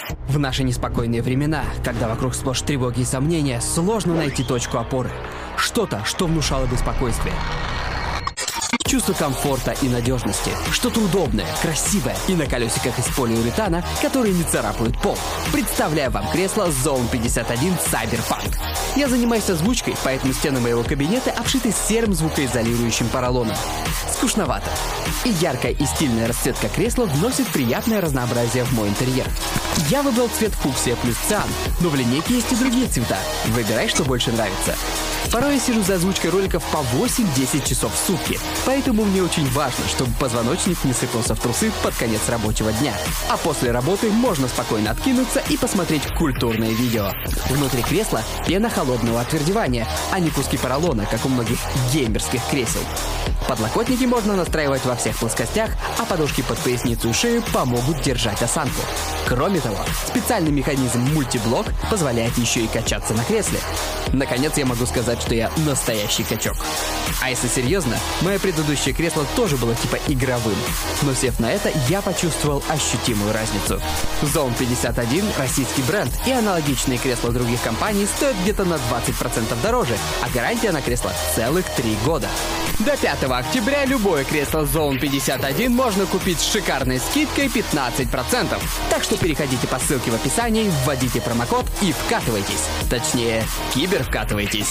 В наши неспокойные времена, когда вокруг сплошь тревоги и сомнения, сложно найти точку опоры. Что-то, что внушало бы спокойствие. Чувство комфорта и надежности. Что-то удобное, красивое и на колесиках из полиуретана, которые не царапают пол. Представляю вам кресло Zone 51 Cyberpunk. Я занимаюсь озвучкой, поэтому стены моего кабинета обшиты серым звукоизолирующим поролоном. Скучновато. И яркая и стильная расцветка кресла вносит приятное разнообразие в мой интерьер. Я выбрал цвет фуксия плюс циан, но в линейке есть и другие цвета. Выбирай, что больше нравится. Порой я сижу за озвучкой роликов по 8-10 часов в сутки, поэтому мне очень важно, чтобы позвоночник не сыпался в трусы под конец рабочего дня. А после работы можно спокойно откинуться и посмотреть культурное видео. Внутри кресла пена холодного отвердевания, а не куски поролона, как у многих геймерских кресел. Подлокотники можно настраивать во всех плоскостях, а подушки под поясницу и шею помогут держать осанку. Кроме того, специальный механизм мультиблок позволяет еще и качаться на кресле. Наконец я могу сказать, что я настоящий качок. А если серьезно, мое предыдущее кресло тоже было типа игровым. Но сев на это, я почувствовал ощутимую разницу. Zone 51 — российский бренд, и аналогичные кресла других компаний стоят где-то на 20% дороже, а гарантия на кресло целых 3 года. До 5 октября любое кресло Zone 51 можно купить с шикарной скидкой 15%. Так что переходите по ссылке в описании, вводите промокод и вкатывайтесь. Точнее, кибервкатывайтесь.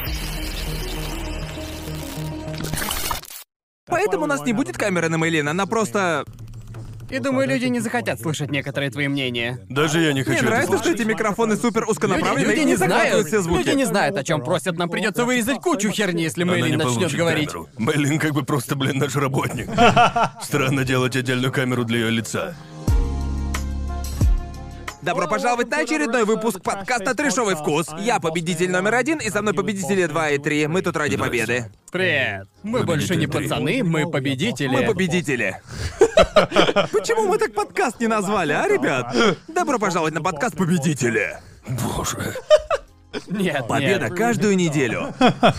Поэтому у нас не будет камеры на Мэйлин, она просто... И думаю, люди не захотят слышать некоторые твои мнения. Даже я не хочу Мне это нравится, что слушать. эти микрофоны супер узконаправленные Люди и не не захватывают знают, все звуки. люди не знают, о чем просят. Нам придется вырезать кучу херни, если Она Мэйлин не начнет получит говорить. камеру. Мэйлин как бы просто, наш работник. Странно делать отдельную камеру для ее лица. Добро пожаловать на очередной выпуск подкаста «Трэшовый вкус». Я победитель номер 1, и со мной победители 2 и 3. Мы тут ради победы. Привет. Мы больше не пацаны, мы победители. Мы победители. Почему мы так подкаст не назвали, а, ребят? Добро пожаловать на подкаст «Победители». Боже. Нет, Победа нет. каждую неделю.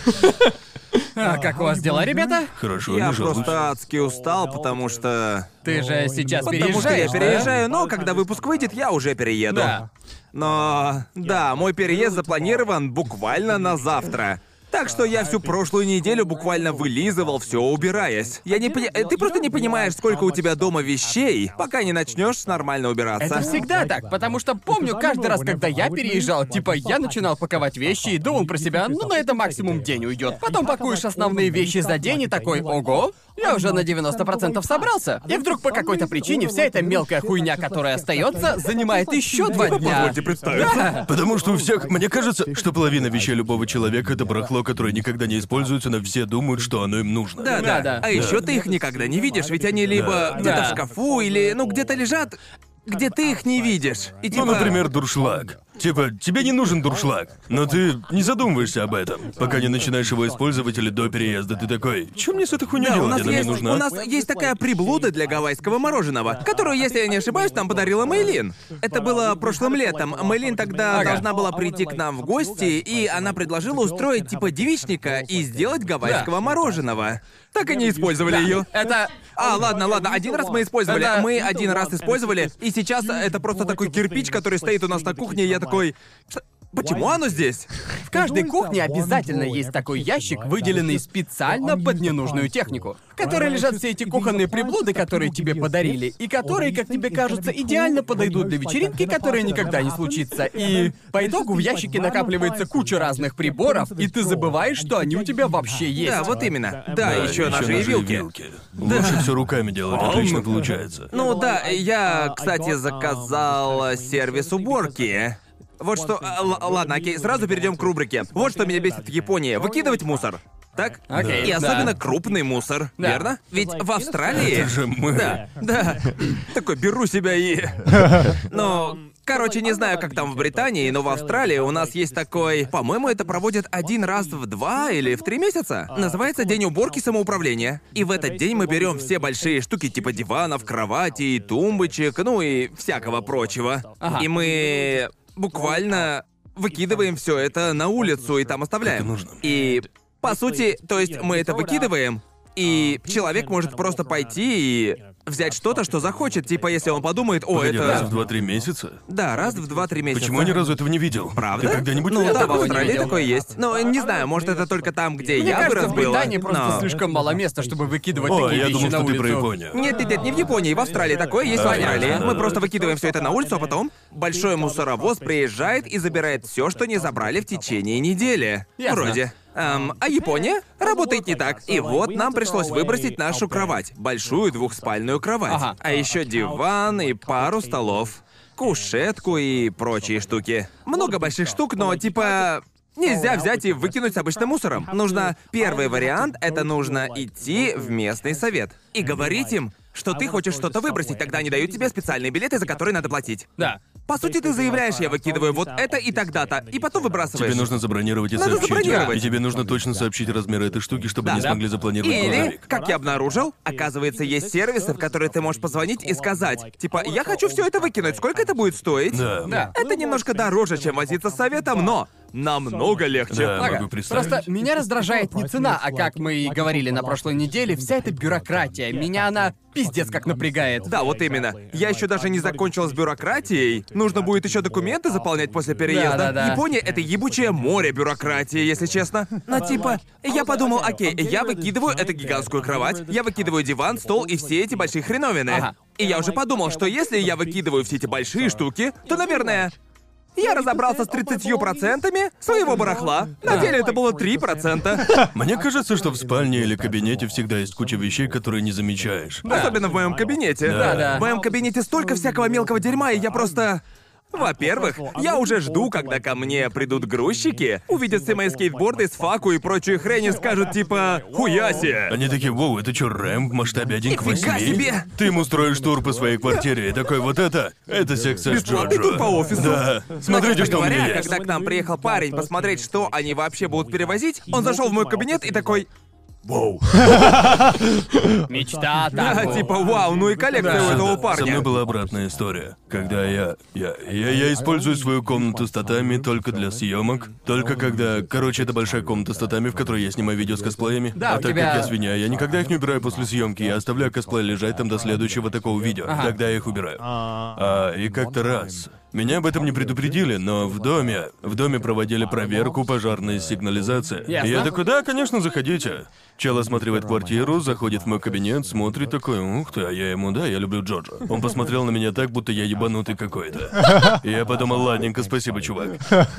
А как у вас дела, ребята? Хорошо, Я не жалуюсь. просто адски устал, потому что... Ты же сейчас Потому что я переезжаешь, да? переезжаю, но когда выпуск выйдет, я уже перееду. Да. Но... Да, мой переезд запланирован буквально на завтра. Так что я всю прошлую неделю буквально вылизывал все, убираясь. Я не Ты просто не понимаешь, сколько у тебя дома вещей, пока не начнешь нормально убираться. Это всегда так, потому что помню каждый раз, когда я переезжал, типа я начинал паковать вещи и думал про себя, ну на это максимум день уйдет. Потом пакуешь основные вещи за день и такой, ого, я уже на 90% собрался. И вдруг по какой-то причине вся эта мелкая хуйня, которая остается, занимает еще 2 дня. Позвольте представиться. Да. Потому что у всех... Мне кажется, что половина вещей любого человека — это барахло, которое никогда не используется, но все думают, что оно им нужно. Да. Да. А еще ты их никогда не видишь, ведь они либо где-то Да. в шкафу, или, где-то лежат, где ты их не видишь. И Ну, например, дуршлаг. Типа, тебе не нужен дуршлаг, но ты не задумываешься об этом, пока не начинаешь его использовать или до переезда. Ты такой, чем мне с этой хуйней Да, делать? Она мне нужна. у нас есть такая приблуда для гавайского мороженого, которую, если я не ошибаюсь, нам подарила Мэйлин. Это было прошлым летом. Мэйлин тогда Ага. должна была прийти к нам в гости, и она предложила устроить типа девичника и сделать гавайского мороженого. Так и не использовали ее. Это... Ладно, один раз мы использовали. Это- Мы один раз использовали, и сейчас это просто такой кирпич, который стоит у нас на кухне, и я такой... Почему оно здесь? В каждой кухне обязательно есть такой ящик, выделенный специально под ненужную технику, в которой лежат все эти кухонные приблуды, которые тебе подарили, и которые, как тебе кажется, идеально подойдут для вечеринки, которая никогда не случится. И по итогу в ящике накапливается куча разных приборов, и ты забываешь, что они у тебя вообще есть. Да, вот именно. Да, еще ещё ножи и вилки. Лучше все руками делать, отлично получается. Ну да, я, кстати, заказал сервис уборки. Вот что... Ладно, окей, сразу перейдем к рубрике. Вот что меня бесит в Японии. Выкидывать мусор. Так? Окей, И особенно да. крупный мусор, Да. верно? Ведь в Австралии... Это же мы. Да. Такой, беру себя и... Ну, короче, не знаю, как там в Британии, но в Австралии у нас есть такой... По-моему, это проводят один раз в 2 или в 3 месяца. Называется День уборки самоуправления. И в этот день мы берем все большие штуки типа диванов, кроватей, тумбочек, ну и всякого прочего. Ага. И мы буквально выкидываем все это на улицу и там оставляем. Это нужно. И по сути, то есть мы это выкидываем, и человек может просто пойти и взять что-то, что захочет. Типа, если он подумает, о, Погоди, это... раз в 2-3 месяца? Да, раз в 2-3 месяца. Почему я ни разу этого не видел? Правда? Ты когда-нибудь Ну видел да, в такое? Австралии видел. такое есть. Но не знаю, может это только там, где Мне я кажется, вырос в Британии было, просто но- слишком мало места, чтобы выкидывать О, такие я вещи думал, на что ты улицу. про Японию. Нет, не в Японии, в Австралии такое есть, в Понятно, Австралии. да, Мы да. просто выкидываем все это на улицу, а потом большой мусоровоз приезжает и забирает все, что не забрали в течение недели. Ясно. Вроде. А Япония работает не так. И вот нам пришлось выбросить нашу кровать. Большую двухспальную кровать. Ага. А еще диван и пару столов. Кушетку и прочие штуки. Много больших штук, но типа... Нельзя взять и выкинуть с обычным мусором. Нужно... Первый вариант — это нужно идти в местный совет. И говорить им, что ты хочешь что-то выбросить, тогда они дают тебе специальные билеты, за которые надо платить. Да. По сути, ты заявляешь, я выкидываю вот это и тогда-то, и потом выбрасываешь. Тебе нужно забронировать и Надо сообщить. забронировать. И тебе нужно точно сообщить размеры этой штуки, чтобы Да. не смогли запланировать Или, грузовик. как я обнаружил, оказывается, есть сервисы, в которые ты можешь позвонить и сказать, типа, я хочу все это выкинуть, сколько это будет стоить? Да. Да. Это немножко дороже, чем возиться с советом, но намного легче. Да, Ага. могу представить. Просто меня раздражает не цена, а как мы и говорили на прошлой неделе, вся эта бюрократия. Меня она пиздец как напрягает. Да, вот именно. Я еще даже не закончил с бюрократией. Нужно будет еще документы заполнять после переезда. Да-да-да. Япония — это ебучее море бюрократии, если честно. Но типа, я подумал, окей, я выкидываю эту гигантскую кровать, я выкидываю диван, стол и все эти большие хреновины. Ага. И я уже подумал, что если я выкидываю все эти большие штуки, то, наверное, я разобрался с 30% своего барахла. На деле это было 3%. Мне кажется, что в спальне или кабинете всегда есть куча вещей, которые не замечаешь. Особенно в моем кабинете. Да-да. В моем кабинете столько всякого мелкого дерьма, и я просто... Во-первых, я уже жду, когда ко мне придут грузчики, увидят все мои скейтборды с факу и прочую хрень и скажут типа «Хуяси!». Они такие, воу, это чё, рэм в масштабе 1 к 8? Нифига себе! Ты ему строишь тур по своей квартире и такой, вот это секция с Бесплатный Джоджо. тур по офису. Да. Смотрите, Но, что у говоря, меня есть. когда к нам приехал парень посмотреть, что они вообще будут перевозить, он зашел в мой кабинет и такой... Воу. Мечта Да, так. типа, вау, ну и коллекция у этого Со мной парня. была обратная история. Когда я использую свою комнату с татами только для съемок. Только когда... Короче, это большая комната с татами, в которой я снимаю видео с косплеями. Да, а у так тебя- как я свинья, я никогда их не убираю после съемки. Я оставляю косплей лежать там до следующего такого видео. Тогда я их убираю. И как-то раз... Меня об этом не предупредили, но в доме проводили проверку пожарной сигнализации. Ясно. И я такой, да, конечно, заходите. Чел осматривает квартиру, заходит в мой кабинет, смотрит такой, ух ты, а я ему, да, я люблю Джоджо. Он посмотрел на меня так, будто я ебанутый какой-то. И я подумал, ладненько, спасибо, чувак.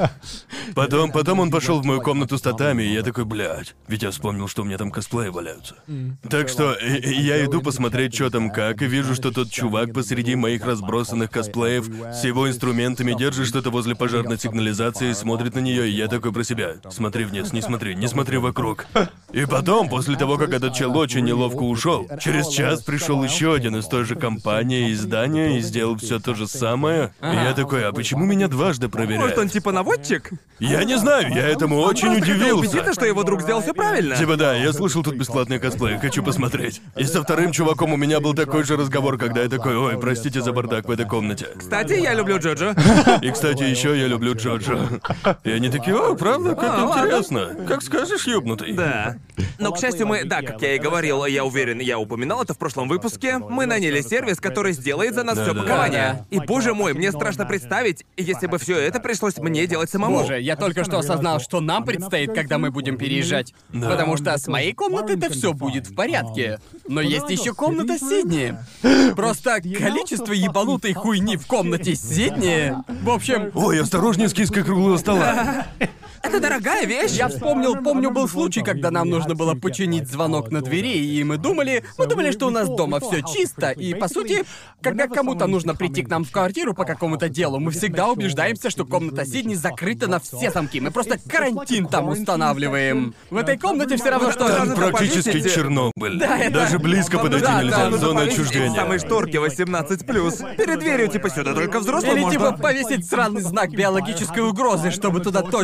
Потом он пошел в мою комнату с татами, и я такой, блядь, ведь я вспомнил, что у меня там косплеи валяются. Так что я иду посмотреть, что там как, и вижу, что тот чувак посреди моих разбросанных косплеев с его инструментами держит что-то возле пожарной сигнализации, смотрит на нее, и я такой про себя. Смотри вниз, не смотри вокруг. И потом, после того, как этот чел очень неловко ушел, через час пришел еще один из той же компании, из здания, и сделал все то же самое. И я такой, а почему меня дважды проверяют? Может, он типа наводчик? Я не знаю, я этому очень Просто хотел удивился. убедиться, что его друг сделал все правильно. Типа да, я слышал тут бесплатный косплей, хочу посмотреть. И со вторым чуваком у меня был такой же разговор, когда я такой, ой, простите за бардак в этой комнате. Кстати, я люблю Джоджо. И, кстати, еще я люблю Джоджо. И они такие, о, правда, как ладно. интересно. Как скажешь, ёбнутый. Да. Но, к счастью, мы, да, как я и говорил, я уверен, я упоминал это в прошлом выпуске, мы наняли сервис, который сделает за нас все Да-да-да. пакование. И, боже мой, мне страшно представить, если бы все это пришлось мне делать самому. Боже, я только что осознал, что нам предстоит, когда мы будем переезжать. Потому что с моей комнатой-то все будет в порядке. Но есть еще комната Сидни. Просто количество ебанутой хуйни в комнате Сидни. В общем, Ой, осторожнее с киской круглого стола. Это дорогая вещь. я помню, был случай, когда нам нужно было починить звонок на двери, и мы думали, что у нас дома все чисто, и по сути, когда кому-то нужно прийти к нам в квартиру по какому-то делу, мы всегда убеждаемся, что комната Сидни закрыта на все замки. Мы просто карантин там устанавливаем. В этой комнате все равно что. Там Можно практически повесить- Чернобыль. Да, это- Даже близко подойти Да, нельзя, да, в Нужно зону повесить эти отчуждения. самые шторки 18+. Перед дверью, типа, сюда только взрослым Или можно. типа повесить сраный знак биологической угрозы, чтобы туда точно никто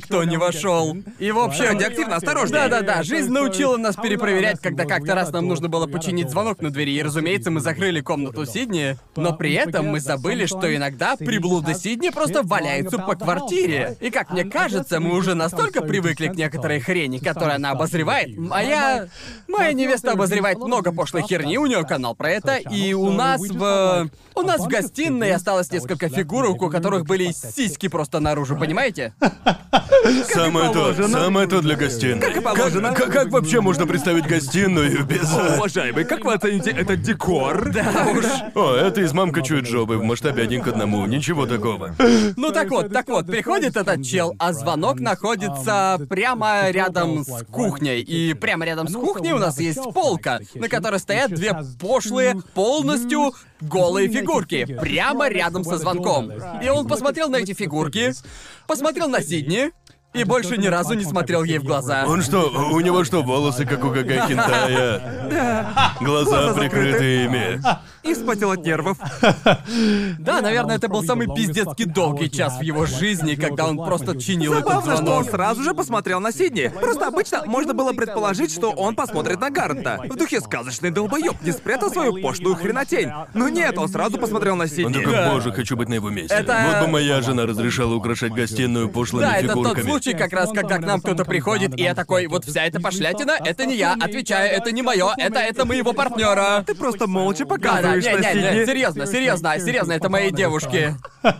никто не вошел. И в общем... Радиоактивно, осторожней. Да-да-да, жизнь научила нас перепроверять, когда как-то раз нам нужно было починить звонок на двери, и, разумеется, мы закрыли комнату Сидни, но при этом мы забыли, что иногда приблуда Сидни просто валяются по квартире. И, как мне кажется, мы уже настолько привыкли к некоторой хрени, которую она обозревает. Моя невеста обозревает много пошлой херни, у нее канал про это, и у нас в гостиной осталось несколько фигурок, у которых были сиськи просто наружу, понимаете? Самое то для гостиной. Как и положено. Как вообще можно представить гостиную без... Уважаемый, как вы оцените этот декор? Да уж. О, это из «Мамка чует жопы» в масштабе 1 к 1, ничего такого. Ну так вот, приходит этот чел, а звонок находится прямо рядом с кухней. И прямо рядом с кухней у нас есть полка, на которой стоят две пошлые, полностью голые фигурки, прямо рядом со звонком. И он посмотрел на эти фигурки, посмотрел на Сидни, и больше ни разу не смотрел ей в глаза. Он что, у него что, волосы как у Гага Хентая? Да. Глаза прикрыты ими. И вспотел от нервов. Да, наверное, это был самый пиздецки долгий час в его жизни, когда он просто чинил этот Забавно, что он звонок. сразу же посмотрел на Сидни. Просто обычно можно было предположить, что он посмотрит на Гарнта. В духе сказочный долбоёб не спрятал свою пошлую хренотень. Но нет, он сразу посмотрел на Он Сидни. такой, боже, хочу быть на его месте. Это- Вот бы моя жена разрешала украшать гостиную пошлыми Да, это тот фигурками. случай, как раз, когда к нам кто-то приходит, и я такой, вот вся эта пошлятина, это не я, отвечаю, это не мое, это моего партнера. Ты просто молча Да, показываешь на Сидни. серьезно, это мои девушки.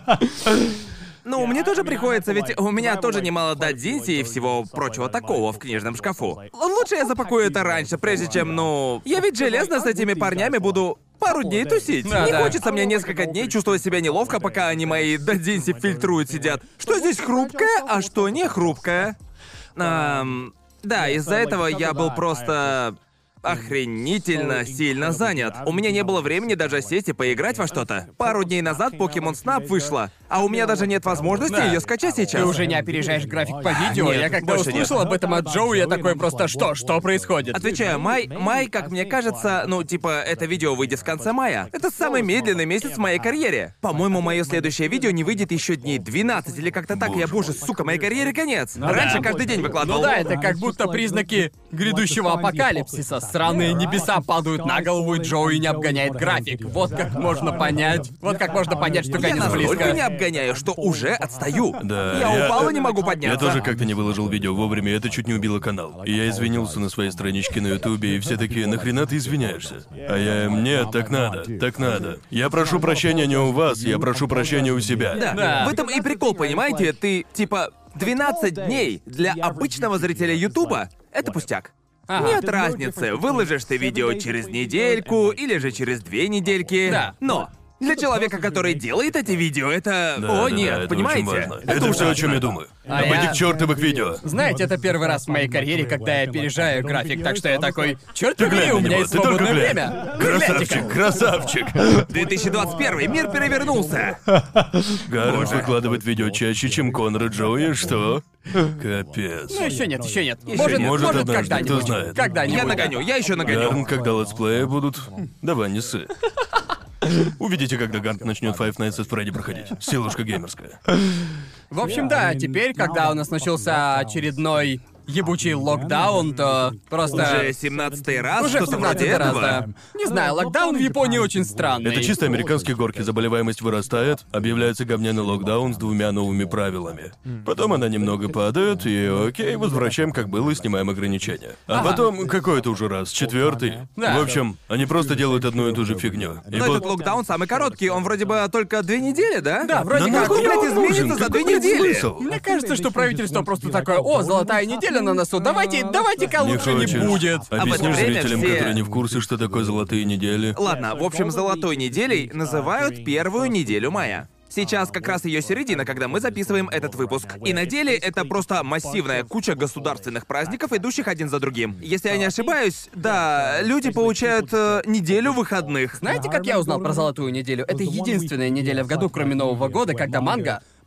Ну, мне тоже приходится, ведь у меня тоже немало дадзинси и всего прочего такого в книжном шкафу. Лучше я запакую это раньше, прежде чем, я ведь железно с этими парнями буду пару дней тусить. Да, Не да. хочется мне несколько дней чувствовать себя неловко, пока они мои дадзинси фильтруют, сидят. Что здесь хрупкое, а что не хрупкое? Да, из-за этого я был просто... охренительно сильно занят. У меня не было времени даже сесть и поиграть во что-то. Пару дней назад Pokemon Snap вышла, а у меня даже нет возможности Да. ее скачать сейчас. Ты уже не опережаешь график по видео. Нет, Я когда больше услышал нет. об этом от Джоу, я такой просто, что происходит? Отвечаю, май, как мне кажется, это видео выйдет в конце мая. Это самый медленный месяц в моей карьере. По-моему, мое следующее видео не выйдет еще дней 12 или как-то так. Я, боже, сука, моей карьере конец. Раньше каждый день выкладывал. Ну да, это как будто признаки грядущего апокалипсиса. Сраные небеса падают на голову, и Джоуи не обгоняет график. Вот как можно понять. Вот как можно понять, что Я конец настолько близко. не обгоняю, что уже отстаю. Да, Я упал и не могу Я подняться. тоже как-то не выложил видео вовремя, и это чуть не убило канал. И я извинился на своей страничке на Ютубе, и все такие, нахрена ты извиняешься? А я им, нет, так надо. Я прошу прощения не у вас, я прошу прощения у себя. Да. В этом и прикол, понимаете? Ты, 12 дней для обычного зрителя Ютуба — это пустяк. Ага. Нет разницы, выложишь ты видео через недельку или же через 2 недельки. Да. Но для человека, который делает эти видео, это... Да, О, да, нет, да, это понимаете? очень важно. Это все, о чем я думаю. А Об я- этих чертовых видео. Знаете, это первый раз в моей карьере, когда я опережаю график, так что я такой, черт Ты побери, глянь у на меня него, есть ты только свободное глянь. время. Вы гляньте-ка. Красавчик. 2021, мир перевернулся. Гарнт выкладывает видео чаще, чем Конор и Джоуи, что? Капец. Ну еще нет. нет. Может, однажды, когда-нибудь. кто знает. Когда-нибудь. Я нагоню, я еще нагоню. Гарнт, когда летсплеи будут... Давай, не ссы. Увидите, когда Гарнт начнет Five Nights at Freddy проходить. Силушка геймерская. В общем, да, теперь, когда у нас начался очередной ебучий локдаун, то просто... Уже 17-й раз, Уже что-то вроде 17-й раз, этого. да. Не знаю, локдаун в Японии очень странный. Это чисто американские горки, заболеваемость вырастает, объявляется говняный локдаун с 2 новыми правилами. Потом она немного падает, и окей, возвращаем как было и снимаем ограничения. А потом какой-то уже раз, 4-й. Да. В общем, они просто делают одну и ту же фигню. И Но вот- этот локдаун самый короткий, он вроде бы только 2 недели, да? Да, вроде Да как. нахуй, блядь, он изменится нужен? за 2 Какой, блядь, недели? смысл? Мне кажется, что правительство просто такое, о, золотая неделя на носу, давайте-ка Не лучше не хочешь? будет. в это Объяснишь время зрителям, все- которые не в курсе, что такое золотые недели? Ладно, в общем, золотой неделей называют первую неделю мая. Сейчас как раз ее середина, когда мы записываем этот выпуск. И на деле это просто массивная куча государственных праздников, идущих один за другим. Если я не ошибаюсь, да, люди получают неделю выходных. Знаете, как я узнал про золотую неделю? Это единственная неделя в году, кроме Нового года, когда манга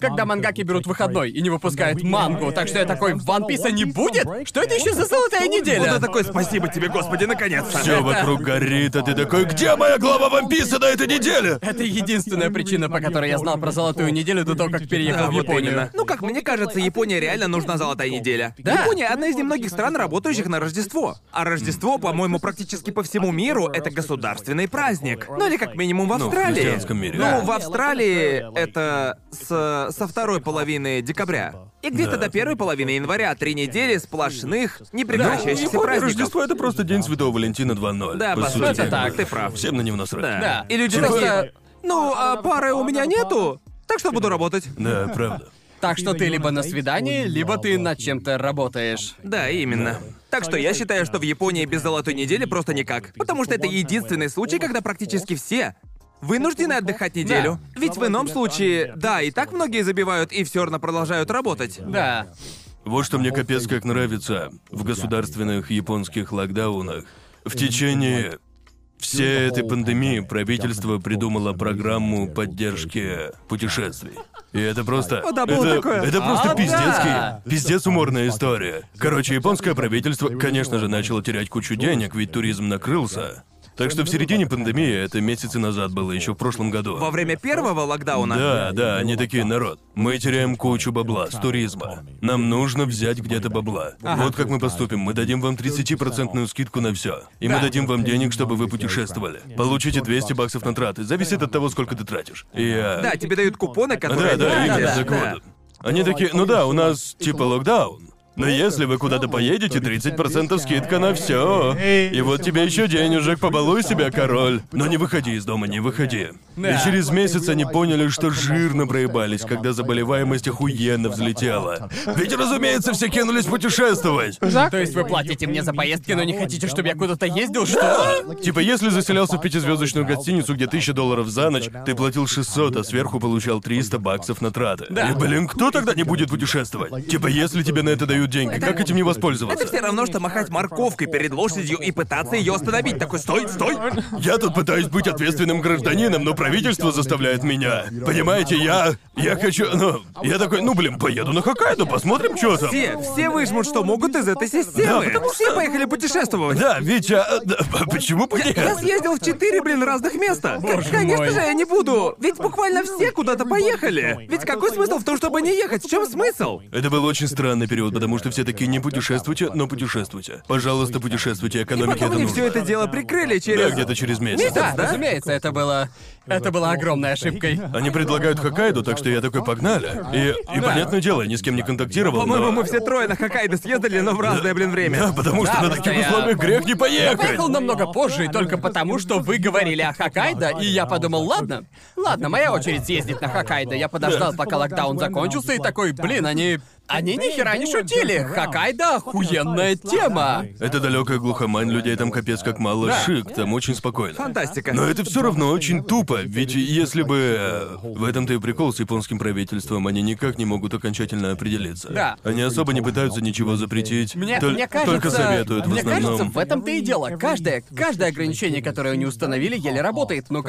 когда мангаки берут выходной и не выпускают мангу, так что я такой, One Piece не будет? Что это еще за золотая неделя? Вот я такой, спасибо тебе, Господи, наконец-то. Все вокруг горит, а ты такой, где моя глава One Piece на этой неделе? Это единственная причина, по которой я знал про золотую неделю до того, как переехал Да, в вот Японию. именно. Ну, как мне кажется, Японии реально нужна золотая неделя. Да. Япония одна из немногих стран, работающих на Рождество. А Рождество, по-моему, практически по всему миру это государственный праздник. Ну или как минимум в Ну, в Австралии. христианском мире. Ну, Да. в Австралии это со второй половины декабря. И где-то до первой половины января 3 недели сплошных, не прекращающихся Япония, праздников. Рождество — это просто День Святого Валентина 2.0. Да, по сути, это так. ты прав. Всем на него насрать. Да. Да. И люди Просто- такие, ну, а пары у меня нету, так что буду работать. Да, правда. Так что ты либо на свидании, либо ты над чем-то работаешь. Да, именно. Так что я считаю, что в Японии без золотой недели просто никак. Потому что это единственный случай, когда практически все вынуждены отдыхать неделю. Ведь в ином случае, да, и так многие забивают и все равно продолжают работать. Да. Вот что мне капец как нравится в государственных японских локдаунах. В течение всей этой пандемии правительство придумало программу поддержки путешествий. И это просто... О, да, было такое. Это просто А, пиздецкий, да. пиздец уморная история. Короче, японское правительство, конечно же, начало терять кучу денег, ведь туризм накрылся. Так что в середине пандемии, это месяцы назад было, еще в прошлом году. Во время первого локдауна. Да, они такие, народ. Мы теряем кучу бабла с туризма. Нам нужно взять где-то бабла. Вот как мы поступим. Мы дадим вам 30% скидку на все. И мы Да. дадим вам денег, чтобы вы путешествовали. Получите $200 на траты. Зависит от того, сколько ты тратишь. И я... Да, тебе дают купоны, которые... Да, именно, да, так да. вот. Они такие, ну да, у нас типа локдаун. Но если вы куда-то поедете, 30% скидка на все. И вот тебе еще денежек, побалуй себя, король. Но не выходи из дома, не выходи. Да. И через месяц они поняли, что жирно проебались, когда заболеваемость охуенно взлетела. Ведь, разумеется, все кинулись путешествовать. То есть вы платите мне за поездки, но не хотите, чтобы я куда-то ездил, что? Типа, если заселялся в пятизвездочную гостиницу, где $1000 за ночь, ты платил 600, а сверху получал $300 на траты. Да. И, блин, кто тогда не будет путешествовать? Типа, если тебе на это дают деньги, как этим не воспользоваться? Это все равно, что махать морковкой перед лошадью и пытаться ее остановить. Такой, стой, стой! Я тут пытаюсь быть ответственным гражданином, но правительство заставляет меня. Понимаете, я хочу, я такой, блин, поеду на Хоккайдо, посмотрим, что там. Все выжмут, что могут из этой системы. Да, потому Все поехали путешествовать. Да, Витя, почему бы нет? Я съездил в 4, разных места. Конечно мой. же, я не буду. Ведь буквально все куда-то поехали. Ведь какой смысл в том, чтобы не ехать? В чем смысл? Это был очень странный период, потому что все такие, не путешествуйте, но путешествуйте. Пожалуйста, путешествуйте, экономике Потом это они нужно. все это дело прикрыли Да, через... где-то через месяц. Да, да? разумеется, это было огромной ошибкой. Они предлагают Хоккайдо, так что я такой, погнали. И понятное дело, я ни с кем не контактировал, По-моему, но... мы все трое на Хоккайдо съездили, но в разное, время. Да, потому что Да, на просто таких я- условиях грех не Я поехать. поехал намного позже, и только потому, что вы говорили о Хоккайдо, и я подумал, ладно, моя очередь съездить на Хоккайдо. Я подождал, пока локдаун закончился, и такой, блин, они ни хера не шутили. Хоккайдо — охуенная тема. Это далекая глухомань, людей там капец как мало, Да. шик, там очень спокойно. Фантастика. Но это все равно очень тупо, ведь если бы... В этом-то и прикол с японским правительством, они никак не могут окончательно определиться. Да. Они особо не пытаются ничего запретить, Мне только кажется, советуют в мне основном. кажется, в этом-то и дело. Каждое ограничение, которое они установили, еле работает. Ну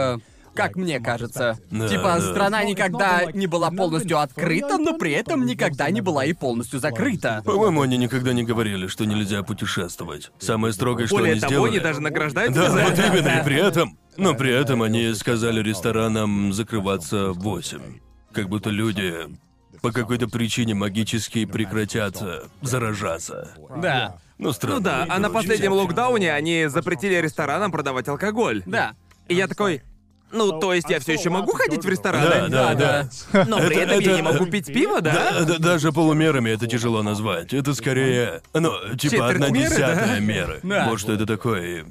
как мне кажется. Да, Типа, да. страна никогда не была полностью открыта, но при этом никогда не была и полностью закрыта. По-моему, они никогда не говорили, что нельзя путешествовать. Самое строгое, что Более они того, сделали... они даже награждают Да, тебя за вот это. именно, и при этом... Но при этом они сказали ресторанам закрываться в 8. Как будто люди по какой-то причине магически прекратят заражаться. Да, Ну, странно. Ну да, а на последнем локдауне они запретили ресторанам продавать алкоголь. да. И я такой... Ну, то есть я все еще могу ходить в рестораны? Да. Но при этом я это- не могу пить пиво, да? Даже полумерами это тяжело назвать. Это скорее, типа Четверть меры, 1/10 да? меры. Да. Вот что это такое.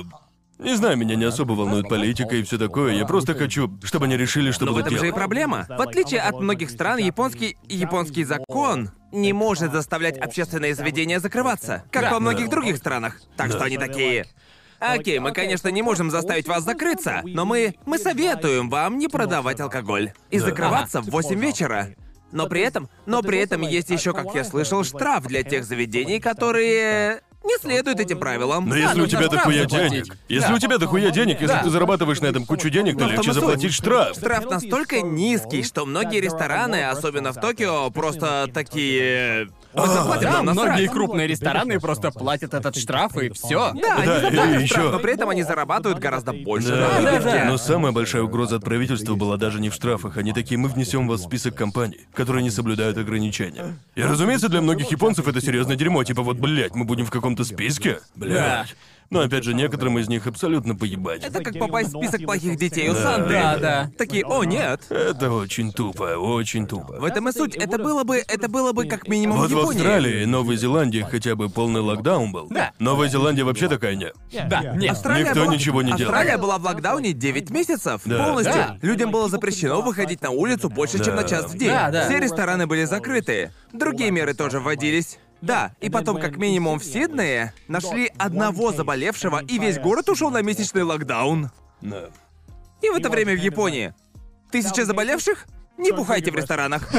Не знаю, меня не особо волнует политика и все такое. Я просто хочу, чтобы они решили, что Но в будут этом же и делать. проблема. В отличие от многих стран, японский закон не может заставлять общественные заведения закрываться, как Да. во многих других странах. Так что они такие... Окей, мы, конечно, не можем заставить вас закрыться, но мы советуем вам не продавать алкоголь и закрываться в 8 вечера. Но при этом есть еще, как я слышал, штраф для тех заведений, которые не следует этим правилам. Но если нужно у тебя штраф дохуя заплатить. денег, если Да. у тебя дохуя денег, если Да. ты зарабатываешь на этом кучу денег, то Но в том легче и суть. заплатить штраф. Штраф настолько низкий, что многие рестораны, особенно в Токио, просто такие... Мы заплатим, Да, нам насрать. многие крупные рестораны просто платят этот штраф и все. Да, они Да, и заплатят ещё- штраф, но при этом они зарабатывают гораздо больше. Да, на выпивке. но самая большая угроза от правительства была даже не в штрафах. Они такие: мы внесем вас в список компаний, которые не соблюдают ограничения. И, разумеется, для многих японцев это серьезное дерьмо. Типа, вот, блядь, мы будем в каком-то списке? Блядь. Но опять же, некоторым из них абсолютно поебать. Это как попасть в список плохих детей у Да. Санты. Да. Такие, о, нет. Это очень тупо, очень тупо. В этом и суть. Это было бы как минимум Вот в в Японии. Австралии и Новой Зеландии хотя бы полный локдаун был. Да. Новая Зеландия вообще такая не. Да, нет. Никто ничего не делал. Австралия была в локдауне 9 месяцев. Да. Полностью. Да. Людям было запрещено выходить на улицу больше, чем на час в день. Да. Все рестораны были закрыты. Другие меры тоже вводились. Да, и потом, как минимум, в Сиднее нашли одного заболевшего, и весь город ушел на месячный локдаун. Да. И в это время в Японии 1000 заболевших? Не бухайте в ресторанах.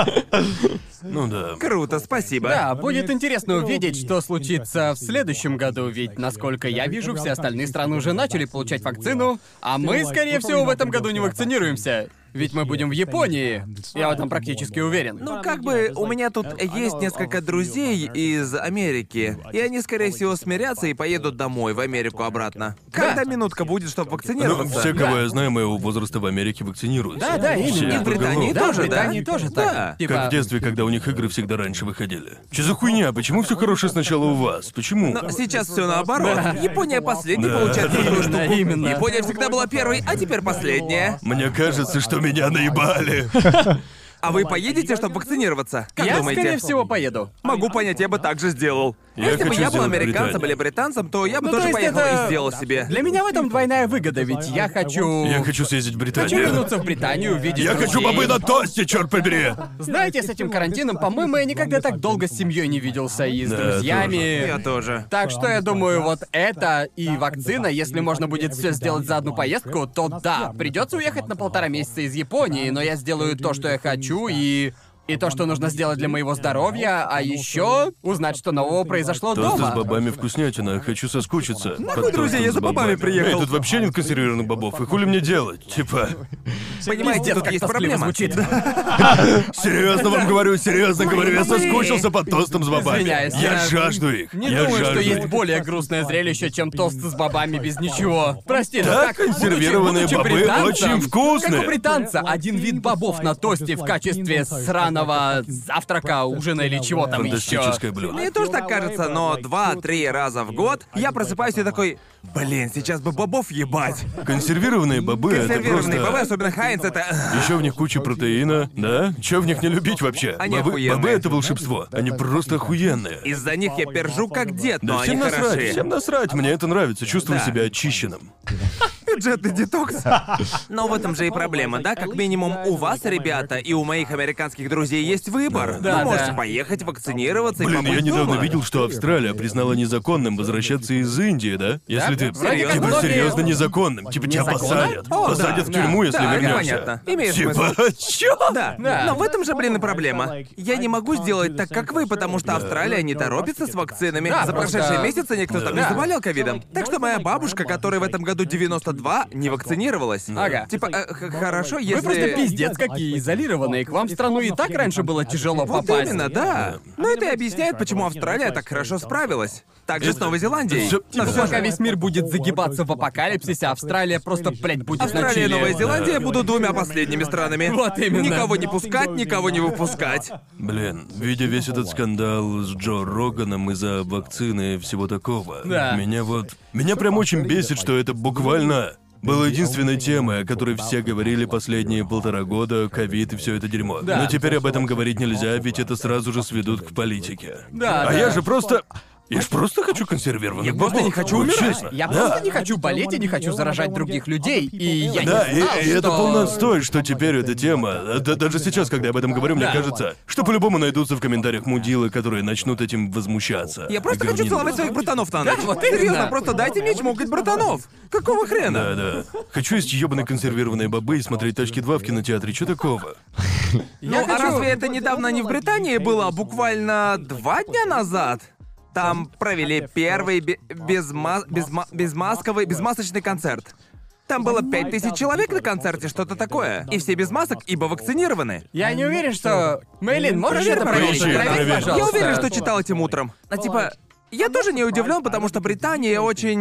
Ну да. Круто, спасибо. Да, будет интересно увидеть, что случится в следующем году, ведь, насколько я вижу, все остальные страны уже начали получать вакцину, а мы, скорее всего, в этом году не вакцинируемся. Ведь мы будем в Японии. Я в этом практически уверен. Ну, как бы, у меня тут есть несколько друзей из Америки, и они, скорее всего, смирятся и поедут домой, в Америку обратно. Когда минутка будет, чтобы Ну, вакцинироваться? все, кого я знаю, моего возраста в Америке вакцинируются. Да, именно. Все И в Британии поголовно. Да, в тоже, да? Британии тоже так. Да. Типа, Как в детстве, когда у них игры всегда раньше выходили. Че за хуйня? Почему все хорошее сначала у вас? Почему? Но сейчас все наоборот. Япония последняя Да. получает такую штуку. Именно. Япония всегда была первой, а теперь последняя. Мне кажется, что меня наебали. А вы поедете, чтобы вакцинироваться? Как я, думаете? скорее всего, поеду. Могу понять, я бы так же сделал. Я Если бы хочу я был сделать американцем Британию. или британцем, то я бы Ну, то тоже есть поехал это- и сделал себе. Для меня в этом двойная выгода, ведь я хочу... Я хочу съездить в Хочу Британию. вернуться в Британию, увидеть Я хочу друзей. бобы на тосте, черт побери! Знаете, с этим карантином, по-моему, я никогда так долго с семьей не виделся и с Да, друзьями. Я тоже. Так что я думаю, вот это и вакцина, если можно будет все сделать за одну поездку, то да, придется уехать на 1,5 месяца из Японии, но я сделаю то, что я хочу, и то, что нужно сделать для моего здоровья, а еще узнать, что нового произошло Тосты дома. с бобами вкуснятина, хочу соскучиться. Нахуй, друзья, я за бобами приехал. Эй, тут вообще нет консервированных бобов, и хули мне делать? Типа, Понимаете, Пиздец, тут как есть тоскливо проблема. звучит. серьезно вам говорю, серьезно говорю, я бобы. соскучился по тостам с бобами. Извиняюсь, Я я жажду их. Не Я думаю, что жажду есть их. более грустное зрелище, чем тост с бобами без ничего. Прости, но Да, так, консервированные будучи бобы британцем, очень вкусные. Как у британца, один вид бобов на тосте в качестве сраного завтрака, ужина или чего там еще. Фантастическое блюдо. Мне тоже так кажется, но 2-3 раза в год я просыпаюсь и такой, блин, сейчас бы бобов ебать. Консервированные бобы это Консервированные бобы, просто... особенно Хайнц, это... Еще в них куча протеина, да? Че в них не любить вообще? Они бобы, охуенные. бобы это волшебство. Они просто охуенные. Из-за них я пержу как дед, но Да они всем насрать, хороши. всем насрать, мне это нравится, чувствую Да. себя очищенным. Бюджетный детокс. Но в этом же и проблема, да? Как минимум у вас, ребята, и у моих американских друзей есть выбор. Да, Вы можете да. поехать вакцинироваться и Блин, побыть я недавно дома. видел, что Австралия признала незаконным возвращаться из Индии, да? Если ты Вроде как типа многие- серьезно незаконным, типа тебя Незаконно? посадят. О, Посадят да, в тюрьму, если да, это вернешься. понятно. Имеет смысл. Типа, чё? Да. Да. Но в этом же, блин, и проблема. Я не могу сделать так, как вы, потому что Австралия не торопится с вакцинами. Да, За просто- прошедшие месяцы никто там не Да. заболел ковидом. Так что моя бабушка, которой в этом году 92, не вакцинировалась. Ага. Типа, хорошо, если... Вы просто пиздец какие изолированные. К вам в страну и так раньше было тяжело Вот попасть. именно, да. Но это и объясняет, почему Австралия так хорошо справилась. Так же с Новой Зеландией. Всё- Но Но всё пока же весь мир будет загибаться в апокалипсисе, Австралия просто, блядь, будет на Австралия и чиле. Новая Зеландия будут двумя последними странами. Вот именно. Никого не пускать, никого не выпускать. Блин, видя весь этот скандал с Джо Роганом из-за вакцины и всего такого, Да. меня прям очень бесит, что это буквально была единственной темой, о которой все говорили последние 1,5 года, ковид и все это дерьмо. Да. Но теперь об этом говорить нельзя, ведь это сразу же сведут к политике. Да, А да. я же просто... Я ж просто хочу консервированных Я просто бобов, не хочу вот умирать. честно. Я Да. просто не хочу болеть и не хочу заражать других людей. И я Да, не знал, и это что... полный отстой, что теперь эта тема. Даже сейчас, когда я об этом говорю, мне Да. кажется, что по-любому найдутся в комментариях мудилы, которые начнут этим возмущаться. Я просто И хочу говнину целовать будут. своих братанов на ночь. вот именно. Серьезно, просто дайте мне чмокать братанов. Какого хрена? Да. Хочу есть ёбаные консервированные бобы и смотреть «Тачки 2» в кинотеатре. Чё такого? Ну, а разве это недавно не в Британии было? Буквально 2 дня назад? там провели первый безмасочный концерт. Там было 5000 человек на концерте, что-то такое. И все без масок, ибо вакцинированы. Я не уверен, что... Мэйлин, можешь Проверь, это проверить? проверь, проверь. Пожалуйста. Я уверен, что читал этим утром. Я тоже не удивлен, потому что Британия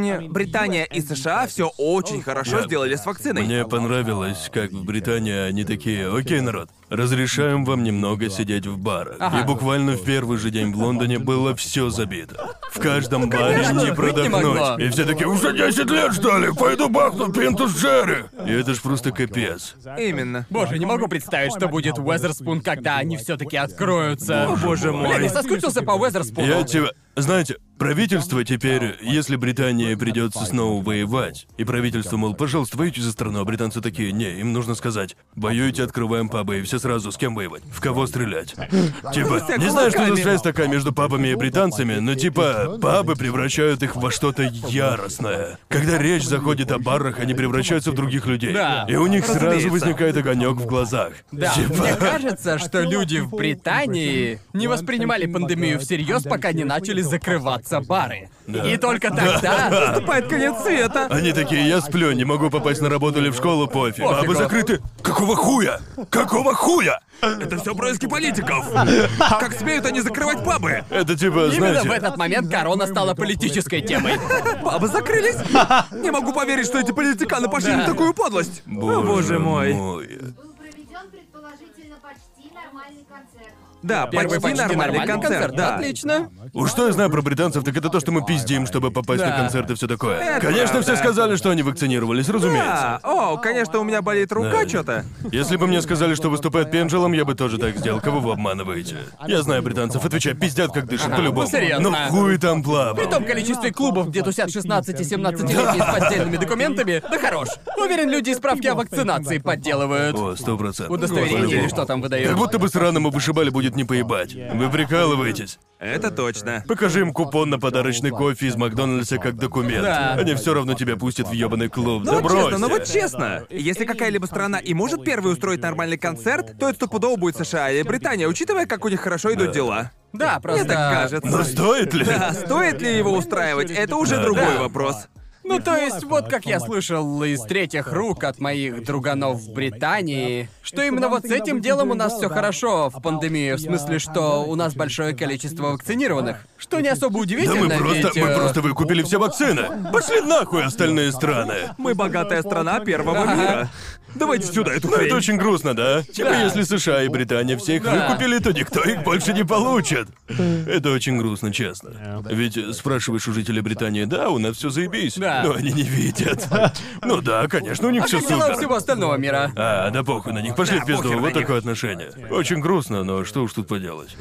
и США все очень хорошо сделали с вакциной. Мне понравилось, как в Британии они такие: окей, народ, разрешаем вам немного сидеть в барах. И буквально в первый же день в Лондоне было все забито. В каждом баре конечно, не быть не могло. продохнуть. И все такие: уже 10 лет, что ли? Пойду бахну пинту с Джерри. И это ж просто капец. Именно. Боже, не могу представить, что будет в Уэзерспун, когда они все-таки откроются. О, боже мой. Блин, я соскучился по Уэзерспуну. Я тебя... Знаете, правительство теперь, если Британии придется снова воевать, и правительство, мол, пожалуйста, воюйте за страну, а британцы такие: не, им нужно сказать: воюйте, открываем пабы, и все сразу: с кем воевать, в кого стрелять. Типа, не знаю, что за связь такая между пабами и британцами, но типа, пабы превращают их во что-то яростное. Когда речь заходит о барах, они превращаются в других людей. Да. И у них сразу Разумеется. возникает огонек в глазах. Да, Типа, мне кажется, что люди в Британии не воспринимали пандемию всерьез, пока не начали закрываться бары. И только тогда... Наступает конец света. они такие: я сплю, не могу попасть на работу или в школу, пофиг. Пофигу. Пабы закрыты. Какого хуя? Какого хуя? Это все происки политиков. Как смеют они закрывать пабы? Это типа, Именно знаете... в этот момент корона стала политической темой. Пабы закрылись? Не могу поверить, что эти политиканы пошли на такую подлость. О, боже мой. Был проведен предположительно почти нормальный концерт. Да, Первый почти нормальный концерт, да. Отлично. Уж что я знаю про британцев, так это то, что мы пиздим, чтобы попасть на Да. концерт и все такое. Это Конечно, правда. все сказали, что они вакцинировались, разумеется. О, конечно, у меня болит рука Да. что-то. Если бы мне сказали, что выступает Пенджелом, я бы тоже так сделал. Кого вы обманываете? Я знаю британцев, отвечаю, пиздят как дышат, по-любому. ну серьезно. Ну хуй там плавал. При том количестве клубов, где тусят 16- и 17-летние с поддельными документами, да хорош. Уверен, люди справки о вакцинации подделывают. О, 100%. Удостоверение или что там выдают. Как будто бы сраному вышибали будет не поебать. Вы прикалываетесь. Это точно. Покажи им купон на подарочный кофе из Макдональдса как документ. Да. Они все равно тебя пустят в ёбаный клуб. Ну Да вот честно, бросьте. ну вот честно. Если какая-либо страна и может первой устроить нормальный концерт, то это стопудово будет США или Британия, учитывая, как у них хорошо идут дела. Да, просто... Мне так кажется. Но стоит ли? Да, стоит ли его устраивать, это уже другой вопрос. Ну, то есть, вот как я слышал из третьих рук от моих друганов в Британии, что именно вот с этим делом у нас все хорошо в пандемии, в смысле, что у нас большое количество вакцинированных. Что не особо Да удивительно, мы ведь... просто выкупили все вакцины. Пошли нахуй остальные страны. Мы богатая страна первого мира. Давайте сюда эту Ну, это хрень. очень грустно, да? Типа, если США и Британия все их Да. выкупили, то никто их больше не получит. Это очень грустно, честно. Ведь спрашиваешь у жителей Британии: да, у нас все заебись. Да. Но они не видят. Ну да, конечно, у них А все как дела у супер. всего остального мира? А, да похуй на них, пошли Да, в пизду, похер на вот них. такое отношение. Очень грустно, но что уж тут поделать.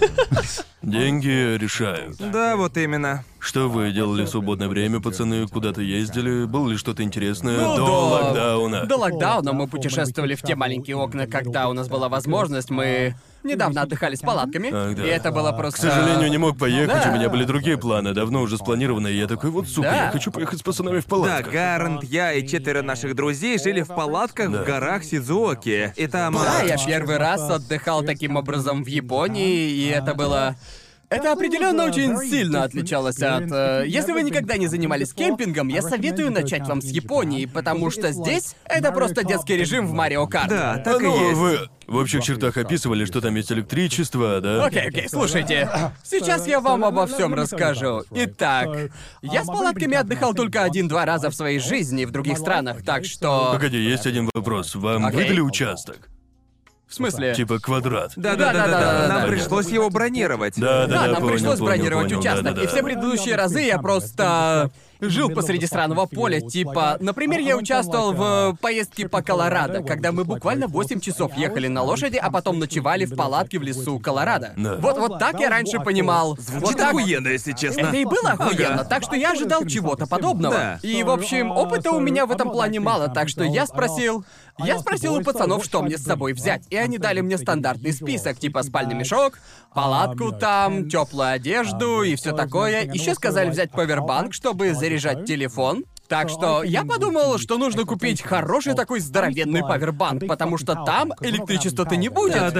Деньги решают. Да, вот именно. Что вы делали в свободное время, пацаны? Куда-то ездили? Было ли что-то интересное Ну, до да. локдауна? До локдауна мы путешествовали в те маленькие окна, когда у нас была возможность. Мы недавно отдыхали с палатками, Ах, да. и это было просто... К сожалению, не мог поехать, Да. у меня были другие планы, давно уже спланированные, и я такой: вот сука, Да. я хочу поехать с пацанами в Да, палатках. Гарант, я и 4 наших друзей жили в палатках Да. в горах Сидзуоки. И там... Да, я первый раз отдыхал таким образом в Японии, и это было... Это определенно очень сильно отличалось от... Если вы никогда не занимались кемпингом, я советую начать вам с Японии, потому что здесь это просто детский режим в Марио Карт. Да, так и Ну, есть. вы в общих чертах описывали, что там есть электричество, да? Окей, слушайте. Сейчас я вам обо всем расскажу. Итак, я с палатками отдыхал только 1-2 раза в своей жизни в других странах, так что... Погоди, есть один вопрос. Вам Окей. выдали участок? В смысле? Типа квадрат. Да-да-да-да. Нам Да. пришлось его бронировать. Да, Да, нам понял, пришлось понял, бронировать понял, участок. да-да-да. И все предыдущие разы я просто жил посреди сраного поля. Типа, например, я участвовал в поездке по Колорадо, когда мы буквально 8 часов ехали на лошади, а потом ночевали в палатке в лесу Колорадо. Да. Вот так я раньше понимал. Вот Звучит так. охуенно, если честно. Это и было охуенно, Ага. так что я ожидал чего-то подобного. Да. И, в общем, опыта у меня в этом плане мало, так что я спросил у пацанов, что мне с собой взять. И они дали мне стандартный список, типа спальный мешок, палатку там, теплую одежду и все такое. Еще сказали взять павербанк, чтобы заряжать телефон. Так что я подумал, что нужно купить хороший такой здоровенный павербанк, потому что там электричества-то не будет. Да.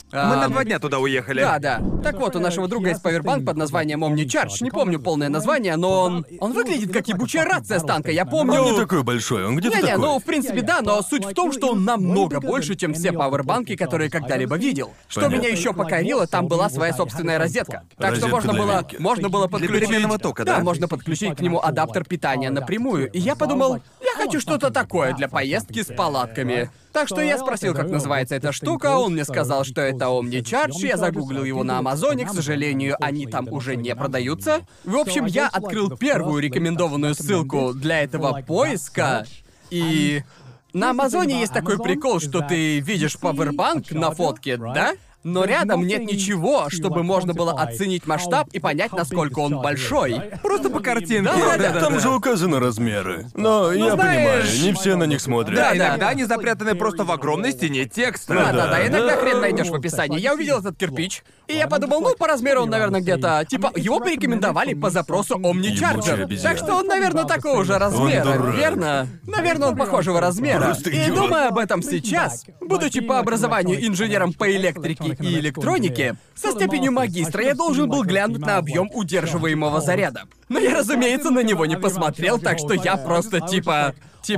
Мы на 2 дня туда уехали. Да. Так вот, у нашего друга есть павербанк под названием OmniCharge. Не помню полное название, но он выглядит как ебучая рация с танка. Я помню... Он не такой большой, он где-то Не-не, такой. ну, в принципе, да, но суть в том, что он намного больше, чем все пауэрбанки, которые когда-либо видел. Что Понятно. меня еще покорило, там была своя собственная розетка. Так что Розетка для вилки. можно было подключить... переменного тока, Да, да? можно подключить к нему адаптер питания напрямую. И я подумал, я хочу что-то такое для поездки с палатками. Так что я спросил, как называется эта штука, он мне сказал, что это OmniCharge, я загуглил его на Амазоне, к сожалению, они там уже не продаются. В общем, я открыл первую рекомендованную ссылку для этого поиска, и... На Амазоне есть такой прикол, что ты видишь павербанк на фотке, да? Но рядом нет ничего, чтобы можно было оценить масштаб и понять, насколько он большой. Просто по картинке. Да. Там же указаны размеры. Но я знаешь- понимаю, не все на них смотрят. Да, Да. иногда они запрятаны просто в огромной стене текста. Да, иногда хрен найдешь в описании. Я увидел этот кирпич, и я подумал, ну, по размеру он, наверное, где-то... Типа, его порекомендовали по запросу Ебучая OmniCharger. обезьяна. Так что он, наверное, такого же размера, дурак. верно? Наверное, он похожего размера. Просто И идиот. думая об этом сейчас, будучи по образованию инженером по электрике и электронике, со степенью магистра я должен был глянуть на объем удерживаемого заряда. Но я, разумеется, на него не посмотрел, так что я просто типа...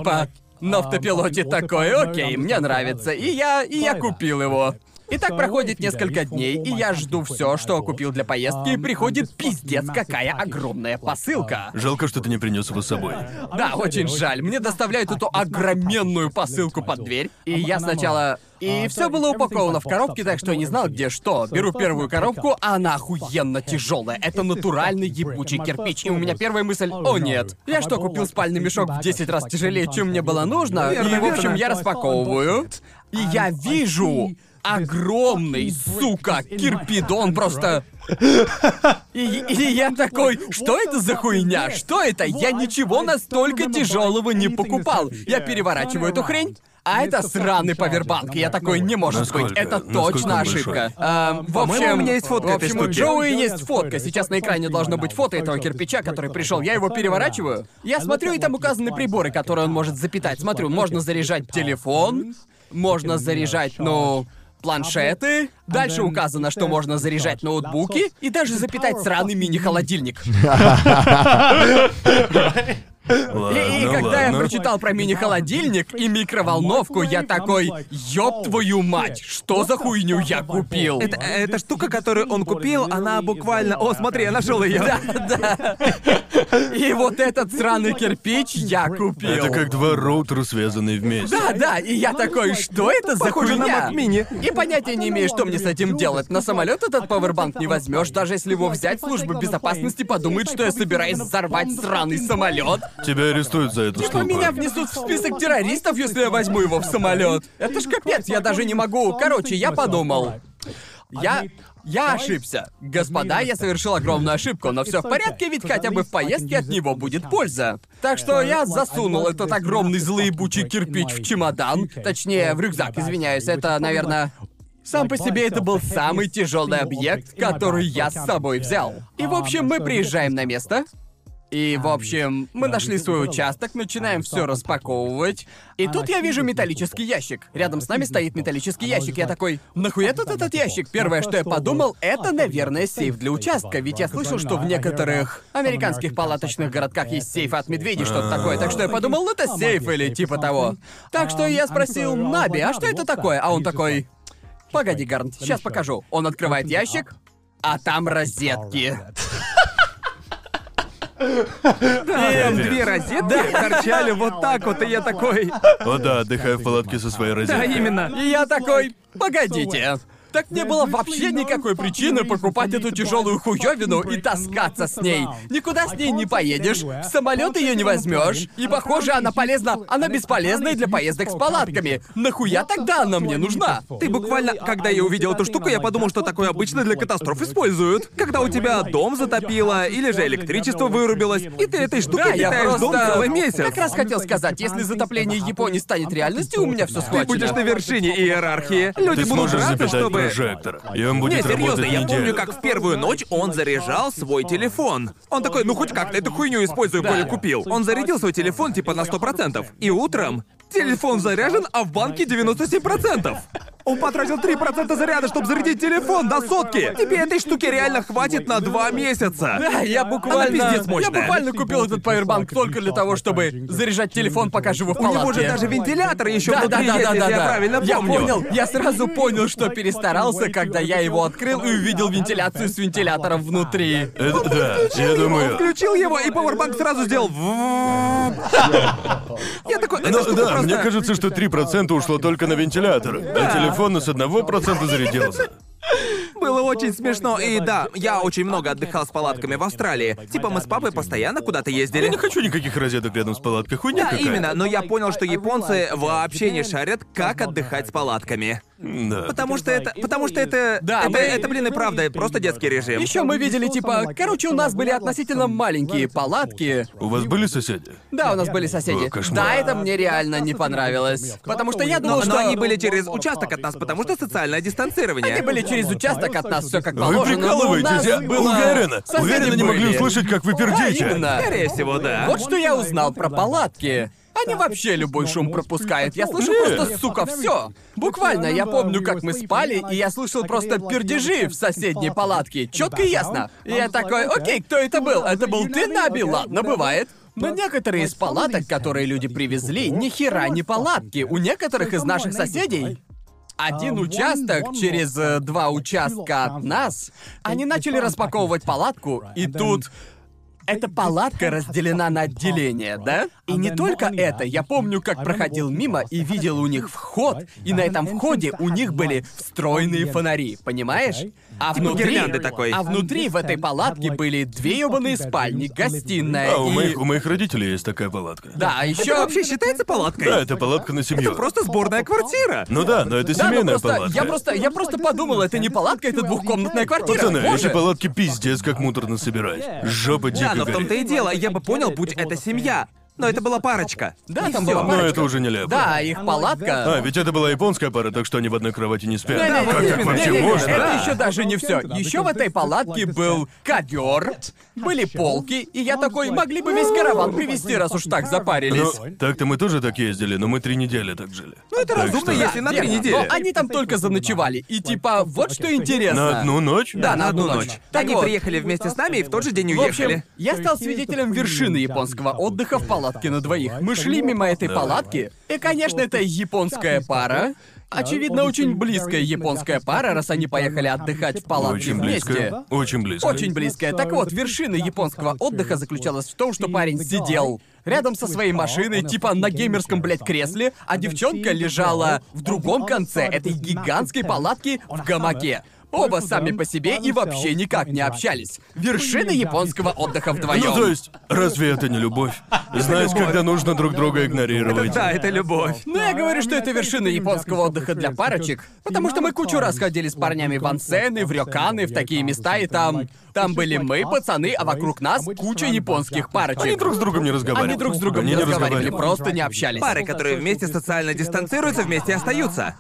На автопилоте такой, окей, мне нравится, и я купил его. И так проходит несколько дней, и я жду все, что купил для поездки, и приходит пиздец какая огромная посылка. Жалко, что ты не принес его с собой. Да, очень жаль. Мне доставляют эту огроменную посылку под дверь, и я сначала... И все было упаковано в коробке, так что я не знал, где что. Беру первую коробку, а она охуенно тяжелая. Это натуральный ебучий кирпич. И у меня первая мысль: о нет. Я что, купил спальный мешок в 10 раз тяжелее, чем мне было нужно? И, в общем, я распаковываю, и я вижу огромный, сука, кирпидон просто... И я такой, что это за хуйня? Что это? Я ничего настолько тяжелого не покупал. Я переворачиваю эту хрень, а это сраный павербанк. И я такой, не может быть, Насколько? это Насколько точно он ошибка. В По-моему, общем, у меня есть фотка в этой общем, у штуки. Джоуи есть фотка. Сейчас на экране должно быть фото этого кирпича, который пришел. Я его переворачиваю. Я смотрю, и там указаны приборы, которые он может запитать. Смотрю, можно заряжать телефон, можно заряжать, планшеты. Дальше указано, что можно заряжать ноутбуки и даже запитать сраный мини-холодильник. И когда я прочитал про мини-холодильник и микроволновку, я такой, ёб твою мать, что за хуйню я купил? Эта штука, которую он купил, она буквально... О, смотри, я нашел ее. Да. И вот этот сраный кирпич я купил. Это как два роутера, связанные вместе. Да, и я такой, что это за Похоже на хуйня? Mac Mini. И понятия не имею, что мне с этим делать. На самолет этот пауэрбанк не возьмешь, даже если его взять, служба безопасности подумает, что я собираюсь взорвать сраный самолет. Тебя арестуют за эту Типа штуку. меня внесут в список террористов, если я возьму его в самолет. Это ж капец, я даже не могу. Короче, я подумал. Я ошибся. Господа, я совершил огромную ошибку, но все в порядке, ведь хотя бы в поездке от него будет польза. Так что я засунул этот огромный злоебучий кирпич в чемодан. Точнее, в рюкзак, извиняюсь, это, наверное... Сам по себе это был самый тяжелый объект, который я с собой взял. И, в общем, мы приезжаем на место. И, в общем, мы нашли свой участок, начинаем все распаковывать. И тут я вижу металлический ящик. Рядом с нами стоит металлический ящик. Я такой, нахуя тут этот ящик? Первое, что я подумал, это, наверное, сейф для участка. Ведь я слышал, что в некоторых американских палаточных городках есть сейфы от медведей, что-то такое. Так что я подумал, это сейф или типа того. Так что я спросил Наби, а что это такое? А он такой, погоди, Гарнт, сейчас покажу. Он открывает ящик, а там розетки. Там две розетки торчали вот так вот, и я такой... О да, отдыхаю в палатке со своей Да, розеткой. именно. И я такой, погодите. Так не было вообще никакой причины покупать эту тяжелую хуёвину и таскаться с ней. Никуда с ней не поедешь, в самолет ее не возьмешь. И похоже, она полезна, она бесполезна для поездок с палатками. Нахуя тогда она мне нужна? Ты буквально, когда я увидел эту штуку, я подумал, что такое обычно для катастроф используют. Когда у тебя дом затопило, или же электричество вырубилось, и ты этой штукой я питаешь дом просто целый месяц. как раз хотел сказать, если затопление Японии станет реальностью, у меня все Ты схвачено. будешь на вершине иерархии. Люди Ты будут сможешь рады, запитать чтобы... прожектор, и он будет Не, серьезно, работать я неделю. помню, как в первую ночь он заряжал свой телефон. Он такой, ну хоть как-то эту хуйню использую, коли купил. Он зарядил свой телефон типа на 100%. И утром телефон заряжен, а в банке 97%. Он потратил 3% заряда, чтобы зарядить телефон до сотки. Тебе этой штуки реально хватит на 2 месяца. Да, я Она буквально... пиздец Я мощная. буквально купил этот пауэрбанк только для того, чтобы заряжать телефон, пока живу в У палатке. него же даже вентилятор еще внутри есть, если я правильно Я помню. понял, я сразу понял, что перестарался, когда я его открыл и увидел вентиляцию с вентилятором внутри. Это да, я думаю... Включил его, и пауэрбанк сразу сделал... Я такой... Ну эта штука да, просто- мне кажется, что 3% ушло только на вентилятор, а телефон с 1% зарядился. Было очень смешно, и да, я очень много отдыхал с палатками в Австралии. Типа мы с папой постоянно куда-то Я ездили. не хочу никаких розеток рядом с палаткой, хуйня Да, какая-то. именно, но я понял, что японцы вообще не шарят, как отдыхать с палатками. Да. Потому что это... Да, это, блин, и правда, просто детский режим. Еще мы видели, типа, короче, у нас были относительно маленькие палатки. У вас были соседи? Да, у нас были соседи. О, кошмар. Да, это мне реально не понравилось. Потому что я думал, Но что... они были через участок от нас, потому что социальное дистанцирование. Они были через участок от нас, все как Вы положено. но у нас прикалываетесь, я было... уверена. Соседи Уверена, не могли были. услышать, как вы Да, пердите. именно. Скорее всего, да. Вот что я узнал про палатки. Они вообще любой шум пропускают. Я слышу Нет. просто, сука, все. Буквально, я помню, как мы спали, и я слышал просто пердежи в соседней палатке. Четко и ясно. И я такой, окей, кто это был? Это был ты, Наби? Ладно, бывает. Но некоторые из палаток, которые люди привезли, ни хера не палатки. У некоторых из наших соседей один участок через 2 участка от нас, они начали распаковывать палатку, и тут... Эта палатка разделена на отделения, да? И не только это. Я помню, как проходил мимо и видел у них вход, и на этом входе у них были встроенные фонари, понимаешь? А внутри... гирлянды такой. А внутри в этой палатке были 2 ёбаные спальни, гостиная А у и... моих родителей есть такая палатка. Да, а еще... Это вообще считается палаткой? Да, это палатка на семью. Это просто сборная квартира. Ну да, но это Да, ну семейная просто, палатка. я просто подумал, это не палатка, это двухкомнатная квартира. Пацаны, Боже. эти палатки пиздец как муторно собирать. Жопа дико Да, но в том-то и горит. дело, я бы понял, будь это семья. Но это была парочка. Да, И там всё. была Но парочка. это уже нелепо. Да, их палатка... А, ведь это была японская пара, так что они в одной кровати не спят. Да, вот Как так именно. вообще Не-не-не, можно? Это еще даже не все. Еще в этой палатке был ковер, были полки, и я такой, могли бы весь караван привезти, раз уж так запарились. Ну, так-то мы тоже так ездили, но мы 3 недели так жили. Ну это Так разумно, что- если на 3 Верно. недели. Но они там только заночевали. И типа, вот что интересно. На одну ночь? Да, на одну ночь. Так Они вот. приехали вместе с нами и в тот же день В общем, уехали. я стал свидетелем вершины японского отдыха в палатке на двоих. Мы шли мимо этой палатки, и, конечно, это японская пара. Очевидно, очень близкая японская пара, раз они поехали отдыхать в палатке Очень вместе. близко. Очень близко. Очень близкая. Так вот, вершина японского отдыха заключалась в том, что парень сидел рядом со своей машиной, типа на геймерском, блядь, кресле, а девчонка лежала в другом конце этой гигантской палатки в гамаке. Оба сами по себе и вообще никак не общались. Вершина японского отдыха вдвоем. Ну, то есть, разве это не любовь? Знаешь, когда нужно друг друга игнорировать. Да, это любовь. Ну, я говорю, что это вершина японского отдыха для парочек, потому что мы кучу раз ходили с парнями в ансены, в рёканы, в такие места, и там были мы, пацаны, а вокруг нас куча японских парочек. Они друг с другом не разговаривали. Они друг с другом Они не разговаривали, просто не общались. Пары, которые вместе социально дистанцируются, вместе остаются.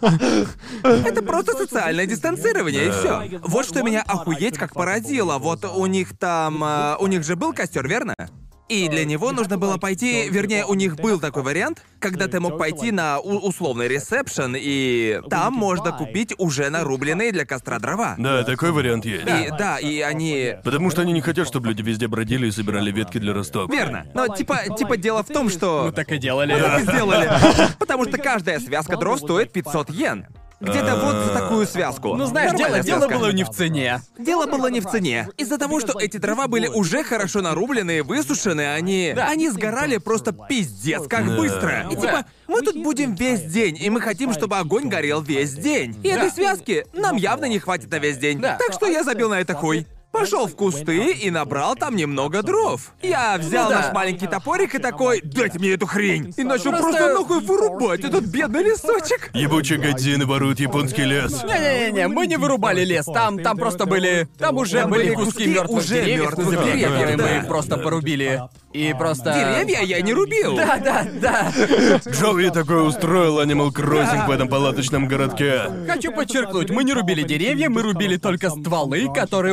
Это просто социальное дистанцирование, и все. Вот что меня охуеть как поразило. Вот у них там... у них же был костер, верно? И для него нужно было пойти, вернее, у них был такой вариант, когда ты мог пойти на условный ресепшн, и там можно купить уже нарубленные для костра дрова. Да, такой вариант есть. И да, и они... Потому что они не хотят, чтобы люди везде бродили и собирали ветки для растопки. Верно. Но типа дело в том, что... Мы так и делали. Так и сделали. Потому что каждая связка дров стоит 500 йен. Где-то вот за такую связку. Ну, знаешь, Нормальная дело связка. было не в цене. Дело было не в цене. Из-за того, что эти дрова были уже хорошо нарублены и высушены, они сгорали просто пиздец как быстро. И типа, мы тут будем весь день, и мы хотим, чтобы огонь горел весь день. И этой связки нам явно не хватит на весь день. Да. Так что я забил на это хуй. Пошел в кусты и набрал там немного дров. Я взял Ну да. наш маленький топорик и такой, дайте мне эту хрень. И начал Просто- просто нахуй вырубать этот бедный лесочек. Ебучие годзины воруют японский лес. Не-не-не, мы не вырубали лес, там просто были... Там уже Там были были куски куски мертвых уже деревьев на мёртвых земле, деревьев, которые да. мы просто порубили. И просто... Деревья я не рубил. Да. Джоуи такой устроил Animal Crossing в этом палаточном городке. Хочу подчеркнуть, мы не рубили деревья, мы рубили только стволы, которые уже упали.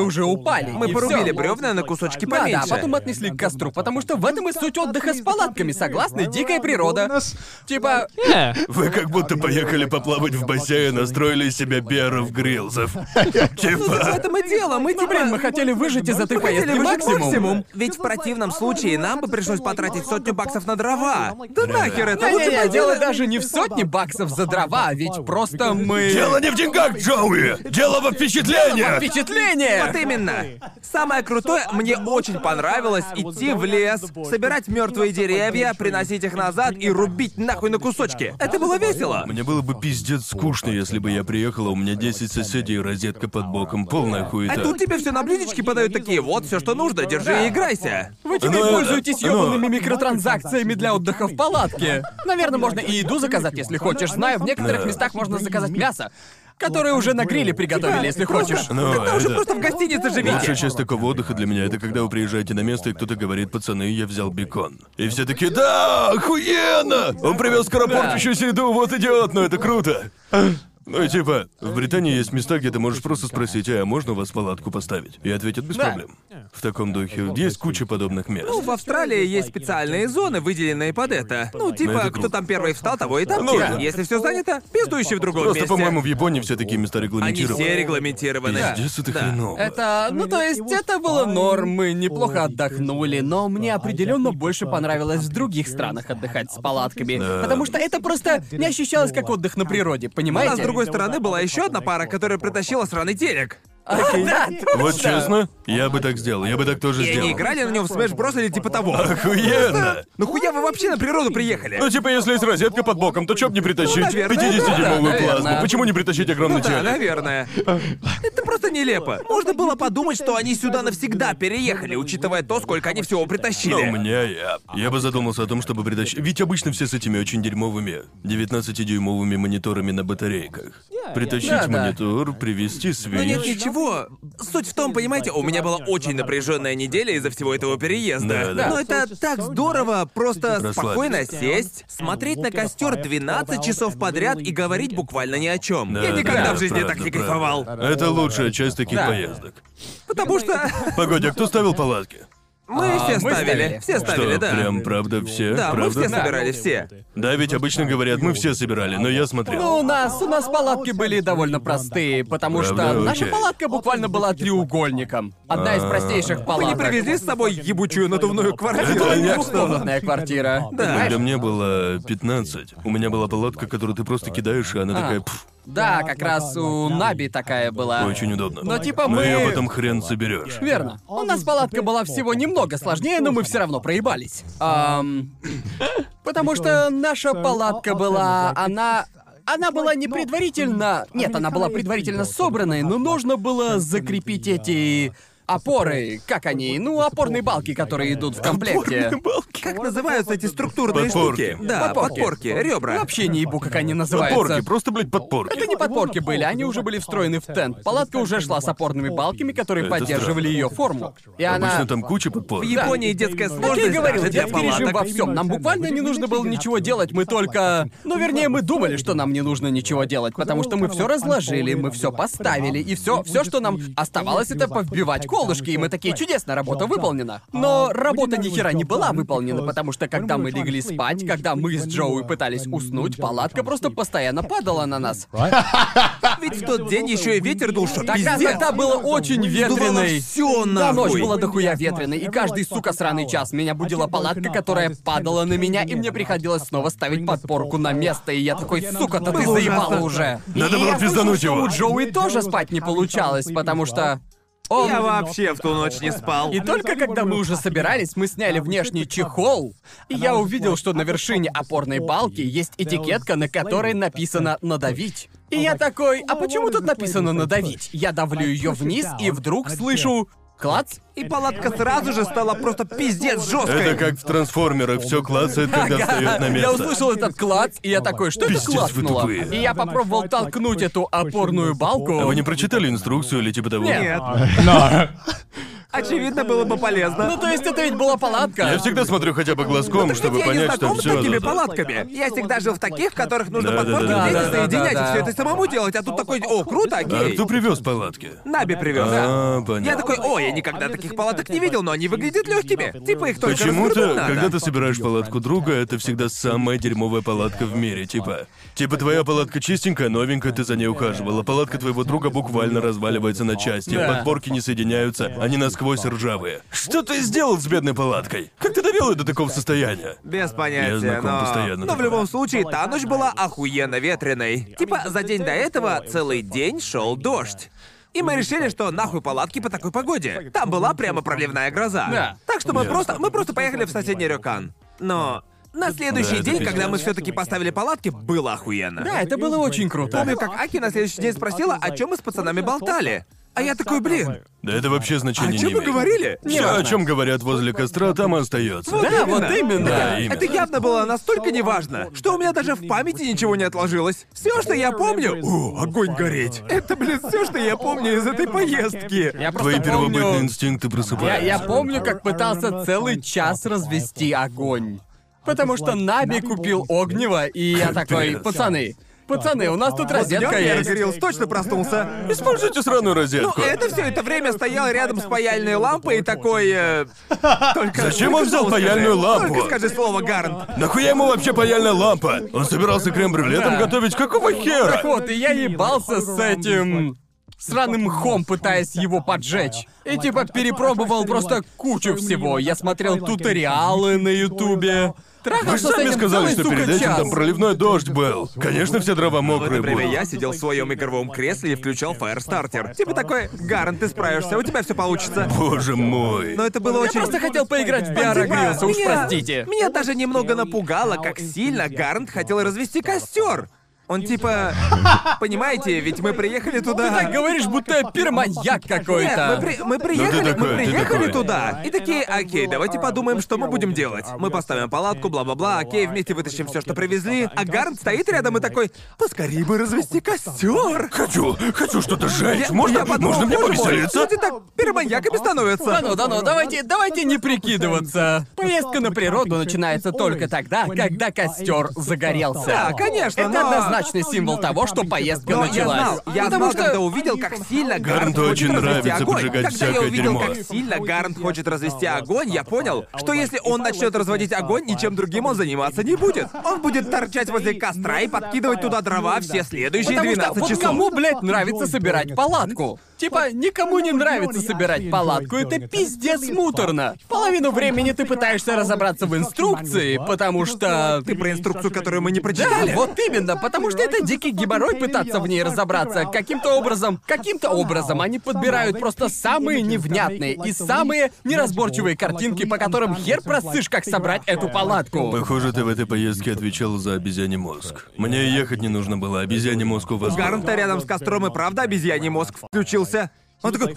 спали. Мы и порубили всё. бревна на кусочки Да, поменьше. а потом отнесли к костру, потому что в этом и суть отдыха с палатками, согласны? Дикая природа. Типа, Вы как будто поехали поплавать в бассейн, настроили себе беров-грилзов. В Типа... этом и дело, мы типа... блин, мы хотели выжить из этой поездки Хотели выжить максимум. Ведь в противном случае нам бы пришлось потратить $100 на дрова. Да нахер это, лучше Не-не-не, пойти дело на- даже не в сотне баксов за дрова, ведь просто мы... Дело не в деньгах, Джоуи! Дело во впечатлениях! Впечатление! Вот именно. Самое крутое, мне очень понравилось идти в лес, собирать мертвые деревья, приносить их назад и рубить нахуй на кусочки. Это было весело. Мне было бы пиздец скучно, если бы я приехала, у меня 10 соседей и розетка под боком, полная А хуета. тут тебе все на блюдечке подают такие, вот все, что нужно, держи и играйся. Вы теперь Ну, это- пользуетесь ну. ёбаными микротранзакциями для отдыха в палатке. Наверное, можно и еду заказать, если хочешь. Знаю, в некоторых Да. местах можно заказать мясо, которое уже на гриле приготовили, если хочешь. Ну, Тогда уже это- просто в гостинице живите. Лучшая часть такого отдыха для меня — это когда вы приезжаете на место, и кто-то говорит: пацаны, я взял бекон. И все такие: да, охуенно! Он привез скоропортящуюся еду, вот идиот, но это круто. Ну и типа, в Британии есть места, где ты можешь просто спросить: а можно у вас палатку поставить? И ответят без Да. проблем. В таком духе есть куча подобных мест. Ну, в Австралии есть специальные зоны, выделенные под это. Ну, типа, это кто круто. там первый встал, того и там. Ну, тем. да. Если все занято, пиздующий в другом Просто, месте. по-моему, в Японии все такие места Они регламентированы. все регламентированы. Пиздец, это Да. хреново. Это, ну то есть, это было норм, мы неплохо отдохнули, но мне определенно больше понравилось в других странах отдыхать с палатками. Да. Потому что это просто не ощущалось как отдых на природе, У нас, понимаете? с другой стороны, была еще одна пара, которая притащила сраный телек. Да, Вот честно, я бы так сделал, я бы так тоже И сделал. они играли на нем в Smash Bros. Или типа того. Охуенно! Ну хуя вы вообще на природу приехали? Ну, типа, если есть розетка под боком, то чё б не притащить? наверное, 50-дюймовую да, плазму. наверное. Почему не притащить огромный Да, телек? наверное. Это просто нелепо. Можно было подумать, что они сюда навсегда переехали, учитывая то, сколько они всего Но у притащили. меня я бы задумался о том, чтобы притащить... Ведь обычно все с этими очень дерьмовыми 19-дюймовыми мониторами на батарейках. Притащить Да, да. монитор, привезти Но нет свич. ничего. Суть в том, понимаете, у меня была очень напряженная неделя из-за всего этого переезда. Да. Но это так здорово, просто Расслабиться. спокойно сесть, смотреть на костер 12 часов подряд и говорить буквально ни о чем. Да, Я никогда да, в жизни правда, так не правда. кайфовал. Это лучшая часть таких Да. поездок. Потому что Погоди, а кто ставил палатки? мы все мы ставили. ставили. Все ставили, Что, да. прям правда все? Да, мы правда? все собирали, все. Да, ведь обычно говорят, мы все собирали, но я смотрел. Ну, у нас палатки были довольно простые, потому что Правда? наша Окей. палатка буквально была треугольником. Одна из простейших Мы палаток. не привезли с собой ебучую надувную Это квартиру. была я, двухкомнатная квартира. Да. Когда мне было 15, у меня была палатка, которую ты просто кидаешь, и она такая, пф, Да, как раз у Наби такая была. очень удобно. Но типа Но мы... ее потом хрен соберешь. Верно. У нас палатка была всего немного сложнее, но мы все равно проебались. Потому что наша палатка была, она была не предварительно... Нет, она была предварительно собранной, но нужно было закрепить эти опоры. Как они? Ну, опорные балки, которые идут в комплекте. Как называются эти структурные Подпорки. штуки? Да, Подпорки. подпорки, ребра. Вообще не ебу, как они называются. Подпорки, просто, блядь, подпорки. Это не подпорки были, они уже были встроены в тент. Палатка уже шла с опорными балками, которые Это поддерживали ее форму. И она... Обычно там куча подпорок. В Японии детская Как сложность я и говорил, даже для детский режим во палаток. всем. Нам буквально не нужно было ничего делать, мы только... Ну, вернее, мы думали, что нам не нужно ничего делать, потому что мы все разложили, мы все поставили, и все, что нам оставалось, это повбивать колышки, и мы такие, чудесно, работа выполнена. Но работа ни хера не была выполнена, потому что когда мы легли спать, когда мы с Джоуи пытались уснуть, палатка просто постоянно падала на нас. Ведь в тот день еще и ветер дул, что Тогда пиздец. было очень ветреной. Все Да, ночь нахуй. была дохуя ветреной, и каждый, сука, сраный час меня будила палатка, которая падала на меня, и мне приходилось снова ставить подпорку на место, и я такой, сука, да ты Было заебала ужасно. уже. Надо И было я слышал, пиздануть что его. у Джоуи тоже спать не получалось, потому что... Он... Я вообще в ту ночь не спал. И только когда мы уже собирались, мы сняли внешний чехол, и я увидел, что на вершине опорной балки есть этикетка, на которой написано «надавить». И я такой, а почему тут написано «надавить»? Я давлю ее вниз, и вдруг слышу клац. И палатка сразу же стала просто пиздец жесткой. Это как в трансформерах, все клацает, когда Ага. встает на Я место. услышал этот клац, и я такой, что Пиздец, это вы клацнуло? тупые. И я попробовал толкнуть эту опорную балку. А вы не прочитали инструкцию или типа того? Нет. Очевидно, было бы полезно. Ну, то есть это ведь была палатка. Я всегда смотрю хотя бы глазком, чтобы Я не понять, что знаком с все. такими палатками. Я всегда жил в таких, в которых нужно Да, подпорки да, да, здесь да, соединять, да, и да. все это самому делать, а тут такой, о, круто, А окей. кто привез палатки? Наби привез. Понятно. Я такой, о, я никогда таких палаток не видел, но они выглядят легкими. Типа их только развернуть Почему-то, надо. когда ты собираешь палатку друга, это всегда самая дерьмовая палатка в мире, типа твоя палатка чистенькая, новенькая, ты за ней ухаживала. Палатка твоего друга буквально разваливается на части, Да. подпорки не соединяются, они насквозь ржавые. Что ты сделал с бедной палаткой? Как ты довел ее до такого состояния? Без понятия, Я знаком но... постоянно Но в такое. любом случае, та ночь была охуенно ветреной. Типа, за день до этого целый день шел дождь. И мы решили, что нахуй палатки по такой погоде. Там была прямо проливная гроза. Да. Так что мы просто поехали в соседний Рёкан. Но на следующий это день, пиздец. когда мы все-таки поставили палатки, было охуенно. Да, это было очень круто. Помню, как Аки на следующий день спросила, о чем мы с пацанами болтали. А я такой, блин, Да это вообще о значения чем не мы имеет. говорили? Все, о чем говорят возле костра, там и остается. Да, вот именно. Да, именно. Это явно было настолько неважно, что у меня даже в памяти ничего не отложилось. Все, что я помню... О, огонь гореть. Это, блин, все, что я помню из этой поездки. Я Твои просто первобытные помню... инстинкты просыпаются. Я помню, как пытался целый час развести огонь. Потому что Наби купил огнево, и я такой, пацаны, у нас тут розетка Я есть. Гриллс точно проснулся. Используйте сраную Ну, розетку. это все это время стоял рядом с паяльной лампой и такой... Только... Зачем он взял паяльную лампу? Только скажи слово, Гарнт. Нахуя ему вообще паяльная лампа? Он собирался крем-брюле там Да. готовить? Какого хера? Так вот, и я ебался с этим... сраным мхом, пытаясь его поджечь. И типа перепробовал просто кучу всего. Я смотрел туториалы на ютубе. Вы Трахался же с сами этим сказали, целый, что сука, перед этим час. там проливной дождь был. Конечно, все дрова В мокрые это время будут. я сидел в своем игровом кресле и включал Firestarter. Типа такой, Гарнт, ты справишься, у тебя все получится. Боже мой. Но это было Я очень... просто хотел поиграть в VR Гриллса, уж простите. Меня даже немного напугало, как сильно Гарнт хотел развести костер. Он типа... Понимаете, ведь мы приехали туда... Так говоришь, будто я пироманьяк какой-то. Нет, мы приехали, такой, мы ты приехали такой. туда. И такие, окей, давайте подумаем, что мы будем делать. Мы поставим палатку, бла-бла-бла, окей, вместе вытащим все, что привезли. А Гарнт стоит рядом и такой, поскорее бы развести костер. Хочу что-то сжечь. Можно мне боже мой, повеселиться? люди так пироманьяками становятся. Да ну, давайте не прикидываться. Поездка на природу начинается только тогда, когда костер загорелся. Да, конечно, Это но... однозначный символ того, что поездка Но началась. я Потому знал, что... когда увидел, как сильно Гарнт Гарнту хочет очень развести нравится огонь. поджигать Когда я всякое увидел, дерьмо. как сильно Гарнт хочет развести огонь, я понял, что если он начнет разводить огонь, ничем другим он заниматься не будет. Он будет торчать возле костра и подкидывать туда дрова все следующие Потому что 12 вот часов. кому, блядь, нравится собирать палатку? Типа, никому не нравится собирать палатку, это пиздец муторно. Половину времени ты пытаешься разобраться в инструкции, потому что... Ты про инструкцию, которую мы не Да, прочитали? вот именно, потому что это дикий геморрой пытаться в ней разобраться. Каким-то образом они подбирают просто самые невнятные и самые неразборчивые картинки, по которым хер просышь, как собрать эту палатку. Похоже, ты в этой поездке отвечал за обезьяний мозг. Мне ехать не нужно было, обезьяний мозг у вас был. Гарнта рядом с костром и правда обезьяний мозг включился. Он такой,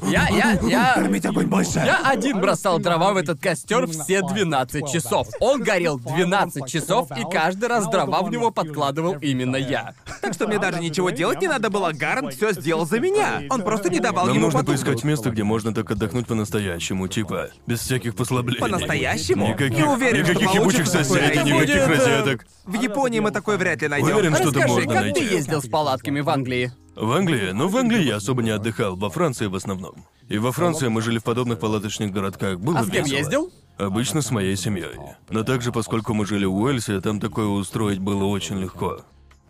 Я кормить огонь больше. Я один бросал дрова в этот костер все 12 часов. Он горел 12 часов, и каждый раз дрова в него подкладывал именно я. Так что мне даже ничего делать не надо было, Гарнт все сделал за меня. Он просто не давал Нам ему нужно потухнуть. поискать место, где можно так отдохнуть по-настоящему, типа, без всяких послаблений. По-настоящему? Никаких, Не уверен, что никаких ебучих получится такое соседей, найти. никаких Будет, розеток. В Японии мы такое вряд ли найдем. Уверен, что-то Расскажи, можно как найти. ты ездил с палатками в Англии? В Англии? Ну, в Англии я особо не отдыхал, во Франции в основном. И во Франции мы жили в подобных палаточных городках. Было А с кем весело. ездил? Обычно с моей семьей. Но также, поскольку мы жили в Уэльсе, там такое устроить было очень легко.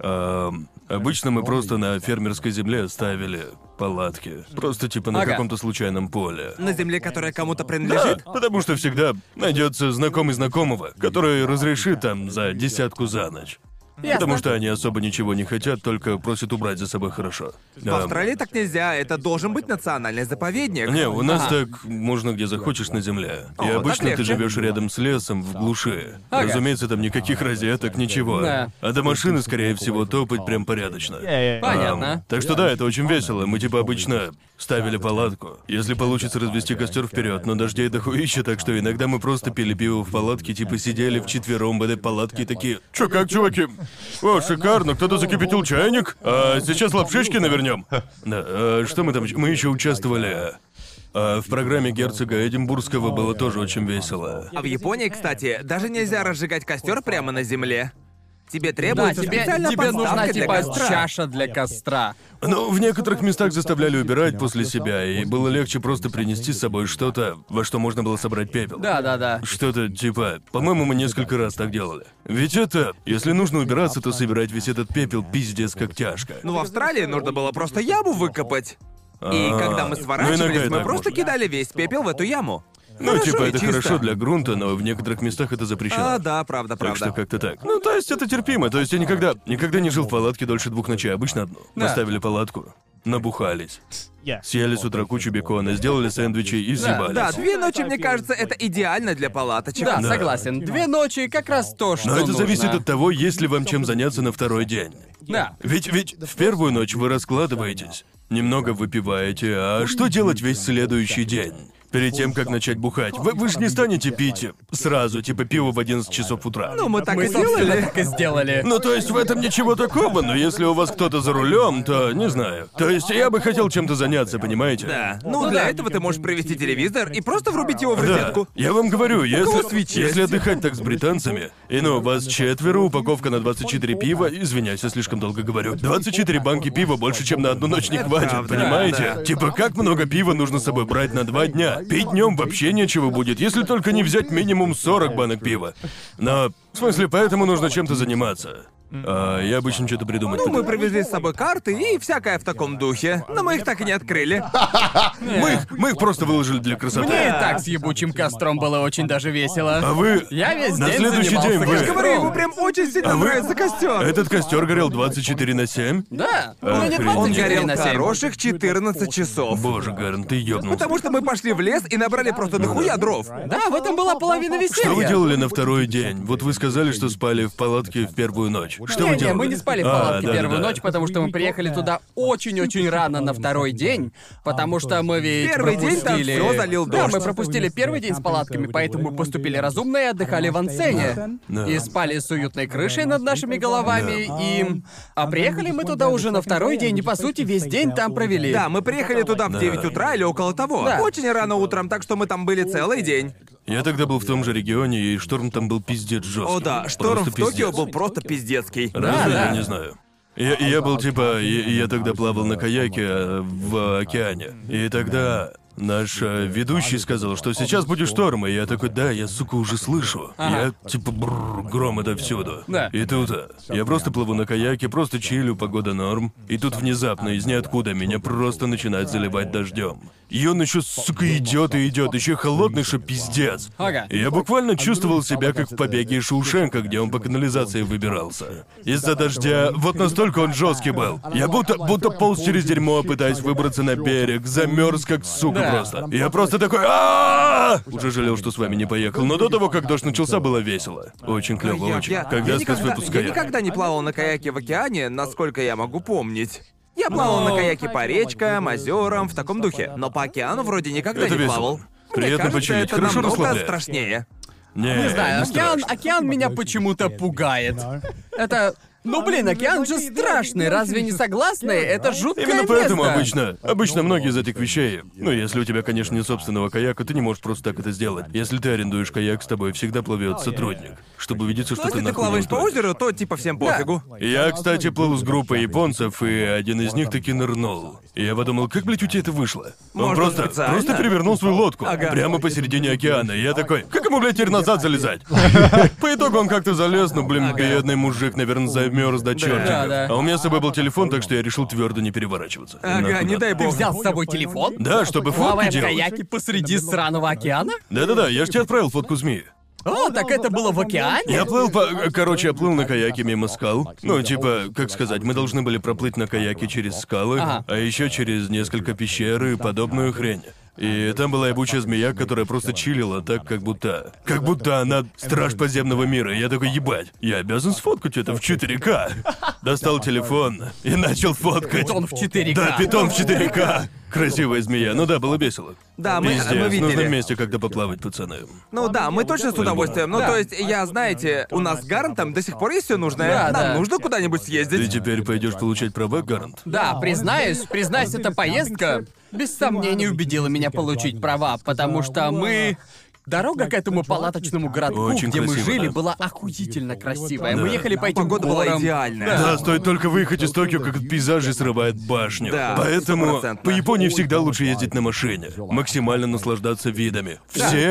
Обычно мы просто на фермерской земле ставили палатки. Просто типа на Ага. каком-то случайном поле. На земле, которая кому-то Да, принадлежит. потому что всегда найдется знакомый знакомого, который разрешит там за десятку за ночь. Потому что они особо ничего не хотят, только просят убрать за собой хорошо. В Австралии так нельзя, это должен быть национальный заповедник. Не, у нас так можно где захочешь на земле. И О, так обычно ты легче. живешь рядом с лесом в глуши. Ага. Разумеется, там никаких розеток, ничего. Да. А до машины, скорее всего, топать прям порядочно. Понятно. Так что да, это очень весело. Мы типа обычно ставили палатку. Если получится развести костер вперед, но дождей дохуища, так что иногда мы просто пили пиво в палатке, типа сидели вчетвером в этой палатке и такие. Чё, как, чуваки? О, шикарно, кто-то закипятил чайник. А сейчас лапшички навернем. Да, что мы там? Мы еще участвовали. А в программе герцога Эдинбургского было тоже очень весело. А в Японии, кстати, даже нельзя разжигать костер прямо на земле. Тебе Да, требуется тебе специальная нужна подставка для типа костра. чаша для костра. Ну, в некоторых местах заставляли убирать после себя, и было легче просто принести с собой что-то, во что можно было собрать пепел. Да. Что-то типа, по-моему, мы несколько раз так делали. Ведь это, если нужно убираться, то собирать весь этот пепел пиздец как тяжко. Ну, в Австралии нужно было просто яму выкопать. И когда мы Ну, сворачивались, иногда и мы так просто можно. кидали весь пепел в эту яму. Ну, Хорошо типа, и это чисто. хорошо для грунта, но в некоторых местах это запрещено. А, да, правда. Так что как-то так. Ну, то есть это терпимо. То есть я никогда не жил в палатке дольше 2 ночей, обычно одну. Да. Поставили палатку, набухались. Съели с утра кучу бекона, сделали сэндвичи и съебались. Да, 2 ночи, мне кажется, это идеально для палаточек. Да, Да. согласен. 2 ночи как раз то, что Но это нужно. зависит от того, есть ли вам чем заняться на второй день. Да. Ведь в первую ночь вы раскладываетесь, немного выпиваете, а что делать весь следующий день? Перед тем, как начать бухать. Вы же не станете пить сразу, типа пиво в 11 часов утра. Ну, мы так Мы, и собственно, сделали. так и сделали. Ну, то есть в этом ничего такого, но если у вас кто-то за рулем, то не знаю. То есть я бы хотел чем-то заняться, понимаете? Да. Ну, для этого ты можешь привести телевизор и просто врубить его в розетку. Да, я вам говорю, кого свечи если есть? отдыхать так с британцами, и ну, вас 4, упаковка на 24 пива, извиняюсь, я слишком долго говорю, 24 банки пива больше, чем на одну ночь не хватит, правда, понимаете? да. Типа, как много пива нужно с собой брать на 2 дня? Пить днем вообще нечего будет, если только не взять минимум 40 банок пива. Но, в смысле, поэтому нужно чем-то заниматься. А я обычно что-то придумать Ну, мы пытаюсь. привезли с собой карты и всякое в таком духе. Но мы их так и не открыли. Мы их просто выложили для красоты. Мне и так с ебучим костром было очень даже весело. А вы... Я весь На день следующий занимался день вы- костром. Говорю, ему прям очень сильно нравится костер. Этот костер горел 24/7? Да. Охренеть. Ну, не Он 24 горел на 7. хороших 14 часов. Боже, Гарн, ты ёбнулся. Потому что мы пошли в лес и набрали просто дохуя дров. Да, в этом была половина веселья. Что вы делали на второй день? Вот вы сказали, что спали в палатке в первую ночь. Что вы Не, делали? мы не спали в палатке да, первую да. ночь, потому что мы приехали туда очень-очень рано на второй день, потому что мы ведь Первый день там пропустили... всё залил Да, дождь. мы пропустили первый день с палатками, поэтому мы поступили разумно и отдыхали в Ансене. Да. И спали с уютной крышей над нашими головами, и... А приехали мы туда уже на второй день, и по сути весь день там провели. Да, мы приехали туда в 9 утра или около того. Да. Очень рано утром, так что мы там были целый день. Я тогда был в том же регионе, и шторм там был пиздец жесткий. О да, шторм Просто в Токио пиздец. был просто пиздецкий. Разве? Да. Я не знаю. Я был типа... Я тогда плавал на каяке в океане. И тогда наш ведущий сказал, что сейчас будет шторм, и я такой, да, я, сука, уже слышу. Ага. Я типа, гром это всюду. Да. И тут я просто плыву на каяке, просто чилю, погода норм. И тут внезапно, из ниоткуда, меня просто начинает заливать дождем. И он еще, сука, идет и идет, еще холодный, что пиздец. Ага. И я буквально чувствовал себя как в побеге из Шоушенка, где он по канализации выбирался. Из-за дождя, вот настолько он жесткий был. Я будто полз через дерьмо, пытаясь выбраться на берег, замерз как сука Да. просто. Я просто такой, «А-а-а!» Уже жалел, что с вами не поехал, но до того, как дождь начался, было весело. Очень клево, очень. Когда я сказ выпускаю. я никогда не плавал на каяке в океане, насколько я могу помнить. Я плавал на каяке по речкам, озерам, в таком духе. Но по океану вроде никогда Это не весело. плавал. Мне Приятно кажется, почилить, это хорошо намного расслабляет. страшнее. Не знаю, страшно. океан меня почему-то пугает. Это... Ну блин, океан же страшный, разве не согласны? Это жуткое Именно поэтому место. обычно многие из этих вещей, ну, если у тебя, конечно, нет собственного каяка, ты не можешь просто так это сделать. Если ты арендуешь каяк, с тобой всегда плывет сотрудник, чтобы убедиться, что Но ты если ты нахуй не плаваешь по утонешь. озеру, то типа всем пофигу. Я, кстати, плыл с группой японцев, и один из них таки нырнул. И я подумал, как, блядь, у тебя это вышло? Он Может, просто специально? перевернул свою лодку Ага. прямо посередине океана. И я такой, как ему, блядь, теперь назад залезать? По итогу он как-то залез, но, блин, бедный мужик, наверное, замерз до чертиков. Да. А у меня с собой был телефон, так что я решил твердо не переворачиваться. Ага, Нахуй не надо. дай Ты бог. взял с собой телефон? Да, чтобы Плавая фотки в делать. каяке посреди сраного океана? Да-да-да, я же тебе отправил фотку змеи. О, так это было в океане? Я плыл по... Короче, я плыл на каяке мимо скал. Ну, типа, как сказать, мы должны были проплыть на каяке через скалы, Ага. а еще через несколько пещер и подобную хрень. И там была ебучая змея, которая просто чилила так, как будто она страж подземного мира. И я такой, ебать, я обязан сфоткать это в 4К. Достал телефон и начал фоткать. Питон в 4К. Да, питон в 4К. Красивая змея. Ну да, было весело. Да, мы Пиздец, видели. нужно вместе как-то поплавать, пацаны. Ну да, мы точно с удовольствием. Ну, Да. то есть, я, знаете, у нас с Гарантом до сих пор есть все нужное. Да, Нам да. нужно куда-нибудь Ты съездить. теперь пойдешь получать права, Гарант? Да, признаюсь, эта поездка... без сомнений убедила меня получить права, потому что Дорога к этому палаточному городку, Очень где мы красиво, жили, да. была охуительно красивая. Да. Мы ехали по этим Погода была горам. идеальная. Да, стоит только выехать из Токио, как от пейзажей срывает башню. Да, Поэтому 100%. по Японии всегда лучше ездить на машине. Максимально наслаждаться видами.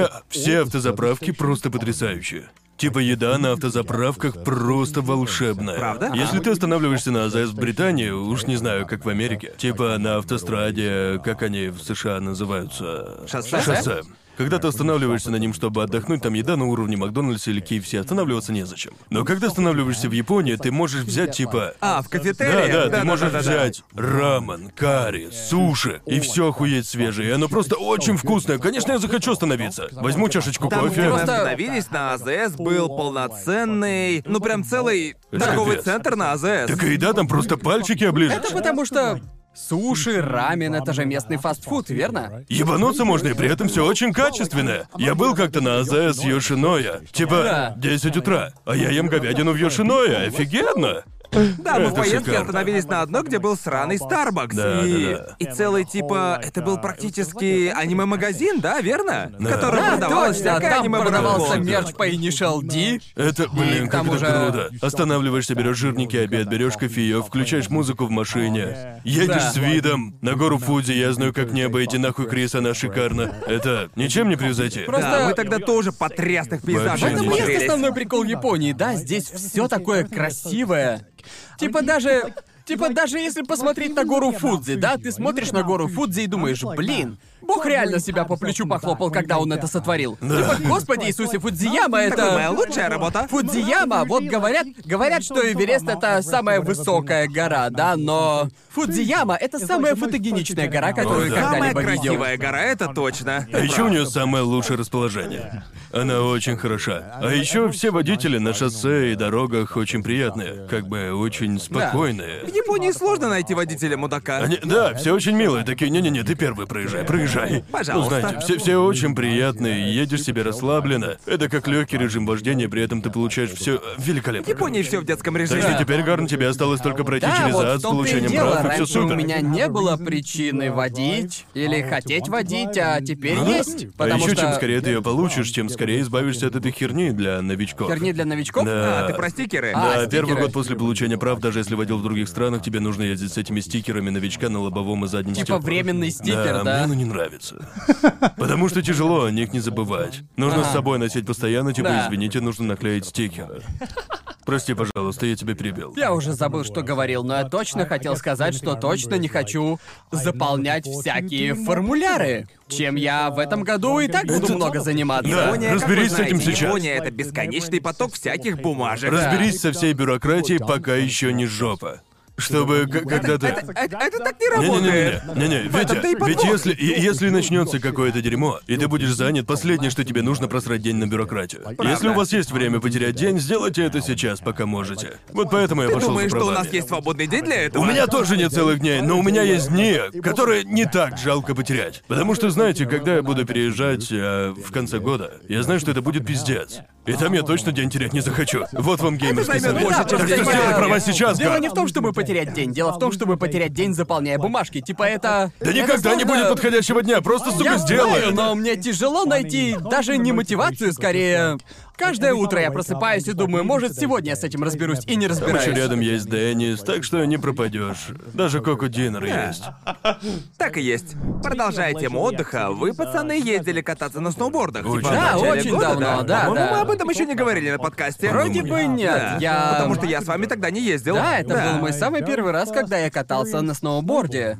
Все автозаправки просто потрясающие. Типа еда на автозаправках просто волшебная. Правда? Если ты останавливаешься на АЗС в Британии, уж не знаю, как в Америке. Типа на автостраде, как они в США называются? Шоссе? Когда ты останавливаешься на ним, чтобы отдохнуть, там еда на уровне Макдональдса или KFC, останавливаться незачем. Но когда останавливаешься в Японии, ты можешь взять типа... А, в кафетерии? Да, ты можешь взять рамен, карри, суши, и все охуеть свежее. И оно просто очень вкусное. Конечно, я захочу остановиться. Возьму чашечку Там, где кофе. мы остановились, на АЗС был полноценный, ну прям целый Это торговый капец. центр на АЗС. Так и еда там просто пальчики оближешь. Это потому что суши, рамен — это же местный фастфуд, верно? Ебануться можно, и при этом все очень качественное. Я был как-то на АЗС Йошиноя. Типа, Да. 10 утра. А я ем говядину в Йошиноя. Офигенно. Да, мы в Это поездке шикарно. остановились на одной, где был сраный Starbucks. Да, и... да. и целый типа... Это был практически аниме-магазин, да, верно? В котором Да, продавалось точно, всякое там аниме продавался продукт. мерч по Initial D. Это, блин, к как тому это же- круто. Останавливаешься, берешь жирненький обед, берешь кофеек, включаешь музыку в машине, едешь Да. с видом на гору Фудзи, я знаю, как небо, иди нахуй, Крис, она шикарна. Это ничем не превзойти. Просто- Да, мы тогда тоже по трясных В пейзажах Вообще этом и Смотрелись. есть основной прикол Японии, да, здесь все такое красивое. Типа даже если посмотреть на гору Фудзи, да, ты смотришь на гору Фудзи и думаешь, блин, Бог реально себя по плечу похлопал, когда он это сотворил. Типа, Господи Иисусе, Фудзияма Это моя это... лучшая работа. Фудзияма, вот говорят, что Эверест это самая высокая гора, да, но Фудзияма это самая фотогеничная гора, которую да. Самая когда-либо видел. красивая гора, это точно. А еще у нее самое лучшее расположение. Она очень хороша. А еще все водители на шоссе и дорогах очень приятные, как бы очень спокойные. В Японии сложно найти водителя-мудака. Да, все очень милые, такие, не-не-не, ты первый проезжай. Пожалуйста. Ну, знаете, все очень приятные, едешь себе расслабленно. Это как легкий режим вождения, при этом ты получаешь все великолепно. В Японии все в детском Так режиме. что теперь, Гарн, тебе осталось только пройти Да, через вот ад в с том-то и получением дело. прав, и все Раньше у супер. меня не было причины водить или хотеть водить, а теперь есть. А Потому еще что... чем скорее ты ее получишь, тем скорее избавишься от этой херни для новичков. Херни для новичков? Да. А, ты про стикеры? А, Да, первый стикеры. год после получения прав, даже если водил в других странах, тебе нужно ездить с этими стикерами новичка на лобовом и заднем Типа стеклах. временный стикер, да? Мне оно не нравится. Потому что тяжело о них не забывать. Нужно с собой носить постоянно, типа, Да. извините, нужно наклеить стикеры. Прости, пожалуйста, я тебя перебил. Я уже забыл, что говорил, но я точно хотел сказать, что точно не хочу заполнять всякие формуляры, чем я в этом году и так буду много заниматься. Да. Япония, как разберись вы с этим знаете, сейчас. Япония — это бесконечный поток всяких бумажек. Разберись со всей бюрократией, пока еще не жопа. Чтобы когда ты... Это так не работает. Не-не-не, В этом-то и Витя, ведь подвох. если начнется какое-то дерьмо, и ты будешь занят, последнее, что тебе нужно, просрать день на бюрократию. Если у вас есть время потерять день, сделайте это сейчас, пока можете. Вот поэтому я Ты пошел думаешь, за что у правами. нас есть свободный день для этого? У меня тоже нет целых дней, но у меня есть дни, которые не так жалко потерять. Потому что, знаете, когда я буду переезжать в конце года, я знаю, что это будет пиздец. И там я точно день терять не захочу. Вот вам геймерский займет совет. больше, чем Так что день. сделай права сейчас, Дело Гар. не в том, чтобы потерять день, дело в том, чтобы потерять день, заполняя бумажки. Типа это... Да это никогда не сложно. будет подходящего дня, просто, сука, Я сделай. знаю, но мне тяжело найти даже не мотивацию, скорее... Каждое утро я просыпаюсь и думаю, может, сегодня я с этим разберусь, и не Там разбираюсь. еще рядом есть Деннис, так что не пропадешь. Даже Коко Динер есть. Так и есть. Продолжая тему отдыха, вы, пацаны, ездили кататься на сноубордах. Очень типа, в Да, начале очень года, давно, да, По-моему, да. мы об этом еще не говорили на подкасте. Вроде бы нет, Да. я... Потому что я с вами тогда не ездил. Да, это был мой самый первый раз, когда я катался на сноуборде.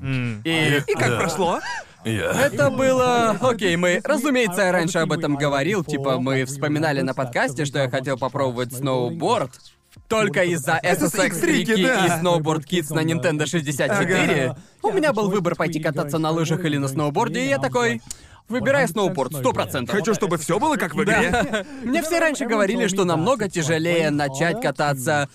И как Да. прошло? Я. Это было... Окей, разумеется, я раньше об этом говорил, типа, мы вспоминали на подкасте, что я хотел попробовать сноуборд. Только из-за SSX Tricky да. и Snowboard Kids на Nintendo 64 у меня был выбор пойти кататься на лыжах или на сноуборде, и я такой... Выбирай сноуборд, 100%. Хочу, чтобы все было как в игре. Да. Мне все раньше говорили, что намного тяжелее начать кататься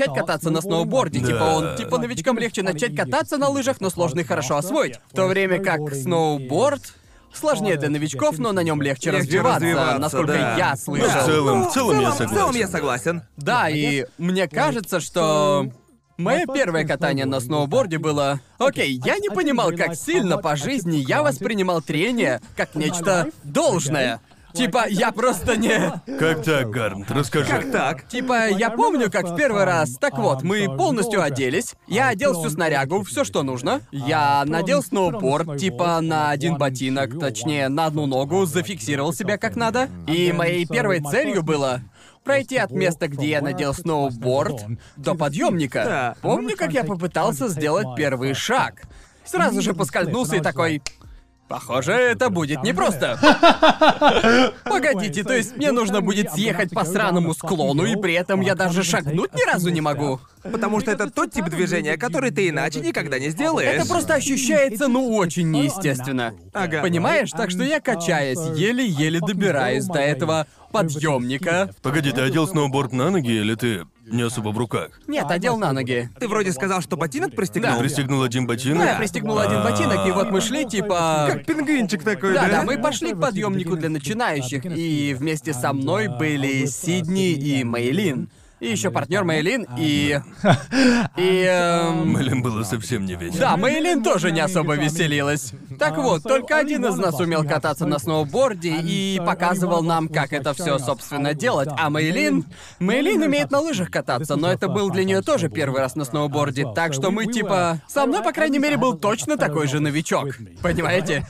на сноуборде. Да. Типа новичкам легче начать кататься на лыжах, но сложно их хорошо освоить. В то время как сноуборд сложнее для новичков, но на нем легче развиваться, насколько да. я Ну, слышал. в целом я В целом я согласен. согласен. Да, и мне кажется, что Мое первое катание на сноуборде было... Окей, я не понимал, как сильно по жизни я воспринимал трение как нечто должное. Типа, я просто не... Как так, Гарнт? Расскажи. Как так? Типа, я помню, как в первый раз... Так вот, мы полностью оделись. Я одел всю снарягу, все, что нужно. Я надел сноуборд, типа, на один ботинок, точнее, на одну ногу, зафиксировал себя как надо. И моей первой целью было... пройти от места, где я надел сноуборд, до подъемника. Да. Помню, как я попытался сделать первый шаг. Сразу же поскользнулся и такой... Похоже, это будет непросто. Погодите, то есть мне нужно будет съехать по сраному склону, и при этом я даже шагнуть ни разу не могу? Потому что это тот тип движения, который ты иначе никогда не сделаешь. Это просто ощущается, ну, очень неестественно. Ага. Понимаешь? Так что я, качаясь, еле-еле добираюсь до этого подъемника. Погоди, ты одел сноуборд на ноги или ты не особо в руках? Нет, одел на ноги. Ты вроде сказал, что ботинок пристегнул? Пристегнул один ботинок? Я пристегнул один ботинок, и вот мы шли, типа... Как пингвинчик такой, да? Да, мы пошли к подъемнику для начинающих, и вместе со мной были Сидни и Мэйлин. И еще партнер Мэйлин, Мэлен было совсем не весело. Да, Мэйлин тоже не особо веселилась. Так вот, только один из нас умел кататься на сноуборде и показывал нам, как это все, собственно, делать. А Мэйлин умеет на лыжах кататься, но это был для нее тоже первый раз на сноуборде. Так что мы типа... Со мной, по крайней мере, был точно такой же новичок. Понимаете?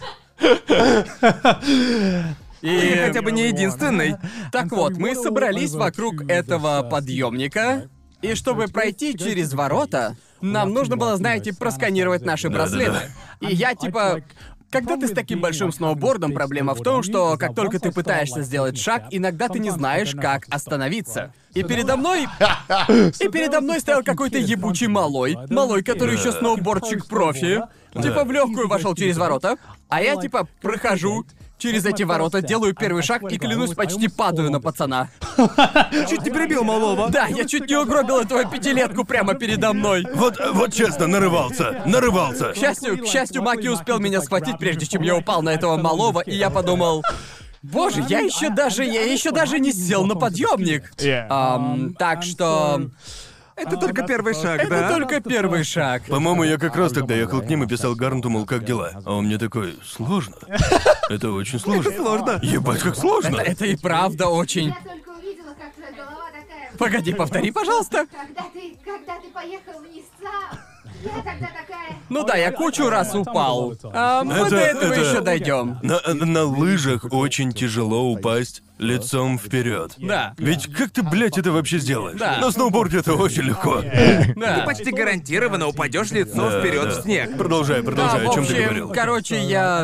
Или хотя бы не единственный. Так вот, мы собрались вокруг этого подъемника, и чтобы пройти через ворота, нам нужно было, знаете, просканировать наши браслеты. И я типа... Когда ты с таким большим сноубордом, проблема в том, что как только ты пытаешься сделать шаг, иногда ты не знаешь, как остановиться. И передо мной стоял какой-то ебучий малой, который еще сноубордчик профи. Типа в легкую вошел через ворота, а я типа прохожу через эти ворота, делаю первый шаг и, клянусь, почти падаю на пацана. Чуть не прибил малого. Да, я чуть не угробил этого пятилетку прямо передо мной. Вот честно, нарывался. К счастью, Маки успел меня схватить, прежде чем я упал на этого малого, и я подумал... Боже, я еще даже не сел на подъемник. Так что... Это только первый шаг, Это да? только первый шаг. По-моему, я как раз тогда ехал к ним и писал Гарнту, мол, как дела? А он мне такой, сложно. Это очень сложно. Сложно. Ебать, как сложно. Это и правда очень... Я только увидела, как твоя голова такая... Погоди, повтори, пожалуйста. Когда ты поехал вниз сам, я тогда такая... Ну да, я кучу раз упал. Мы Это- до этого это- еще дойдем. На лыжах очень тяжело упасть лицом вперед. Да. Ведь как ты, блядь, это вообще сделаешь? Да. На сноуборде это очень легко. Да. Почти гарантированно упадешь лицом Да, вперед да. в снег. Продолжай, Да, о в чем ты общем, говорил. короче, я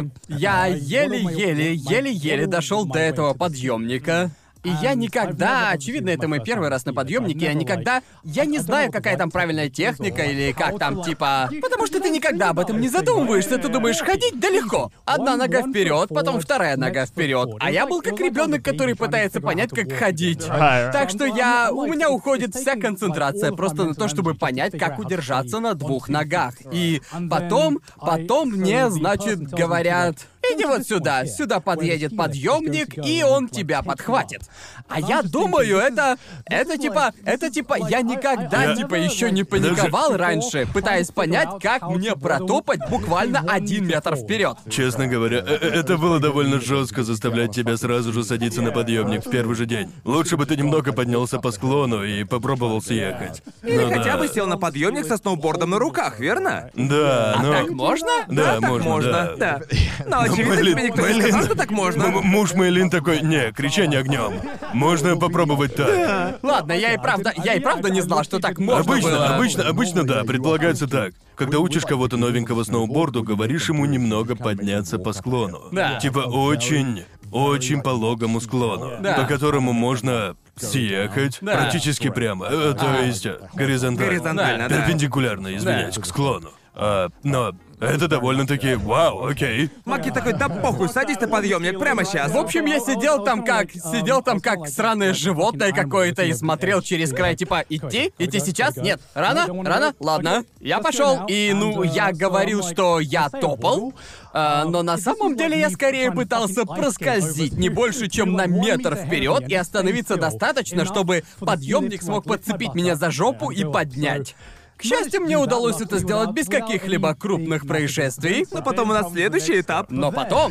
еле-еле дошел до этого подъемника. И я никогда, очевидно, это мой первый раз на подъемнике, я не знаю, какая там правильная техника или как там, типа... Потому что ты никогда об этом не задумываешься, ты думаешь, ходить далеко. Одна нога вперед, потом вторая нога вперед. А я был как ребенок, который пытается понять, как ходить. Так что у меня уходит вся концентрация просто на то, чтобы понять, как удержаться на двух ногах. И потом мне, значит, говорят... Иди вот сюда подъедет подъемник, и он тебя подхватит. А я думаю, это типа, я никогда, еще не паниковал раньше, пытаясь понять, как мне протопать буквально 1 метр вперед. Честно говоря, это было довольно жестко заставлять тебя сразу же садиться на подъемник в первый же день. Лучше бы ты немного поднялся по склону и попробовал съехать. Или Ну хотя да. бы сел на подъемник со сноубордом на руках, верно? Да, но... Так можно? Да, Так можно, можно, да. Но очевидно, тебе никто не сказал, что так можно. Муж Мэйлин такой, не, кричание огнем. Можно попробовать так. Ладно, я и правда не знал, что так можно было. Обычно, да, предполагается так. Когда учишь кого-то новенького сноуборду, говоришь ему немного подняться по склону. Да. Типа очень пологому склону, Да. по которому можно съехать Да. практически прямо. То есть горизонтально. Горизонтально, да. Перпендикулярно, извиняюсь, Да. к склону. Но это довольно-таки вау, окей. Маки такой, да похуй, садись на подъемник прямо сейчас. В общем, я сидел там как сраное животное какое-то и смотрел через край, типа, идти сейчас? Нет. Рано? Ладно. Я пошел. И, я говорил, что я топал, но на самом деле я скорее пытался проскользить не больше, чем на метр вперед и остановиться достаточно, чтобы подъемник смог подцепить меня за жопу и поднять. К счастью, мне удалось это сделать без каких-либо крупных происшествий. Но потом у нас следующий этап. Но потом...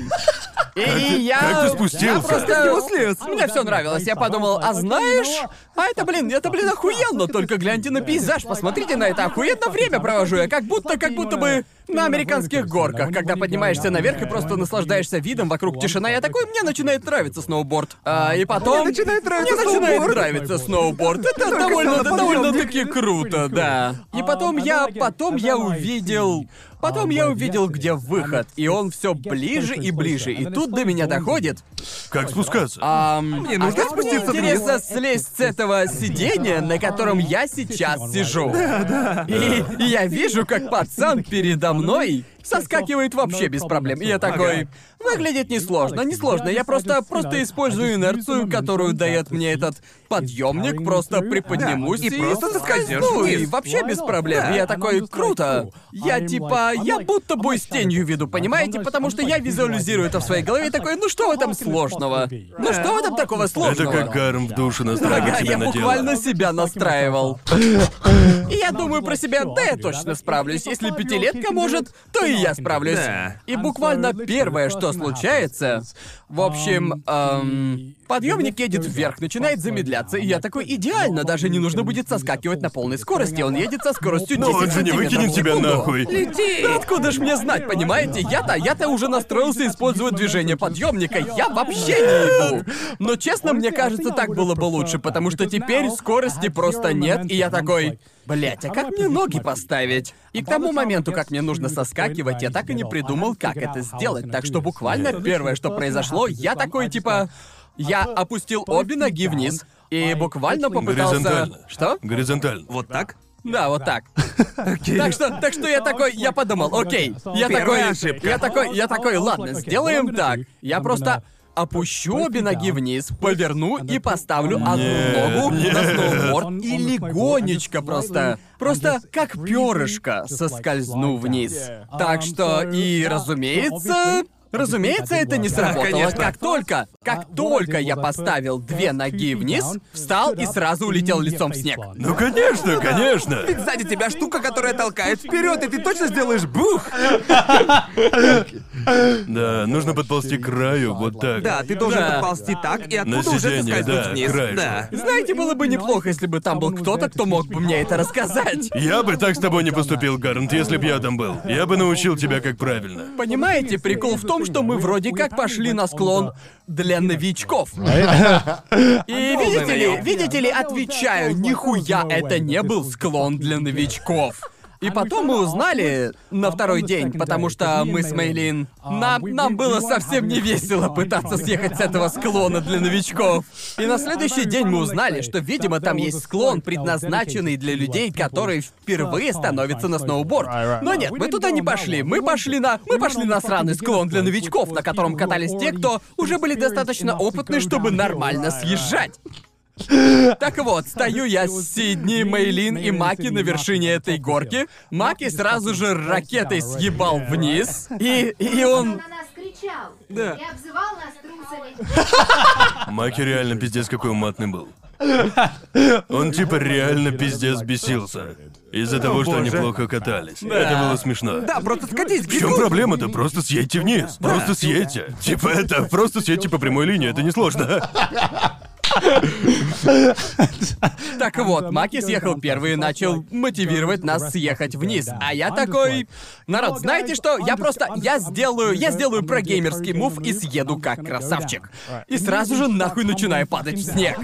И я... Как ты спустился? Я просто... него слез. Мне все нравилось. Я подумал, а знаешь... это, блин, охуенно. Только гляньте на пейзаж, посмотрите на это. Охуенно время провожу я. Как будто бы на американских горках, когда поднимаешься наверх и просто наслаждаешься видом, вокруг тишина. Я такой, мне начинает нравиться сноуборд. И потом... Мне начинает нравиться сноуборд. Это довольно-таки круто, да. И потом я увидел... Потом я увидел, где выход, и он все ближе и ближе. И тут до меня доходит. Как спускаться? Мне нужно как мне спуститься вниз. интересно слезть с этого сиденья, на котором я сейчас сижу. Да. И я вижу, как пацан передо мной соскакивает вообще без проблем. И я такой... Выглядит несложно. Я просто использую инерцию, которую дает мне этот подъемник, просто приподнимусь и просто соскользнешь вниз. и вообще без проблем. И я такой, круто. Я будто бой с тенью веду, понимаете? Потому что я визуализирую это в своей голове и такой, ну что в этом сложного? Ну что в этом такого сложного? Это как Гарм в душе настраивает себя Я на дело. буквально себя настраивал. И я думаю про себя, да я точно справлюсь. Если пятилетка может, то и я справлюсь. Да. И буквально первое, что случается... В общем, подъемник едет вверх, начинает замедляться, и я такой, идеально, даже не нужно будет соскакивать на полной скорости. Он едет со скоростью 10 Но он же не сантиметров выкинет в тебя секунду. нахуй. Лети! Да откуда ж мне знать, понимаете? Я-то уже настроился использовать движение подъемника. Я вообще не ебу. Но честно, мне кажется, так было бы лучше, потому что теперь скорости просто нет, и я такой... Блять, а как мне ноги поставить? И к тому моменту, как мне нужно соскакивать, я так и не придумал, как это сделать. Так что буквально первое, что произошло, я такой типа... Я опустил обе ноги вниз и буквально попытался... Горизонтально. Что? Горизонтально. Вот так? Да, вот так. Так что я такой, я подумал, окей. Первая ошибка. Я такой, ладно, сделаем так. Я просто опущу обе ноги вниз, поверну и поставлю одну ногу на сноуборд и легонечко просто как перышко соскользну вниз. Так что, и Разумеется, это не сработало. конечно. Как только я поставил две ноги вниз, встал и сразу улетел лицом в снег. Ну конечно, конечно. Ведь сзади тебя штука, которая толкает вперед, и ты точно сделаешь бух. Да, нужно подползти к краю, вот так. Да, ты должен Да. подползти так и На оттуда уже сиденье, соскользнуть да, вниз. краешку. Да. Знаете, было бы неплохо, если бы там был кто-то, кто мог бы мне это рассказать. Я бы так с тобой не поступил, Гарнт, если б я там был. Я бы научил тебя, как правильно. Понимаете, прикол в том, что мы вроде как пошли на склон для новичков. И видите ли, отвечаю, нихуя это не был склон для новичков. И потом мы узнали на второй день, потому что мы с Мэйлин... Нам было совсем не весело пытаться съехать с этого склона для новичков. И на следующий день мы узнали, что, видимо, там есть склон, предназначенный для людей, которые впервые становятся на сноуборд. Но нет, мы туда не пошли. Мы пошли на сраный склон для новичков, на котором катались те, кто уже были достаточно опытны, чтобы нормально съезжать. Так вот, стою я с Сидни, Мэйлин и Маки на вершине этой горки. Маки сразу же ракетой съебал вниз. И он... Он на нас кричал. Да. И обзывал нас трусами. Маки реально пиздец какой матный был. Он типа реально пиздец бесился. Из-за того, что они боже. плохо катались. Это было смешно. Да, просто скатись, В чем проблема-то? Просто съедьте вниз. Просто съедьте. Типа это, просто съедьте по прямой линии, это несложно. Так вот, Маки съехал первый и начал мотивировать нас съехать вниз. А я такой... Народ, знаете что? Я сделаю прогеймерский мув и съеду как красавчик. И сразу же нахуй начинаю падать в снег.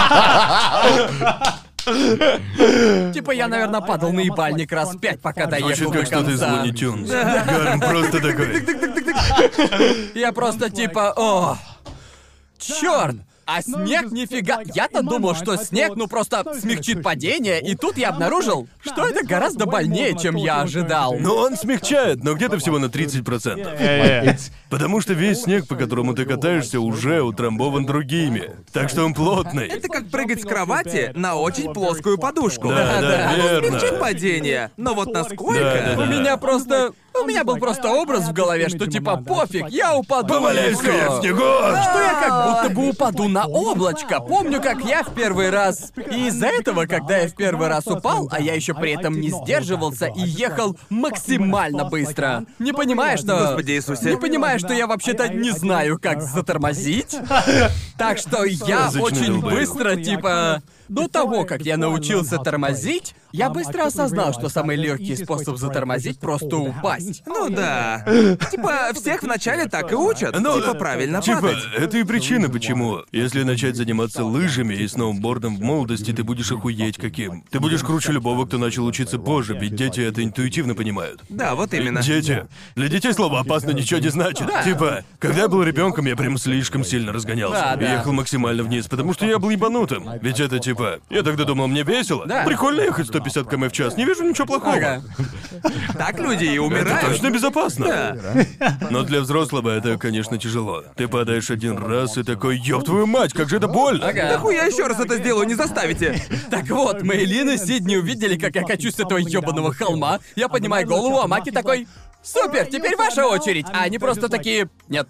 Типа я, наверное, падал на ебальник раз 5, пока доехал Звучит до как что-то из конца. Луни Тюнс. Гарн просто такой. Я просто типа, о, чёрт! А снег нифига... Я-то думал, что снег, просто смягчит падение, и тут я обнаружил, что это гораздо больнее, чем я ожидал. Но он смягчает, но где-то всего на 30%. Потому что весь снег, по которому ты катаешься, уже утрамбован другими. Так что он плотный. Это как прыгать с кровати на очень плоскую подушку. Да, Оно верно. смягчит падение. Но вот насколько... Да, да, У меня просто... У меня был просто образ в голове, что типа пофиг, я упаду. Поваляйся я в снегу! Что я как будто бы упаду на облачко. Помню, как я в первый раз... И из-за этого, когда я в первый раз упал, а я еще при этом не сдерживался и ехал максимально быстро. Не понимая, что... Господи Иисусе. Не понимая, что я вообще-то не знаю, как затормозить. Так что я Сказочный очень долбоёб. быстро, типа... До того, как я научился тормозить, я быстро осознал, что самый легкий способ затормозить — просто упасть. Ну да. Типа, всех вначале так и учат. Ну, Типа, правильно Типа, падать. это и причина, почему. Если начать заниматься лыжами и сноубордом в молодости, ты будешь охуеть каким. Ты будешь круче любого, кто начал учиться позже, ведь дети это интуитивно понимают. Да, вот именно. Дети. Для детей слово «опасно» ничего не значит. Да. Типа, когда я был ребенком, я прям слишком сильно разгонялся. Да, да. И ехал максимально вниз, потому что я был ебанутым. Ведь это типа, я тогда думал, мне весело. Да. Прикольно ехать 150 км в час, не вижу ничего плохого. Ага. Так люди и Это умирают. точно безопасно. Да. Но для взрослого это, конечно, тяжело. Ты падаешь один раз и такой, ёб твою мать, как же это больно. Ага. Да хуя еще раз это сделаю, не заставите. Так вот, Мэйлин и Сидни увидели, как я качусь с этого ёбаного холма. Я поднимаю голову, а Маки такой... Супер, теперь ваша очередь. А они просто такие... Нет.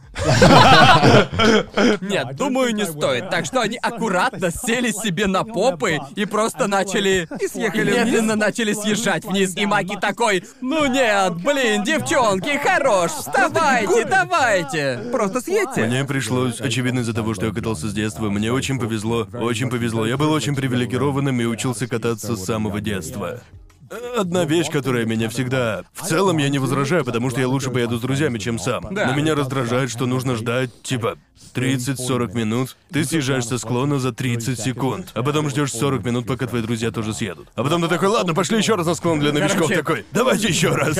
Нет, думаю, не стоит. Так что они аккуратно сели себе на попы и просто начали... И съехали медленно начали съезжать вниз. И Маки такой... Ну нет, блин, девчонки, хорош, вставайте, давайте. Просто съедьте. Мне пришлось, очевидно, из-за того, что я катался с детства, мне очень повезло, очень повезло. Я был очень привилегированным и учился кататься с самого детства. Одна вещь, которая меня всегда... В целом я не возражаю, потому что я лучше поеду с друзьями, чем сам. Да. Но меня раздражает, что нужно ждать, типа, 30-40 минут. Ты съезжаешь со склона за 30 секунд, а потом ждешь 40 минут, пока твои друзья тоже съедут. А потом ты такой, ладно, пошли еще раз на склон для новичков. Короче- Такой, давайте еще раз.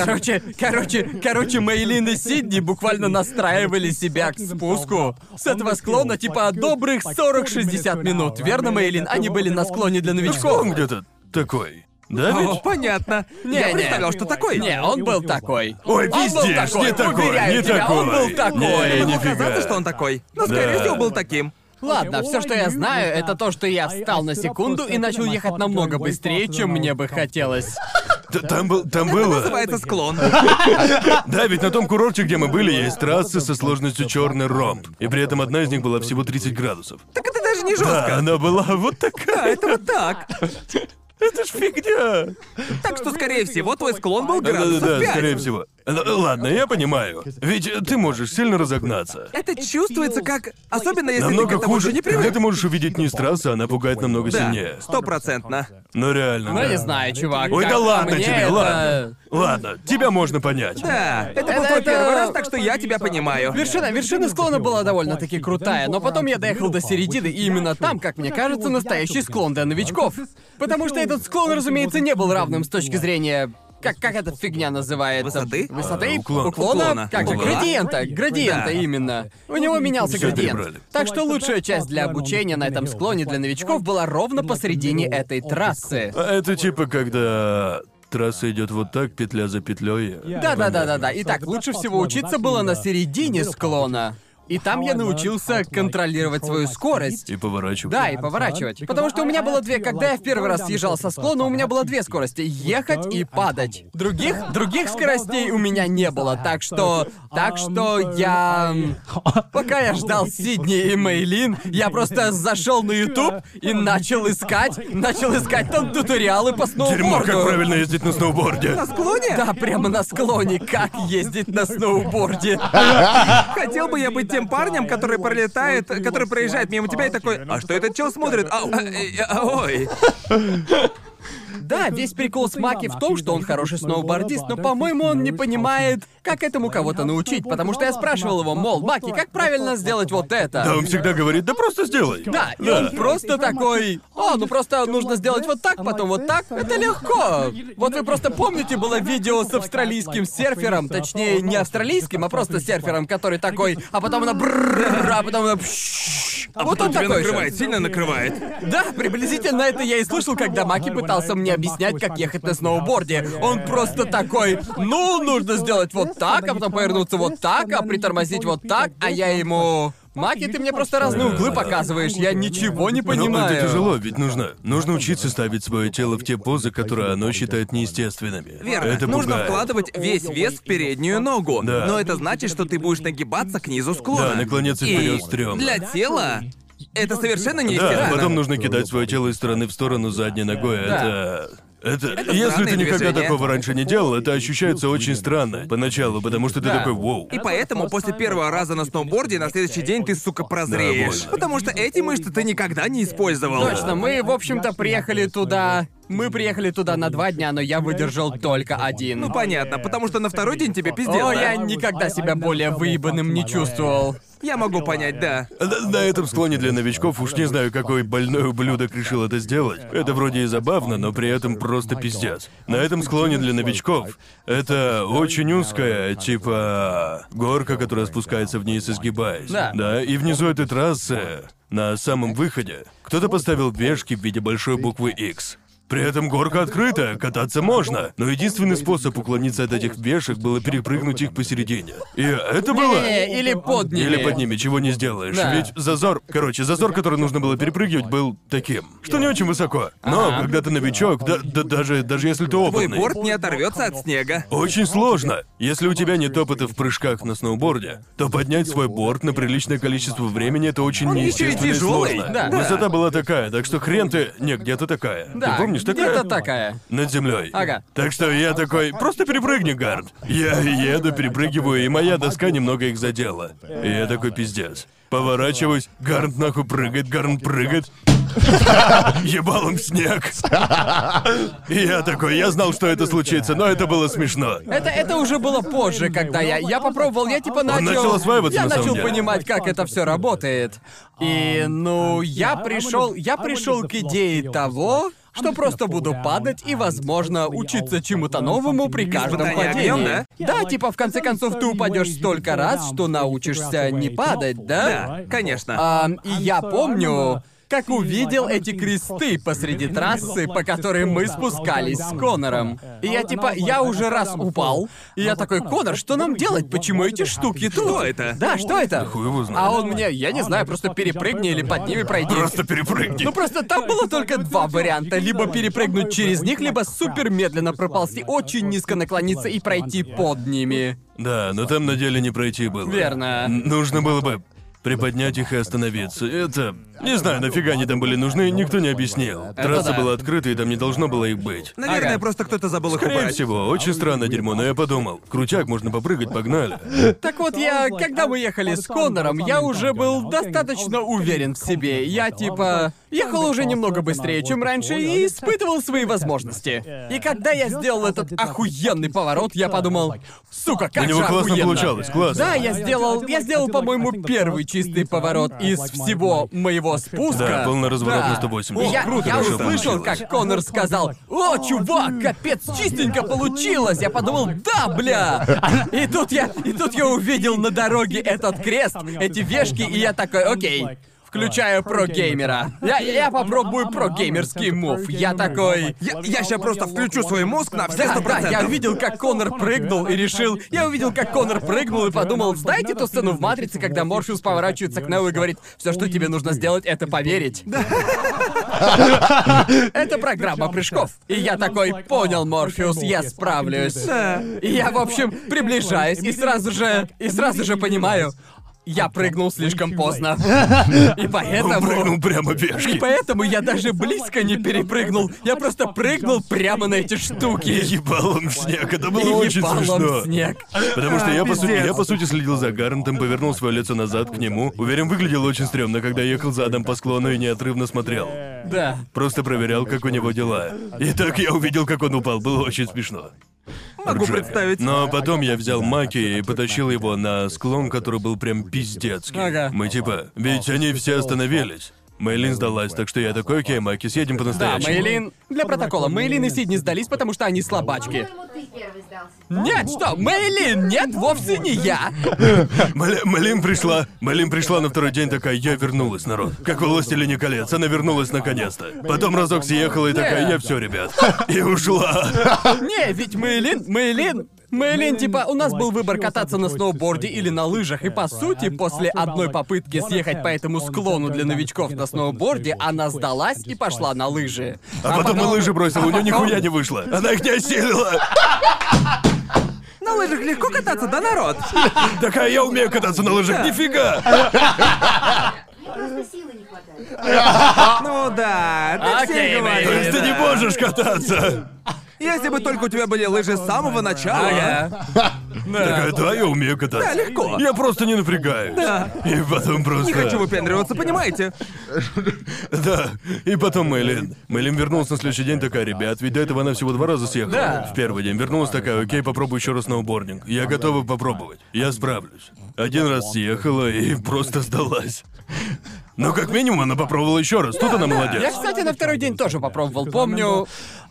Короче, Мэйлин и Сидни буквально настраивали себя к спуску с этого склона, типа, добрых 40-60 минут. Верно, Мэйлин? Они были на склоне для новичков. Склон где-то такой. Да О, ведь? понятно. Я представлял, что такой. Не, он был такой. Ой, Он был пиздец, такой, не такой, уверяю не тебя, такой. он был такой. Не, Могло нифига. казаться, что он такой. Но, скорее Да. всего, был таким. Ладно, все, что я знаю, это то, что я встал на секунду и начал ехать намного быстрее, чем мне бы хотелось. Там было... Называется склон. Да, ведь на том курорте, где мы были, есть трассы со сложностью черный ромб. И при этом одна из них была всего 30 градусов. Так это даже не Да, жестко. она была вот Да, такая. это вот так. Это ж фигня. Так что, скорее всего, твой склон был градусов Да, 5. скорее всего. Ладно, я понимаю. Ведь ты можешь сильно разогнаться. Это чувствуется как... Особенно если Намного ты к этому хуже. уже не Когда привык. ты можешь увидеть низ трассы, она пугает намного Да, сильнее. 100%. Ну реально, Ну, да. не знаю, чувак. Ой, как да по ладно мне, тебе, это- ладно. Ладно, тебя можно понять. Да, это был Это- твой первый это- раз, так что я тебя понимаю. Вершина склона была довольно-таки крутая, но потом я доехал до середины, и именно там, как мне кажется, настоящий склон для новичков. Потому что этот склон, разумеется, не был равным с точки зрения... Как эта фигня называется? Высоты? Высоты? Уклон. Уклона? Как же? Угла. Градиента Да. именно. У него менялся Всё градиент. перебрали. Так что лучшая часть для обучения на этом склоне для новичков была ровно посередине этой трассы. А это типа когда трасса идет вот так, петля за петлей. Да. Итак, лучше всего учиться было на середине склона. И там я научился контролировать свою скорость. И поворачивать. Да, и поворачивать. Потому что у меня было две... Когда я в первый раз съезжал со склона, у меня было две скорости. Ехать и падать. Других скоростей у меня не было, так что я... Пока я ждал Сидни и Мэйлин, я просто зашел на YouTube и начал искать там туториалы по Дерьмо, сноуборду. как правильно ездить на сноуборде. На склоне? Да, прямо на склоне, как ездить на сноуборде. Хотел бы я быть тем парнем, который проезжает мимо тебя и такой, а что этот чел смотрит? Ой. Да, весь прикол с Маки в том, что он хороший сноубордист, но, по-моему, он не понимает, как этому кого-то научить, потому что я спрашивал его, мол, Маки, как правильно сделать вот это? Да, он всегда говорит, да просто сделай. Да, и он просто такой, ну просто нужно сделать вот так, потом вот так, это легко. Вот вы просто помните, было видео с австралийским серфером, точнее, не австралийским, а просто серфером, который такой, а потом она а потом она А вот потом он тебя такой же. накрывает, сильно накрывает. Да, приблизительно это я и слышал, когда Маки пытался мне объяснять, как ехать на сноуборде. Он просто такой, нужно сделать вот так, а потом повернуться вот так, а притормозить вот так, а я ему... Маки, ты мне просто разные углы показываешь, я ничего не Ну, понимаю. это тяжело, ведь нужно учиться ставить свое тело в те позы, которые оно считает неестественными. Верно. Это Нужно пугает. вкладывать весь вес в переднюю ногу. Да. Но это значит, что ты будешь нагибаться к низу склона. Да, наклоняться И вперед стрёмно. для тела это совершенно Да, неестественно. потом нужно кидать свое тело из стороны в сторону задней ногой. Это если странные ты никогда движения. такого раньше не делал, это ощущается очень странно поначалу, потому что ты Да. такой «Воу». И поэтому после первого раза на сноуборде на следующий день ты, сука, прозреешь. больно. Потому что эти мышцы ты никогда не использовал. Точно, мы, в общем-то, приехали туда... Мы приехали туда на 2 дня, но я выдержал только 1. Ну понятно, потому что на второй день тебе пиздец, О, да? я никогда себя более выебанным не чувствовал. Я могу понять, да. На этом склоне для новичков уж не знаю, какой больной ублюдок решил это сделать. Это вроде и забавно, но при этом просто пиздец. На этом склоне для новичков это очень узкая, типа, горка, которая спускается вниз, изгибаясь. Да. И внизу этой трассы, на самом выходе, кто-то поставил вешки в виде большой буквы X. При этом горка открытая, кататься можно, но единственный способ уклониться от этих вешек было перепрыгнуть их посередине. И это было... Не, или под ними. Или под ними, чего не сделаешь. Да. Ведь зазор, который нужно было перепрыгивать, был таким, что не очень высоко. Но когда ты новичок, даже если ты Твой опытный, борт не оторвется от снега. очень сложно. Если у тебя нет опыта в прыжках на сноуборде, то поднять свой борт на приличное количество времени — это очень Он ещё и неестественно и тяжёлый. сложно. Да. Высота была такая, так что хрен ты... Не, где-то такая. Да, Ты помнишь, такая? где-то такая. Над землей. Ага. Так что я такой, просто перепрыгни, Гард. Я еду, перепрыгиваю, и моя доска немного их задела. И я такой, пиздец. Поворачиваюсь, Гард нахуй прыгает, Гард прыгает. Ебалом в снег. И я такой, я знал, что это случится, но это было смешно. Это уже было позже, когда я попробовал, я типа начал... начал осваиваться, я на самом начал деле. понимать, как это все работает. И, я пришел к идее того, что просто буду падать и, возможно, учиться чему-то новому при каждом Испытание падении. огнём, Да, типа, в конце концов, ты упадешь столько раз, что научишься не падать, да? Да, конечно. И я помню, как увидел эти кресты посреди трассы, по которой мы спускались с Конором. И я уже раз упал. И я такой, Конор, что нам делать? Почему эти штуки тут? Что это? Да, что это? Хуй его знает. А он мне, я не знаю, просто перепрыгни или под ними пройди. Просто перепрыгни. Ну просто там было только 2 варианта. Либо перепрыгнуть через них, либо супер медленно проползти, очень низко наклониться и пройти под ними. Да, но там на деле не пройти было. Верно. Нужно было бы приподнять их и остановиться. Это... Не знаю, нафига они там были нужны, никто не объяснил. Трасса да. была открыта, и там не должно было их быть. Наверное, Ага. просто кто-то забыл их Скорее убрать. всего, очень странное дерьмо, но я подумал, крутяк, можно попрыгать, погнали. Так вот, когда мы ехали с Конором, я уже был достаточно уверен в себе. Я ехал уже немного быстрее, чем раньше, и испытывал свои возможности. И когда я сделал этот охуенный поворот, я подумал, сука, как У него же классно охуенно. получалось, классно. Да, я сделал, по-моему, первый чистый поворот из всего моего спуска. Да, полный разворот Да. на 180. И я, Круто, я хорошо услышал, получилось. как Конор сказал: «О, чувак, капец, чистенько получилось!» Я подумал: «Да, бля!» И тут я увидел на дороге этот крест, эти вешки, и я такой: «Окей». Включаю про-геймера. Я попробую про-геймерский мув. Я такой... Я сейчас просто включу свой мозг на все Да, 100%. я увидел, как Конор прыгнул и решил... Я увидел, как Конор прыгнул и подумал, знаете ту сцену в «Матрице», когда Морфеус поворачивается к Нео и говорит: «Все, что тебе нужно сделать, это поверить». Это программа прыжков. И я такой: «Понял, Морфеус, я справлюсь». И я, в общем, приближаюсь и сразу же понимаю... Я прыгнул слишком поздно. И Он поэтому... прыгнул прямо в И вешки. поэтому я даже близко не перепрыгнул. Я просто прыгнул прямо на эти штуки. Ебалом в снег, это было И очень ебалом смешно. в снег. Потому что я пиздец. по сути следил за Гарнтом, повернул свое лицо назад к нему. Уверен, выглядел очень стрёмно, когда ехал задом по склону и неотрывно смотрел. Да. Просто проверял, как у него дела. И так я увидел, как он упал, было очень смешно. Могу Ржака. представить. Но потом я взял Маки и потащил его на склон, который был прям пиздецкий. Ага. Мы ведь они все остановились. Мэйлин сдалась, так что я такой: окей, Маки, съедем Да, по-настоящему. Мэйлин... Для протокола, Мэйлин и Сидни сдались, потому что они слабачки. По-моему, ты первый сдался. Нет, что? Мэйлин! Нет, вовсе не я! Мэйлин пришла на второй день такая: я вернулась, народ. Как в «Властелине колец», она вернулась наконец-то. Потом разок съехала и такая: я все, ребят. И ушла. Не, ведь Мэйлин... Мэйлин, типа, у нас был выбор кататься на сноуборде или на лыжах, и по сути, после одной попытки съехать по этому склону для новичков на сноуборде, она сдалась и пошла на лыжи. А потом на лыжи бросила, у нее нихуя не вышло. Она их не осилила. На лыжах легко кататься, да, народ? Такая, я умею кататься на лыжах, нифига! Мне просто силы не хватает. Ну да, ты Окей, все говоришь. То есть ты не можешь кататься. Если бы только у тебя были лыжи с самого начала. Ага. Такая, да, я умею кататься. Да, легко. Я просто не напрягаюсь. Да. И потом просто... Не хочу выпендриваться, понимаете? Да. И потом Мэйлин. Мэйлин вернулась на следующий день такая, ребят, ведь до этого она всего 2 раза съехала. Да. В первый день вернулась такая, окей, попробую еще раз сноубординг. Я готова попробовать. Я справлюсь. 1 раз съехала и просто сдалась. Но как минимум она попробовала еще раз. Тут она молодец. Я, кстати, на второй день тоже попробовал. Помню...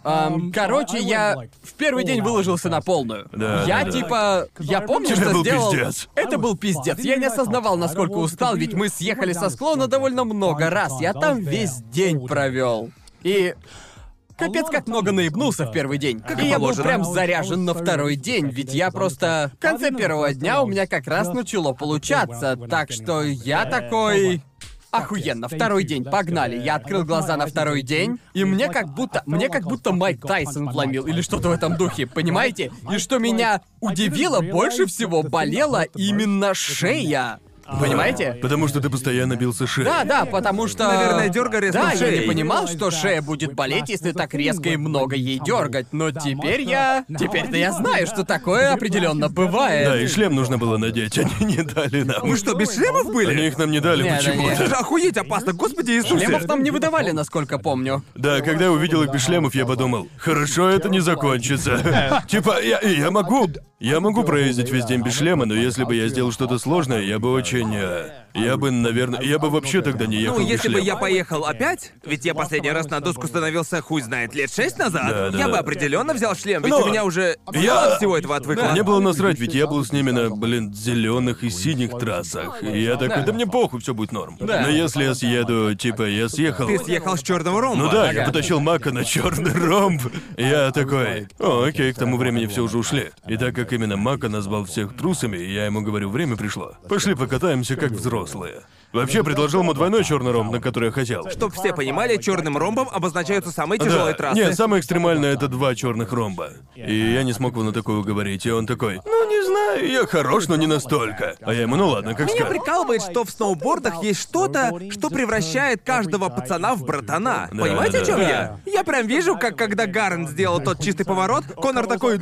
короче, я в первый день выложился на полную. Да, Я да. типа... Я помню, Это что был сделал... пиздец. Это был пиздец. Я не осознавал, насколько устал, ведь мы съехали со склона довольно много раз. Я там весь день провел. И... Капец, как много наебнулся в первый день. и И я был положено. прям заряжен на второй день, ведь я просто... В конце первого дня у меня как раз начало получаться, так что я такой... Охуенно, второй день, погнали. Я открыл глаза на второй день, и мне как будто Майк Тайсон вломил или что-то в этом духе, понимаете? И что меня удивило, больше всего болела именно шея. Понимаете? Потому что ты постоянно бился шеей. Да, потому что... Наверное, дёргай резко Да, я шеей. не понимал, что шея будет болеть, если так резко и много ей дергать. Но теперь я... Теперь-то я знаю, что такое определенно бывает. Да, и шлем нужно было надеть, они не дали нам. Вы что, без шлемов Они были? их нам не дали Не, да почему-то. Это же охуеть опасно, господи Иисусе. Шлемов нам не выдавали, насколько помню. Да, когда я увидел их без шлемов, я подумал, хорошо, это не закончится. Типа, я могу проездить весь день без шлема, но если бы я сделал что-то сложное, я бы очень... Я бы, наверное, я бы вообще тогда не ехал Ну, без если бы шлема. я поехал опять, ведь я последний раз на доску становился хуй знает лет 6 назад, Да, да, я бы да. определенно взял шлем, ведь Но у меня уже я- от всего этого отвыкло. Мне было насрать, ведь я был с ними на, зеленых и синих трассах. И я такой, да мне похуй, все будет норм. Да. Но если я съеду, типа, я съехал. Ты съехал с черного ромба. Ну да, Ага. я потащил Мака на черный ромб. Я такой, окей, к тому времени все уже ушли. И так как именно Мака назвал всех трусами, я ему говорю, время пришло. Пошли покатаемся как взрослые. Вообще предложил ему двойной черный ромб, на который я хотел. Чтоб все понимали, черным ромбом обозначаются самые тяжелые Да. трассы. Нет, самое экстремальное — это 2 черных ромба. И я не смог его на такое уговорить, и он такой, ну не знаю, я хорош, но не настолько. А я ему, ну ладно, как Меня скажешь. прикалывает, что в сноубордах есть что-то, что превращает каждого пацана в братана. Да, Понимаете, да. о чем Да. я? Я прям вижу, как когда Гарн сделал тот чистый поворот, Конор такой,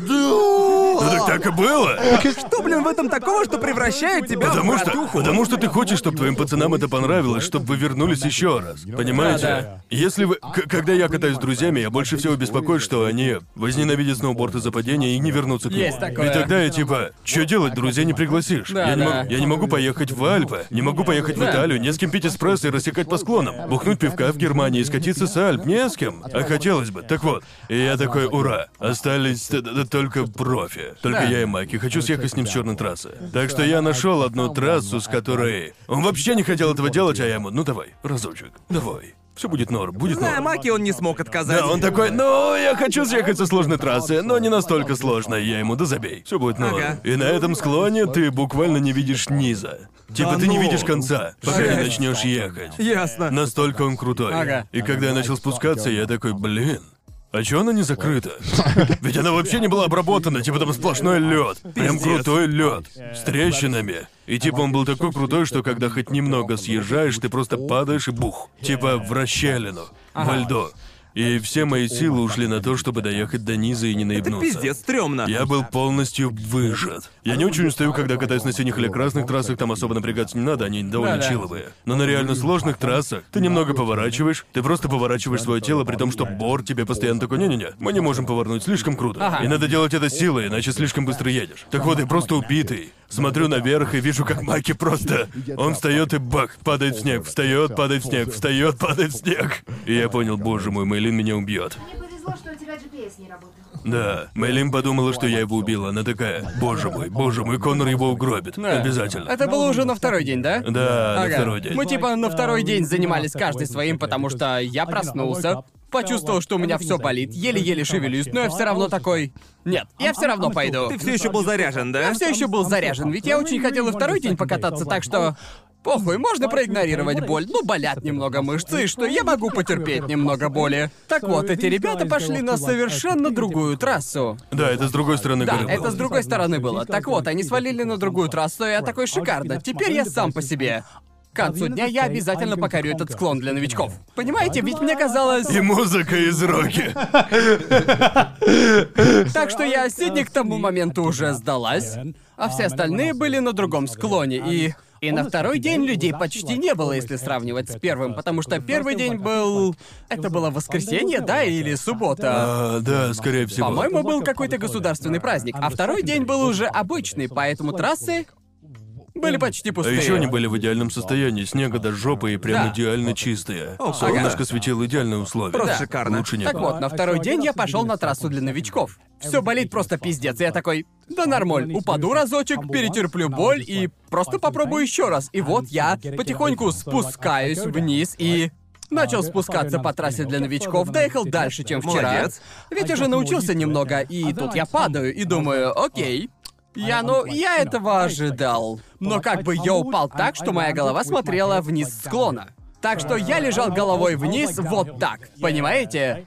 Ну так и было. что, блин, в этом такого, что превращает тебя в братуху? Потому что ты хочешь, чтобы твоим пацанам это понравилось, чтобы вы вернулись еще раз. Понимаете? Да. Если вы. Когда я катаюсь с друзьями, я больше всего беспокоюсь, что они возненавидят сноуборд из-за падения и не вернутся к нему. Есть такое. И тогда я типа, что делать, друзья не пригласишь? Да, да. Я не могу поехать в Альпы, не могу поехать в Да. Италию, не с кем пить эспрессо и рассекать по склонам, бухнуть пивка в Германии и скатиться с Альп, не с кем. А хотелось бы. Так вот. И я такой, ура. Остались только профи. Только Да. я и Маки. Хочу съехать с ним с черной трассы. Так что я нашел одну трассу, с которой он вообще не хотел этого делать, а я ему, ну давай, разочек, давай. Все будет норм, будет Зная норм. Маки, он не смог отказать. Да, он такой, ну, я хочу съехать со сложной трассы, но не настолько сложной. Я ему, да забей, все будет норм. Ага. И на этом склоне ты буквально не видишь низа. Типа ты не ну. видишь конца, пока не Жесть. начнешь ехать. Ясно. Настолько он крутой. Ага. И когда я начал спускаться, я такой, блин. А чё она не закрыта? Ведь она вообще не была обработана, типа там сплошной лед. Прям Пиздец. крутой лед. С трещинами. И типа он был такой крутой, что когда хоть немного съезжаешь, ты просто падаешь и бух. Типа в расщелину. Во льду. И все мои силы ушли на то, чтобы доехать до низа и не Это наебнуться. пиздец, стрёмно. Я был полностью выжат. Я не очень устаю, когда катаюсь на синих или красных трассах, там особо напрягаться не надо, они довольно Да-да. чиловые. Но на реально сложных трассах ты немного поворачиваешь, ты просто поворачиваешь свое тело, при том, что борт тебе постоянно такой, не-не-не, мы не можем повернуть, слишком круто. Ага. И надо делать это силой, иначе слишком быстро едешь. Так вот, я просто убитый. Смотрю наверх и вижу, как Маки просто... Он встает и бах, падает в снег, встает, падает в снег, встает, падает в снег. И я понял, боже мой, Мэйлин меня убьет. Мне повезло, что у тебя GPS не работал. Да, Мэйлин подумала, что я его убил. Она такая, боже мой, Коннор его угробит. Да. Обязательно. Это было уже на второй день, да? Да, на Ага. второй день. Мы типа на второй день занимались каждый своим, потому что я проснулся. почувствовал, что у меня все болит, еле-еле шевелюсь, но я все равно такой... Нет, я все равно пойду. Ты все еще был заряжен, да? Я все еще был заряжен, ведь я очень хотел и второй день покататься, так что... Похуй, можно проигнорировать боль. Ну, болят немного мышцы, что я могу потерпеть немного боли. Так вот, эти ребята пошли на совершенно другую трассу. Да, это с другой стороны Да, горы было. это с другой стороны было. Так вот, они свалили на другую трассу, и я такой шикарно. Теперь я сам по себе. К концу дня я обязательно покорю этот склон для новичков. Понимаете, ведь мне казалось... И музыка из роки. Так что я Сидни к тому моменту уже сдалась, а все остальные были на другом склоне, И на второй день людей почти не было, если сравнивать с первым, потому что первый день был... Это было воскресенье, да, или суббота? Да, скорее всего. По-моему, был какой-то государственный праздник, а второй день был уже обычный, поэтому трассы были почти А пустые. еще они были в идеальном состоянии, снега до жопы и прям Да. идеально чистые. О, Солнышко ага. светило, идеальные условия. Просто Да. шикарно. Лучше нет. Так вот, на второй день я пошел на трассу для новичков. Все болит просто пиздец, и я такой, да нормально, упаду разочек, перетерплю боль и просто попробую еще раз. И вот я потихоньку спускаюсь вниз и... Начал спускаться по трассе для новичков, доехал дальше, чем вчера. Молодец. Ведь уже научился немного, и тут я падаю и думаю, окей. Я этого ожидал. Но как бы я упал так, что моя голова смотрела вниз склона. Так что я лежал головой вниз вот так, понимаете?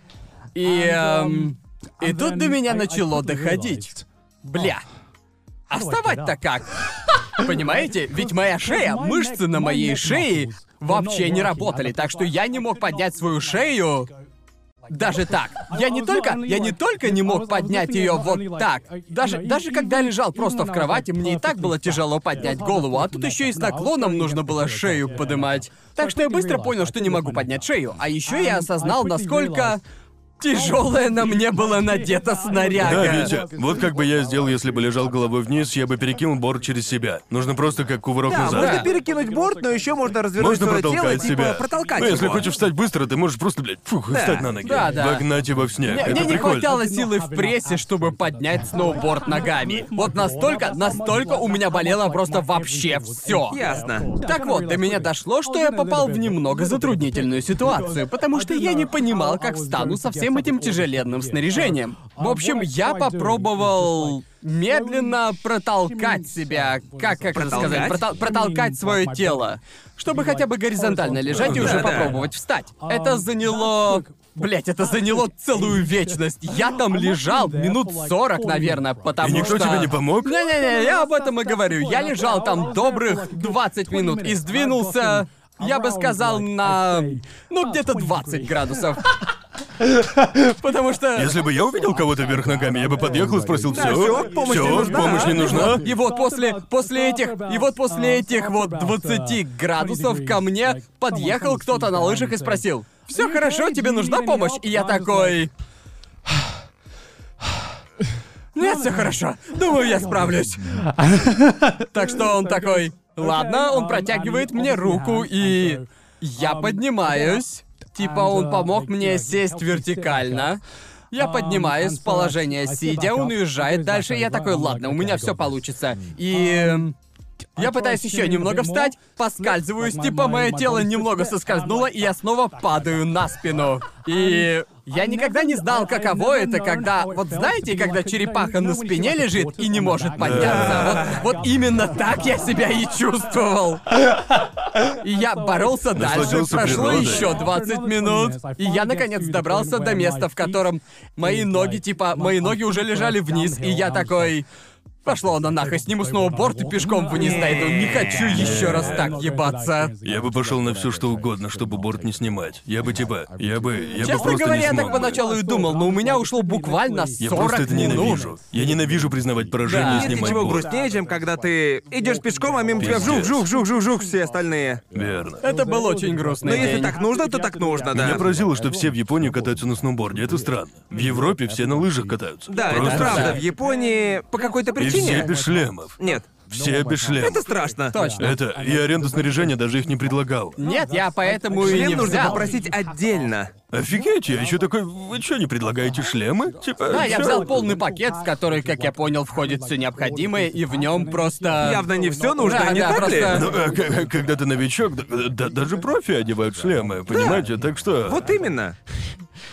И тут до меня начало доходить. Бля. А вставать-то как? Понимаете? Ведь моя шея, мышцы на моей шее вообще не работали, так что я не мог поднять свою шею даже так. Я не только не мог поднять ее вот так. Даже когда лежал просто в кровати, мне и так было тяжело поднять голову, а тут еще и с наклоном нужно было шею поднимать. Так что я быстро понял, что не могу поднять шею. А еще я осознал, насколько тяжелая на мне была надета снаряга. Да, Витя, вот как бы я сделал, если бы лежал головой вниз, я бы перекинул борт через себя. Нужно просто как кувырок Да, назад. можно Да. перекинуть борт, но еще можно развернуть Можно свое тело, протолкать типа себя. протолкать Ну, если его. хочешь встать быстро, ты можешь просто, блядь, встать на ноги. Да, да. Вогнать его в снег. Мне Это не прикольно. хватало силы в прессе, чтобы поднять сноуборд ногами. Вот настолько у меня болело просто вообще все. Ясно. Так вот, до меня дошло, что я попал в немного затруднительную ситуацию, потому что я не понимал, как встану со всем этим тяжеленным снаряжением. В общем, я попробовал медленно протолкать себя, как это сказать, протолкать свое тело, чтобы хотя бы горизонтально лежать и уже Да-да. попробовать встать. Это заняло... Блять, это заняло целую вечность. Я там лежал минут 40, наверное, потому И никто что... тебе не помог? Не-не-не, я об этом и говорю. Я лежал там добрых 20 минут и сдвинулся, я бы сказал, на... где-то 20 градусов. Потому что... Если бы я увидел кого-то вверх ногами, я бы подъехал и спросил, Да, все, всё, помощь не нужна, помощь не а?» нужна. И вот после этих 20 градусов ко мне подъехал кто-то на лыжах и спросил: «Все хорошо, тебе нужна помощь?» И я такой... Нет, все хорошо. Думаю, я справлюсь. Так что он такой... Ладно, он протягивает мне руку, и... Я поднимаюсь. Типа он помог мне сесть вертикально. Я поднимаюсь с положения сидя, он уезжает дальше, и я такой, ладно, у меня все получится. И... Я пытаюсь еще немного встать, поскальзываюсь, типа мое тело немного соскользнуло, и я снова падаю на спину. И я никогда не знал, каково это, когда... Вот знаете, когда черепаха на спине лежит и не может подняться? Вот именно так я себя и чувствовал. И я боролся дальше, Насладился прошло природой. еще 20 минут, и я наконец добрался до места, в котором мои ноги уже лежали вниз, и я такой... Пошло оно нахуй, сниму сноуборд и пешком вниз дойду. Не хочу еще раз так ебаться. Я бы пошел на все что угодно, чтобы борт не снимать. Я бы Честно просто говоря, не я смог так бы. поначалу и думал, но у меня ушло буквально 40 Я просто это минут. ненавижу. Я ненавижу признавать поражение Да. и Нет снимать ничего борт. грустнее, чем когда ты идешь пешком, а мимо тебя Пиздец. вжух, все остальные. Верно. Это был очень грустный Но если день. так нужно, то так нужно, да. Меня поразило, что все в Японии катаются на сноуборде. Это странно. В Европе все на лыжах катаются. Да, Просто это правда. все. В Японии по какой-то И все причине. без шлемов. Нет. Все без шлемов. Это страшно. Точно. Это и аренда снаряжения даже их не предлагал. Нет, я поэтому и не Шлем нужно взял. попросить отдельно. Офигеть, я еще такой, вы что, не предлагаете шлемы? Типа, Да, я чё? взял полный пакет, в который, как я понял, входит все необходимое, и в нем просто... Явно не все нужно, Да, не да, так ли? просто- Ну, когда ты новичок, даже профи одевают шлемы, понимаете? Так что... Вот именно.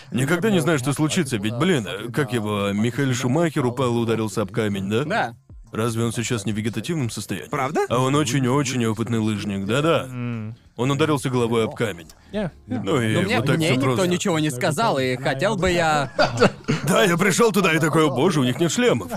Никогда не знаешь, что случится, ведь, блин, как его, Михаэль Шумахер упал и ударился об камень, да? Да. Разве он сейчас не в вегетативном состоянии? Правда? А он очень-очень опытный лыжник, да-да. Он ударился головой об камень. Ну и Но мне, вот так мне всё никто просто. ничего не сказал, и хотел бы я... Да, я пришел туда и такой, о боже, у них нет шлемов.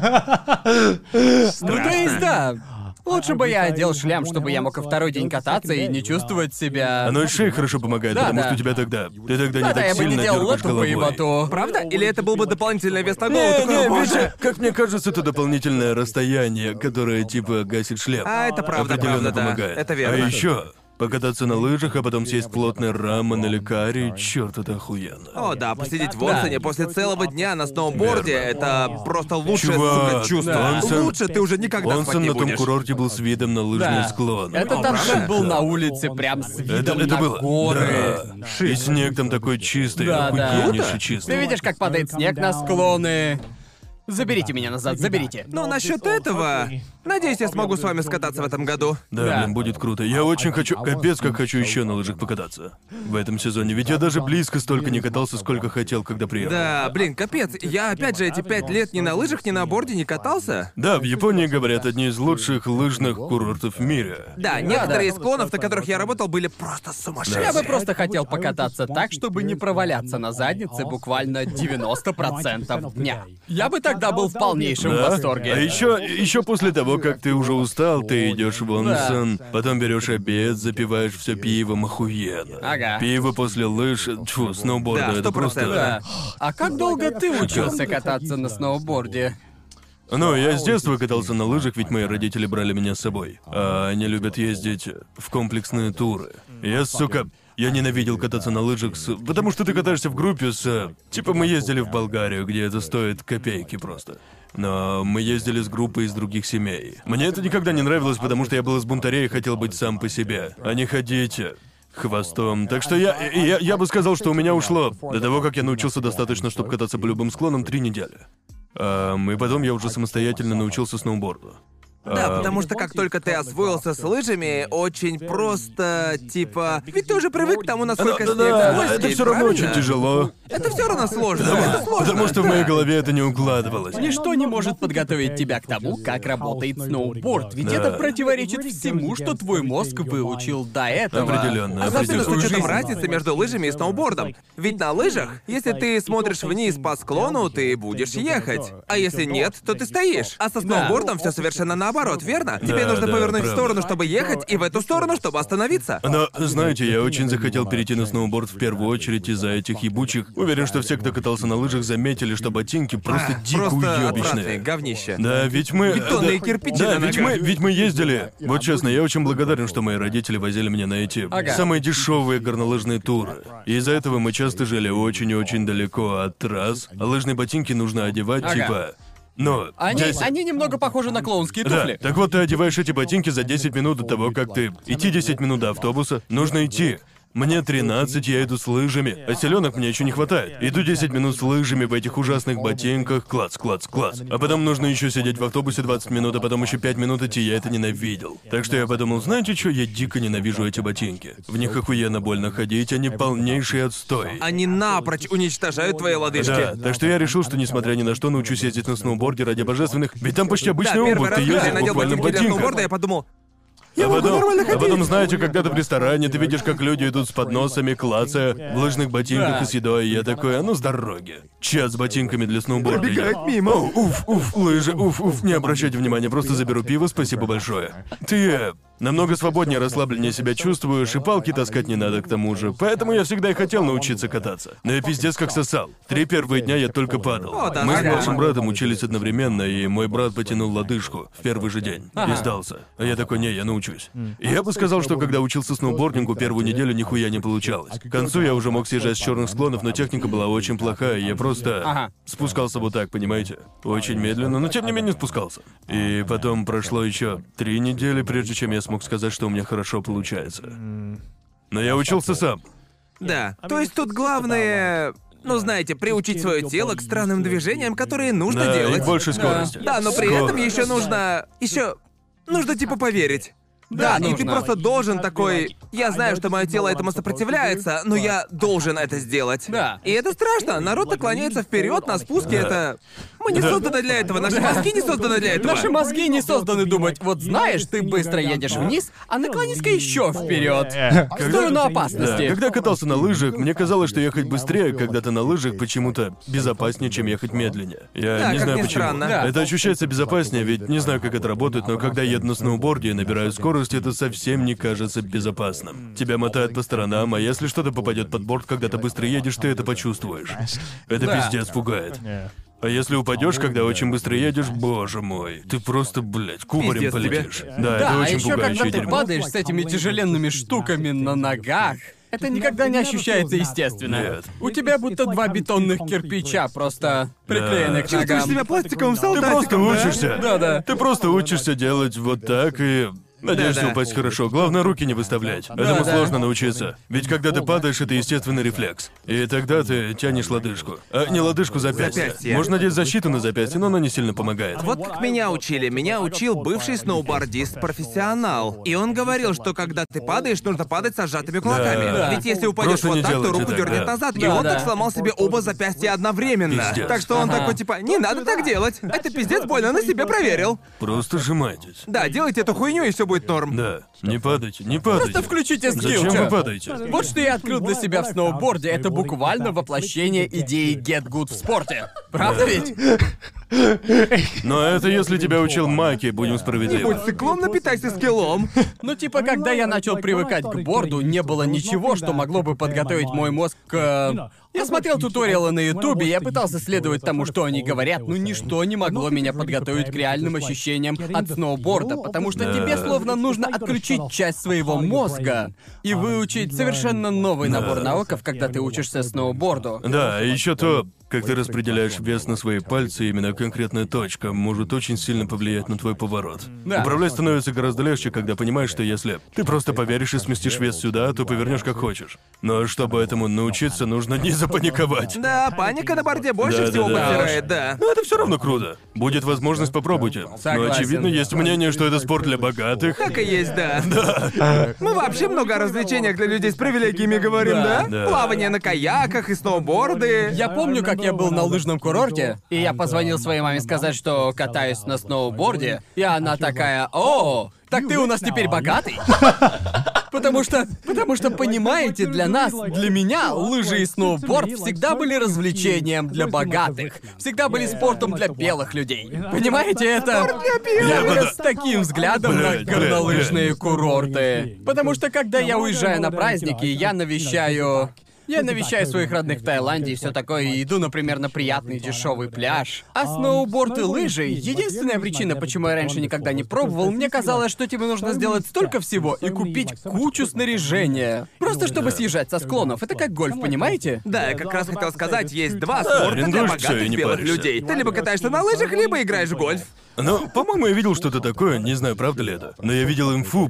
Ну то есть, да. Лучше бы я одел шлем, чтобы я мог и второй день кататься и не чувствовать себя... Оно и шее хорошо помогает, Да, потому да. что у тебя тогда... Ты тогда не Да, так я бы не сильно делал дергаешь эту головой. поеботу. Правда? Или это был бы дополнительный вес на голову? Не, Такой, не, «О, боже». видишь, как мне кажется, это дополнительное расстояние, которое типа гасит шлем. А, это правда, Определенно правда, да. помогает. Это верно. А еще покататься на лыжах, а потом съесть плотный рамен или карри, черт, это охуенно. О, да, посидеть в Онсоне после целого дня на сноуборде — Верно. это просто лучшее, Чувак, сука, чувство. да. Онсон- Лучше ты уже никогда спать Онсон не на том будешь. курорте был с видом на лыжные Да. склоны. Этот правда? Онсон был на улице прям с видом Это на было. горы. Да. И снег там такой чистый, Да, да. охуеннейший Ты чистый. видишь, как падает снег на склоны. Заберите меня назад, заберите. Ну, насчет этого... Надеюсь, я смогу с вами скататься в этом году. Да, Да. блин, будет круто. Я очень хочу, капец, как хочу еще на лыжах покататься в этом сезоне. Ведь я даже близко столько не катался, сколько хотел, когда приехал. Да, блин, капец. Я опять же эти 5 лет ни на лыжах, ни на борде не катался. Да, в Японии, говорят, одни из лучших лыжных курортов в мире. Да, некоторые из склонов, на которых я работал, были просто сумасшедшие. Я бы просто хотел покататься так, чтобы не проваляться на заднице буквально 90% дня. Я бы тогда был в полнейшем Да? восторге. А еще после того, как ты уже устал, ты идешь в Онсон, потом берешь обед, запиваешь все пивом, охуенно. Ага. Пиво после лыж, тьфу, сноуборда, Да, это 100%. просто. Да. А как долго ты учился кататься на сноуборде? Ну, я с детства катался на лыжах, ведь мои родители брали меня с собой. А они любят ездить в комплексные туры. Я ненавидел кататься на лыжах потому что ты катаешься в группе Типа мы ездили в Болгарию, где это стоит копейки просто. Но мы ездили с группой из других семей. Мне это никогда не нравилось, потому что я был из бунтарей и хотел быть сам по себе, а не ходить хвостом. Так что я бы сказал, что у меня ушло до того, как я научился достаточно, чтобы кататься по любым склонам, 3 недели. И потом я уже самостоятельно научился сноуборду. Да, потому что как только ты освоился с лыжами, очень просто, типа... Ведь ты уже привык к тому, насколько снег Да, скользкий, это все равно правильно? очень тяжело. Это все равно сложно. Это сложно. Потому что в моей голове это не укладывалось. Ничто не может подготовить тебя к тому, как работает сноуборд, ведь Да. это противоречит всему, что твой мозг выучил до этого. Определенно, Особенно с определенно. учетом разницы между лыжами и сноубордом. Ведь на лыжах, если ты смотришь вниз по склону, ты будешь ехать. А если нет, то ты стоишь. А со сноубордом все совершенно наоборот, верно? Тебе нужно да, повернуть в правда. сторону, чтобы ехать, и в эту сторону, чтобы остановиться. Но, знаете, я очень захотел перейти на сноуборд в первую очередь из-за этих ебучих. Уверен, что все, кто катался на лыжах, заметили, что ботинки просто дико Просто отвратные, уёбищные. говнище. Да, ведь мы... Бетонные да, кирпичи Да, на ведь ногах. мы ездили. Вот честно, я очень благодарен, что мои родители возили меня на эти Ага. самые дешевые горнолыжные туры. И из-за этого мы часто жили очень и очень далеко от трасс, а лыжные ботинки нужно одевать, Ага. типа... Ну, Они, 10. они немного похожи на клоунские Да, туфли. так вот ты одеваешь эти ботинки за 10 минут до того, как ты... Идти 10 минут до автобуса, нужно идти. Мне 13, я иду с лыжами, а селенок мне еще не хватает. Иду 10 минут с лыжами в этих ужасных ботинках, клац, клац, клац. А потом нужно еще сидеть в автобусе 20 минут, а потом еще 5 минут идти, я это ненавидел. Так что я подумал, знаете что, я дико ненавижу эти ботинки. В них охуенно больно ходить, они полнейший отстой. Они напрочь уничтожают твои лодыжки. Да, так что я решил, что несмотря ни на что, научусь ездить на сноуборде ради божественных, ведь там почти Да, обычная первый обувь, раз, ты когда я ездишь надел буквально в ботинки для ботинках. сноуборда, я подумал, А потом, знаете, когда ты в ресторане, ты видишь, как люди идут с подносами, клацая, в лыжных ботинках и с едой, и я такой, а ну с дороги. Чат с ботинками для сноуборда. Пробегает Я, мимо. «О, уф, лыжи, уф, не обращайте внимания, просто заберу пиво, спасибо большое. Ты намного свободнее, расслабленнее себя чувствуешь, и палки таскать не надо к тому же. Поэтому я всегда и хотел научиться кататься. Но я пиздец как сосал. 3 первые дня я только падал. О, да, Мы с ага. младшим братом учились одновременно, и мой брат потянул лодыжку в первый же день. И сдался. А я такой, не, я научусь. И я бы сказал, что когда учился сноубордингу, первую неделю нихуя не получалось. К концу я уже мог съезжать с черных склонов, но техника была очень плохая, и я просто Ага. спускался вот так, понимаете? Очень медленно, но тем не менее спускался. И потом прошло еще 3 недели, прежде чем я смог сказать, что у меня хорошо получается. Но я учился сам. Да. То есть тут главное... Ну, знаете, приучить свое тело к странным движениям, которые нужно Да, и делать. к большей скорости. Да, но при этом Скорость. еще нужно... Нужно типа поверить. Да, и ты нужно. просто должен такой... Я знаю, что мое тело этому сопротивляется, но я должен это сделать. Да. И это страшно. Народ наклоняется вперед на спуске, это... Мы не созданы для этого, наши мозги не созданы для этого. Наши мозги не созданы думать, вот знаешь, ты быстро едешь вниз, а наклонись-ка еще вперед. В сторону Да, опасности. когда катался на лыжах, мне казалось, что ехать быстрее, когда ты на лыжах, почему-то безопаснее, чем ехать медленнее. Я Да, не как знаю ни почему. странно. Да. Это ощущается безопаснее, ведь не знаю, как это работает, но когда еду на сноуборде и набираю скорость, это совсем не кажется безопасным. Тебя мотает по сторонам, а если что-то попадет под борт, когда ты быстро едешь, ты это почувствуешь. Это Да. пиздец пугает. А если упадешь, когда очень быстро едешь, боже мой, ты просто, блядь, кубарем Пиздец тебе. полетишь. Да, это Да, а очень еще пугающее когда ты дерьмо. падаешь с этими тяжеленными штуками на ногах, это никогда не ощущается естественно. Нет. У тебя будто два бетонных кирпича просто приклеены к Чувствуешь ногам. себя пластиковым Ты солдатиком, просто да? учишься. Да-да. Ты просто учишься делать вот так и... Надеешься Да-да. упасть хорошо. Главное, руки не выставлять. Этому Да-да. сложно научиться. Ведь когда ты падаешь, это естественный рефлекс. И тогда ты тянешь лодыжку. А не лодыжку, запястье. Запястье. Можно надеть защиту на запястье, но она не сильно помогает. Вот как меня учили. Меня учил бывший сноубордист-профессионал. И он говорил, что когда ты падаешь, нужно падать с сжатыми кулаками. Да. Ведь если упадешь Просто вот не так, то делайте руку так, дернет да. назад. И Да, он да. так сломал себе оба запястья одновременно. Пиздец. Так что он Ага. такой типа, не надо так делать. Это пиздец больно, на себе проверил. Просто сжимайтесь. Да, делайте эту хуйню, и все будет норм. Да. Не падайте, не падайте. Просто включите скилл. Зачем чё? вы падаете? Вот что я открыл для себя в сноуборде, это буквально воплощение идеи get good в спорте. Правда ведь? Но это если тебя учил Маки, будем справедливы. Будь циклом, напитайся скиллом. Ну типа, когда я начал привыкать к борду, не было ничего, что могло бы подготовить мой мозг к... Я смотрел туториалы на Ютубе, я пытался следовать тому, что они говорят, но ничто не могло меня подготовить к реальным ощущениям от сноуборда, потому что тебе словно нужно отключить часть своего мозга и выучить совершенно новый набор навыков, когда ты учишься сноуборду. Да, и еще то, как ты распределяешь вес на свои пальцы, именно конкретная точка может очень сильно повлиять на твой поворот. Да. Управлять становится гораздо легче, когда понимаешь, что если ты просто поверишь и сместишь вес сюда, то повернешь как хочешь. Но чтобы этому научиться, нужно не запаниковать. Да, паника на борде больше всего Да-да-да. подтирает, да. Но это все равно круто. Будет возможность, попробуйте. Но Согласен. очевидно, есть мнение, что это спорт для богатых. Так и есть, да. Мы вообще много о развлечениях для людей с привилегиями говорим, да? Да. Плавание на каяках и сноуборды. Я помню, как я был на лыжном курорте, и я позвонил своей маме сказать, что катаюсь на сноуборде, и она такая: «О, так ты у нас теперь богатый?» Потому что, понимаете, для нас, для меня, лыжи и сноуборд всегда были развлечением для богатых. Всегда были спортом для белых людей. Понимаете, это... Я вырос с таким взглядом на Блядь, горнолыжные курорты. Потому что, когда я уезжаю на праздники, я навещаю своих родных в Таиланде и все такое, и иду, например, на приятный дешевый пляж. А сноуборд и лыжи — единственная причина, почему я раньше никогда не пробовал, мне казалось, что тебе нужно сделать столько всего и купить кучу снаряжения. Просто чтобы съезжать со склонов. Это как гольф, понимаете? Да, я как раз хотел сказать, есть два спорта для арендуешь всё и богатых не белых паришься. людей. Ты либо катаешься на лыжах, либо играешь в гольф. Ну, по-моему, я видел что-то такое, не знаю, правда ли это. Но я видел инфу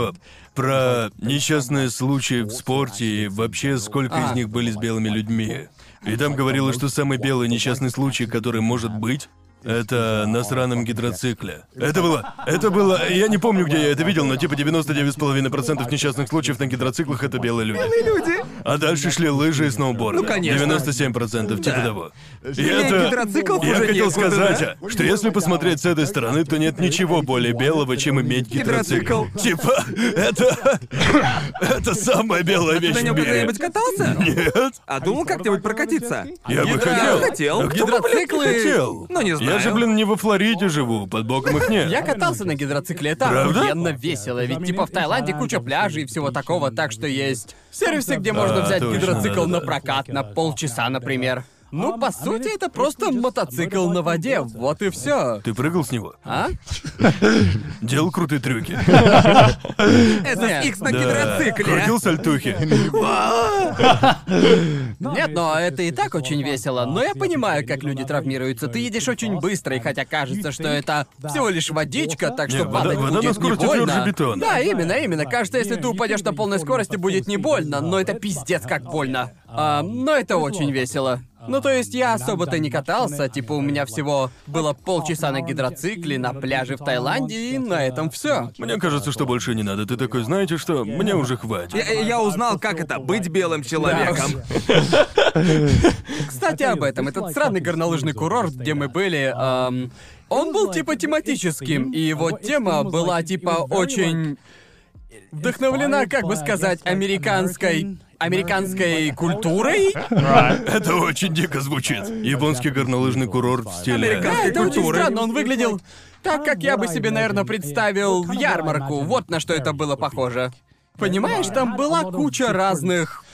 про несчастные случаи в спорте и вообще сколько из них были с белыми людьми. И там говорилось, что самый белый несчастный случай, который может быть, это на сраном гидроцикле. Это было, я не помню, где я это видел, но типа 99,5% несчастных случаев на гидроциклах — это белые люди. Люди. А дальше шли лыжи и сноуборды. Ну, конечно. 97%, типа того. И Белее гидроциклов Я уже хотел некуда, сказать, что если посмотреть с этой стороны, то нет ничего более белого, чем иметь гидроцикл. Гидроцикл. Типа, это самая белая вещь Ты на в нем мире. когда-нибудь катался? Нет. А думал как-нибудь прокатиться? Я бы Я хотел. хотел. А кто бы, блядь, не Гидроциклы- хотел? Ну, не знаю. Я же, блин, не во Флориде живу, под боком их нет. Я катался на гидроцикле, это Правда? охуенно весело, ведь типа в Таиланде куча пляжей и всего такого, так что есть сервисы, где можно взять точно, гидроцикл на да-да-да. прокат на полчаса, например. Ну, по сути, это просто мотоцикл на воде, вот и все. Ты прыгал с него? А? Делал крутые трюки. SSX на Да. гидроцикле. Крутил сальтухи. Нет, но это и так очень весело. Но я понимаю, как люди травмируются. Ты едешь очень быстро, и хотя кажется, что это всего лишь водичка, так что Не, вода- падать вода на будет не скорости больно. тверже бетона. Да, именно. Кажется, если ты упадешь на полной скорости, будет не больно, но это пиздец как больно. Но это очень весело. Ну, то есть я особо-то не катался, типа у меня всего было полчаса на гидроцикле на пляже в Таиланде, и на этом все. Мне кажется, что больше не надо. Ты такой, знаете что, мне уже хватит. Я узнал, как это быть белым человеком. Кстати, об этом. Этот сраный горнолыжный курорт, где мы были, он был типа тематическим, и его тема была типа очень вдохновлена, как бы сказать, американской культурой. Это очень дико звучит. Японский горнолыжный курорт в стиле... Да, это очень странно, он выглядел так, как я бы себе, наверное, представил ярмарку. Вот на что это было похоже. Понимаешь, там была куча разных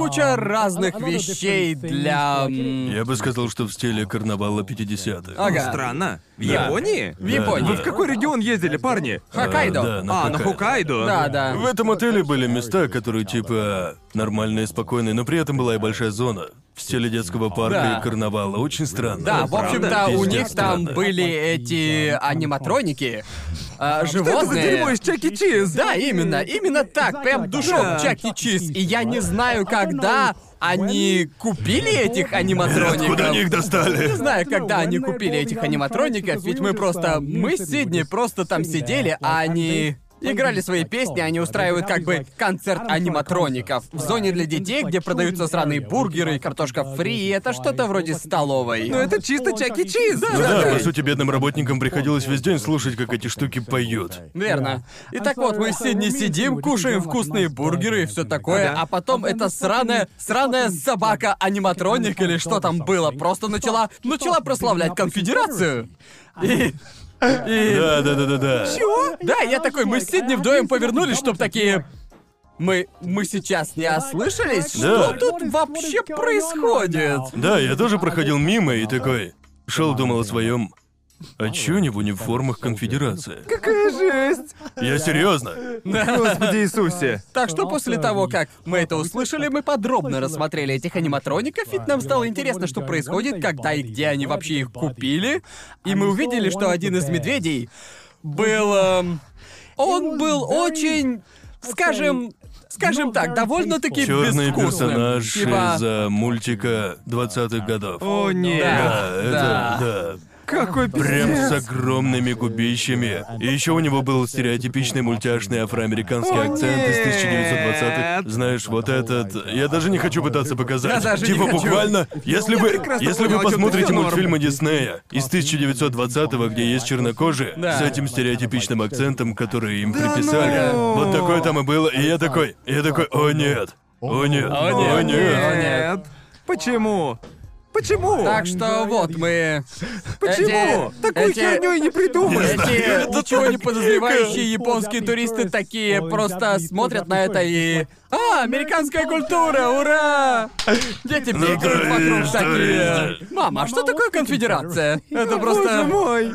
вещей для... Я бы сказал, что в стиле карнавала 50-х. Ага. Странно. В Японии? В Японии. Вы в какой регион ездили, парни? Хоккайдо. Да, На Хоккайдо? Да, да. В этом отеле были места, которые типа нормальные, спокойные, но при этом была и большая зона. В стиле детского парка Да. и карнавала. Очень странно. Да, в общем-то, у Пиздец них там странно. были эти аниматроники. Что это за Животные. дерьмо из Чаки Чиз? Да, именно так, прям душок Да. Чаки Чиз. И я не знаю, когда они купили этих аниматроников. Откуда они их достали? Не знаю, когда они купили этих аниматроников, ведь мы с Сидни просто там сидели, а они играли свои песни, они устраивают как бы концерт аниматроников в зоне для детей, где продаются сраные бургеры и картошка фри, и это что-то вроде столовой. Ну это чисто Чаки Чиз. Ну да, по сути, бедным работникам приходилось весь день слушать, как эти штуки поют. Верно. И так вот, мы с Сидни сидим, кушаем вкусные бургеры и все такое, а потом эта сраная собака-аниматроник или что там было, просто начала прославлять конфедерацию. И... Да. Чего? Да, я такой, мы с Сидни вдвоем повернулись, чтоб такие... Мы сейчас не ослышались? Что Да. тут вообще происходит? Да, я тоже проходил мимо и такой... Шел, думал о своем. А чё они в униформах конфедерации? Какая жесть. Я серьезно. Господи Иисусе. Так что после того, как мы это услышали, мы подробно рассмотрели этих аниматроников, ведь нам стало интересно, что происходит, когда и где они вообще их купили. И мы увидели, что один из медведей был... он был очень... Скажем так, довольно-таки Черный безвкусным. персонаж Типа... из мультика 20-х годов. О нет. Да, это... Да. Да. Какой Прям пиздец. с огромными губищами. И еще у него был стереотипичный мультяшный афроамериканский О, акцент из нет. 1920-х. Знаешь, вот этот... Я даже не хочу пытаться показать. Я даже не Типа хочу. буквально... Если прекрасно вы понял, о чём ты, посмотрите всё норм. мультфильмы Диснея из 1920-го, где есть чернокожие, Да. с этим стереотипичным акцентом, который им Да приписали. ну! Вот такое там и было. И я такой, о нет. О нет. О нет. Нет. Почему? Почему? Так что вот мы... Почему? Такую херню и не придумаешь. Эти ничего не подозревающие японские туристы такие просто смотрят на это и... американская культура, ура! Дети бегают то вокруг есть, такие... Мама, а что такое конфедерация? Это Боже просто... мой.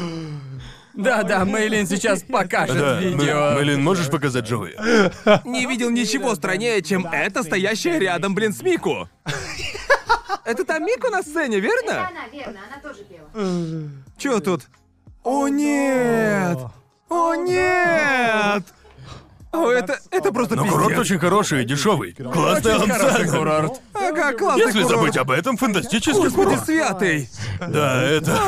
Да, Мэйлин сейчас покажет Да, видео. Мэйлин, можешь показать Джоуи? Не видел ничего страннее, чем это, стоящая рядом, с Мику. Это там Мику на сцене, Это верно? она, верно, она тоже пела. Чё тут? О нет! О нет! О, это просто Но пиздец. курорт очень хороший и дешевый. Классный Очень хороший ансамбль. курорт. Ага, классный Если курорт. забыть об этом, фантастический Господи курорт. святый! Да,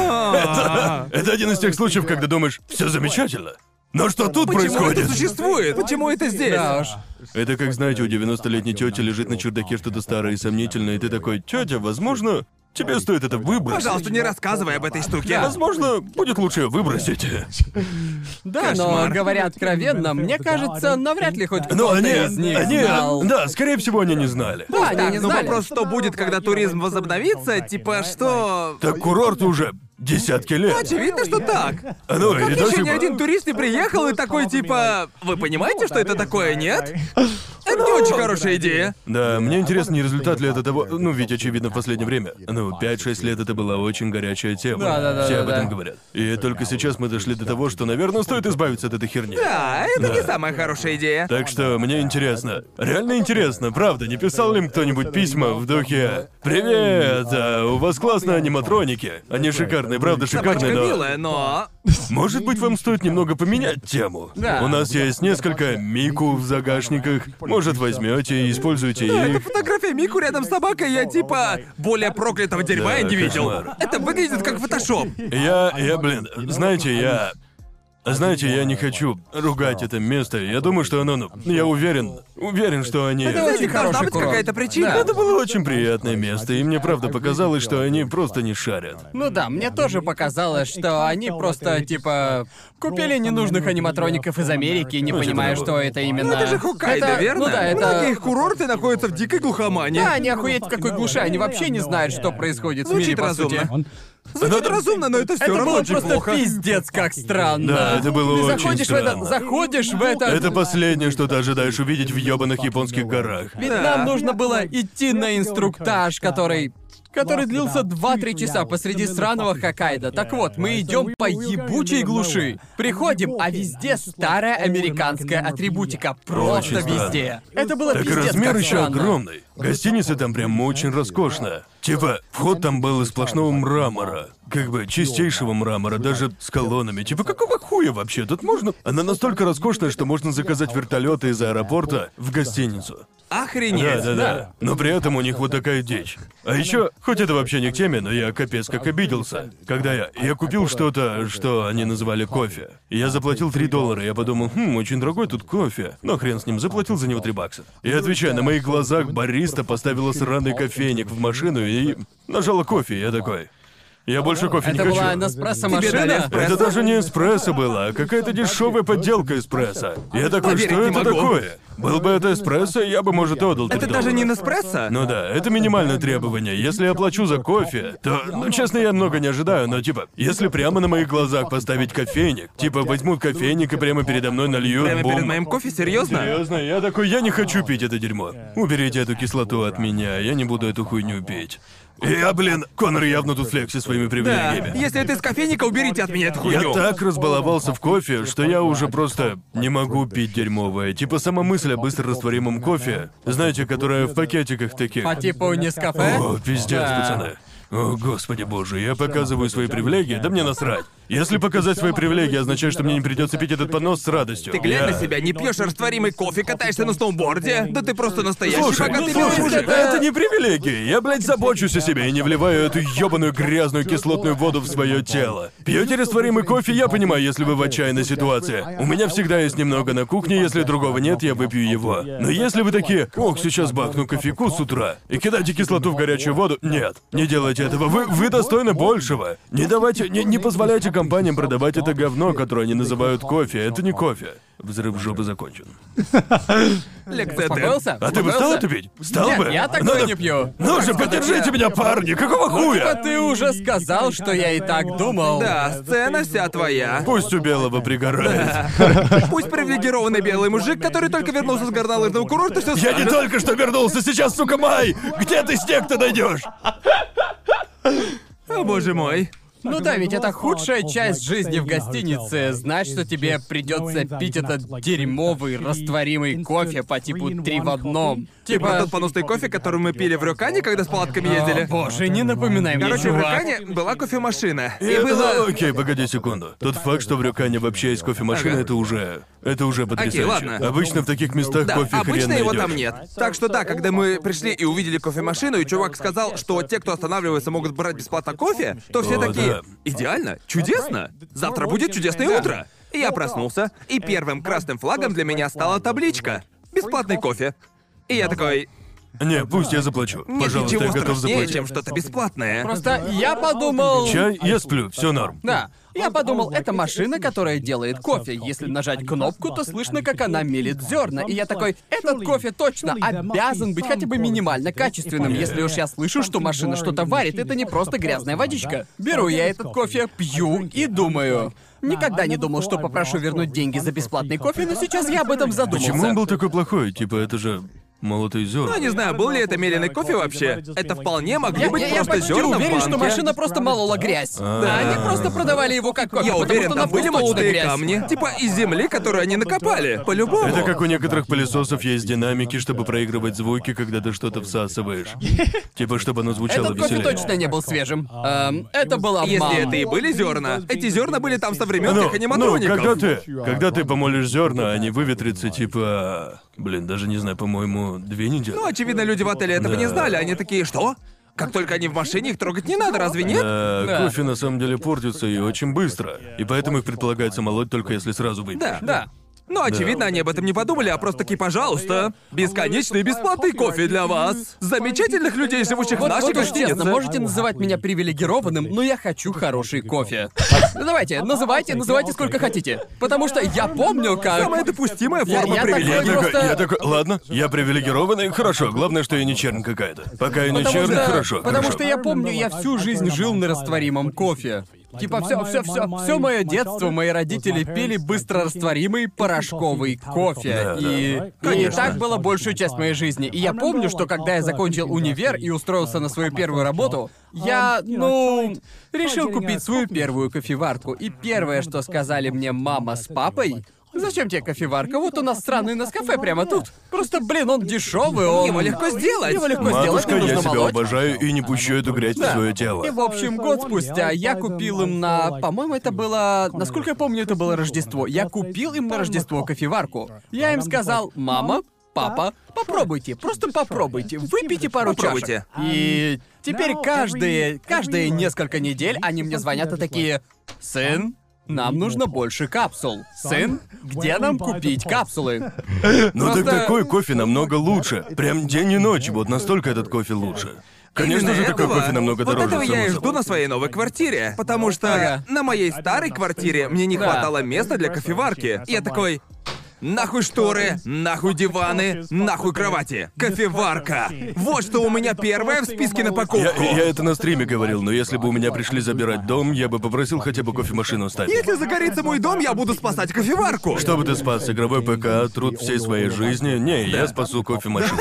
это один из тех случаев, когда думаешь, все замечательно. Но что тут Почему происходит? это существует? Почему это здесь? Да уж. Это как, знаете, у 90-летней тети лежит на чердаке что-то старое и сомнительное, и ты такой, тетя, возможно, тебе стоит это выбросить. Пожалуйста, не рассказывай об этой штуке. Возможно, будет лучше её выбросить. Да, но Кошмар. говоря откровенно, мне кажется, навряд ли хоть Но кто-то они, из них знал. да, скорее всего, они не знали. Да, они не Но знали. вопрос, что будет, когда туризм возобновится, типа что... Так курорт уже десятки лет. Очевидно, что так. Ну, и до Еще сих ни пор. один турист не приехал и такой типа... Вы понимаете, что это такое, нет? Это не очень хорошая идея. Да, мне интересно, не результат ли это того... Ну, ведь очевидно в последнее время. 5-6 лет это была очень горячая тема. Да. Все об этом говорят. И только сейчас мы дошли до того, что, наверное, стоит избавиться от этой херни. Да, это не самая хорошая идея. Так что мне интересно. Реально интересно, правда, не писал ли им кто-нибудь письма в духе «Привет, у вас классные аниматроники. Они шикарные, правда Собачка шикарные, но... милая, но... Может быть, вам стоит немного поменять тему? Да. У нас есть несколько Мику в загашниках. Может может, возьмете и используйте Да, это их. фотография Мику рядом с собакой, я типа более проклятого дерьма Да, я не видел. кошмар. Это выглядит как фотошоп. Блин, знаете, я не хочу ругать это место. Я думаю, что оно, я уверен, что они... Это Кстати, очень должна хороший быть курорт. какая-то причина. Да. Это было очень приятное место, и мне правда показалось, что они просто не шарят. Ну да, мне тоже показалось, что они просто, типа, купили ненужных аниматроников из Америки, не Ну, понимая, типа что это именно... Ну это же Хоккайдо, Это- верно? Ну да, это... Многие их курорты находятся в дикой глухомане. Да, они охуеть в какой глуши, они вообще не знают, что происходит в мире, Звучит по сути. разумно. Звучит разумно, но это все Это равно было очень просто плохо. пиздец как странно. Да, это было Ты очень заходишь странно. заходишь в это... Это последнее, что ты ожидаешь увидеть в ёбаных японских горах. Ведь Да. нам нужно было идти на инструктаж, который длился 2-3 часа посреди сраного Хоккайдо. Так вот, мы идем по ебучей глуши. Приходим, а везде старая американская атрибутика. Просто Очень странно. везде. Это было Так и пиздец размер как еще странно. огромный. Гостиница там прям очень роскошная. Типа, вход там был из сплошного мрамора. Как бы чистейшего мрамора, даже с колоннами. Типа, какого хуя вообще? Тут можно... Она настолько роскошная, что можно заказать вертолеты из аэропорта в гостиницу. Охренеть. Да. Но при этом у них вот такая дичь. А еще, хоть это вообще не к теме, но я капец как обиделся. Когда я купил что-то, что они называли кофе. И я заплатил $3. Я подумал, очень дорогой тут кофе. Но хрен с ним, заплатил за него $3. И отвечаю, на моих глазах бариста поставила сраный кофейник в машину и нажала кофе. Я такой... Я больше кофе не Это хочу. была Неспрессо Тебе дали машина? эспрессо? Это даже не эспрессо было, а какая-то дешевая подделка эспрессо. Я такой, Поверить что не это могу. такое? Был бы это эспрессо, я бы, может, отдал $3. Это даже не Неспрессо? Ну да, это минимальное требование. Если я плачу за кофе, то, честно, я много не ожидаю, но типа, если прямо на моих глазах поставить кофейник, типа возьмут кофейник и прямо передо мной нальют, Прямо бум. перед моим кофе, серьезно? Серьезно, я такой, я не хочу пить это дерьмо. Уберите эту кислоту от меня, я не буду эту хуйню пить. Конор явно тут флекси своими Да. привилегиями. Если это из кофейника, уберите от меня эту Я хуйню. так разбаловался в кофе, что я уже просто не могу пить дерьмовое. Типа сама мысль о быстрорастворимом кофе, знаете, которая в пакетиках таких. По типу Нескафе? О, пиздец, Да. пацаны. О, господи боже, я показываю свои привилегии, да мне насрать. Если показать свои привилегии означает, что мне не придется пить этот поднос с радостью. Ты глянь Я- на себя, не пьешь растворимый кофе, катаешься на сноуборде. Да ты просто настоящий Слушай, богатый слушай, мужик. это не привилегии. Я, блядь, забочусь о себе и не вливаю эту ёбаную грязную кислотную воду в свое тело. Пьете растворимый кофе, я понимаю, если вы в отчаянной ситуации. У меня всегда есть немного на кухне, если другого нет, я выпью его. Но если вы такие, ох, сейчас бахну кофейку с утра, и кидайте кислоту в горячую воду, нет, не делайте этого. Вы достойны большего. Не позволяйте компаниям продавать это говно, которое они называют кофе. Это не кофе. Взрыв жопы закончен. Лекция Д. Успокоился? А ты бы стал это пить? Стал бы? Нет, я такое Ну, не пью. Ну же, поддержите меня, парни! Какого А хуя? ты уже сказал, что я и так думал. Да, сцена вся твоя. Пусть у белого пригорает. Пусть привилегированный белый мужик, который только вернулся с горнолыжного курорта, все Я не только что вернулся, сейчас, сука, май! Где ты снег-то найдешь? О, боже мой. Ну да, ведь это худшая часть жизни в гостинице. Знать, что тебе придется пить этот дерьмовый растворимый кофе по типу 3 в одном. Про Типа... тот поносный кофе, который мы пили в Рёкане, когда с палатками ездили. О, боже, не напоминай мне, Короче, в чувак. Рёкане была кофемашина. И Это- было... Окей, погоди секунду. Тот факт, что в Рёкане вообще есть кофемашина, Ага. это уже потрясающе. ладно. Обычно в таких местах Да, кофе хрен обычно его найдёшь. там нет. Так что да, когда мы пришли и увидели кофемашину, и чувак сказал, что те, кто останавливается, могут брать бесплатно кофе, то все О, такие, да. идеально, чудесно, завтра будет чудесное утро. И я проснулся, и первым красным флагом для меня стала табличка «Бесплатный кофе». И я такой, Не, пусть я заплачу. нет Пожалуйста, ничего я готов страшнее, заплатить. чем что-то бесплатное. Просто я подумал... Чай, я сплю, все норм. Да. Я подумал, это машина, которая делает кофе. Если нажать кнопку, то слышно, как она мелит зерна. И я такой, этот кофе точно обязан быть хотя бы минимально качественным. Если уж я слышу, что машина что-то варит, это не просто грязная водичка. Беру я этот кофе, пью и думаю. Никогда не думал, что попрошу вернуть деньги за бесплатный кофе, но сейчас я об этом задумался. Почему он был такой плохой? Типа, это же молотые зерна. Ну, не знаю, был ли это меленый кофе вообще. Это вполне могли быть Я просто почти зерна в уверен, что банке. машина просто молола грязь. А они просто продавали его как кофе, Я потому уверен, что на там были вкус точно молотые грязь. камни, типа из земли, которую они накопали. По-любому. Это как у некоторых пылесосов есть динамики, чтобы проигрывать звуки, когда ты что-то всасываешь. Типа, чтобы оно звучало Этот кофе веселее. точно не был свежим. Это был обман. Если это и были зерна, эти зерна были там со времен Ну, как аниматроников. когда ты помолишь зерна, они выветрятся, типа... Блин, даже не знаю, по-моему, 2 недели. Ну, очевидно, люди в отеле этого Да. не знали. Они такие, что? Как только они в машине, их трогать не надо, разве нет? Да. Кофе на самом деле портится и очень быстро. И поэтому их предполагается молоть только если сразу выпить. Да. Да. Ну, очевидно, они об этом не подумали, а просто такие, пожалуйста, бесконечный бесплатный кофе для вас. Замечательных людей, живущих в Вот, нашей вот уж гостинице. честно, можете называть меня привилегированным, но я хочу хороший кофе. Ну, давайте, называйте сколько хотите. Потому что я помню, как... Самая допустимая Я- форма я такой привилегии. просто- Я такой, ладно, я привилегированный, хорошо. Главное, что я не чернь какая-то. Пока я не Потому чернь, что, хорошо. потому хорошо. что я помню, я всю жизнь жил на растворимом кофе. Типа все мое детство мои родители пили быстрорастворимый порошковый кофе. Да, и так было большую часть моей жизни. И я помню, что когда я закончил универ и устроился на свою первую работу, я, решил купить свою первую кофеварку. И первое, что сказали мне мама с папой: зачем тебе кофеварка? Вот у нас странный Нескафе прямо тут. Просто, блин, он дешевый, он... Его легко сделать. Его легко сделать, Матушка, не я нужно тебя молоть. обожаю и не пущу эту грязь в свое тело. И, в общем, год спустя я купил им на... По-моему, это было... Насколько я помню, это было Рождество. Я купил им на Рождество кофеварку. Я им сказал: мама, папа, попробуйте, просто попробуйте, выпейте пару Попробуйте. чашек. И теперь каждые несколько недель они мне звонят и такие: сын, нам нужно больше капсул. Сын, где нам купить капсулы? Ну Просто- так такой кофе намного лучше. Прям день и ночь, вот настолько этот кофе лучше. Конечно же, Именно такой этого- кофе намного вот дороже. этого я само и собой. жду на своей новой квартире. Потому что Ага. на моей старой квартире мне не Да. хватало места для кофеварки. Я такой: нахуй шторы, нахуй диваны, нахуй кровати. Кофеварка. Вот что у меня первое в списке на покупку. Я это на стриме говорил, но если бы у меня пришли забирать дом, я бы попросил хотя бы кофемашину ставить. Если загорится мой дом, я буду спасать кофеварку. Что бы ты спас? Игровой ПК, труд всей своей жизни? Не, я спасу кофемашину.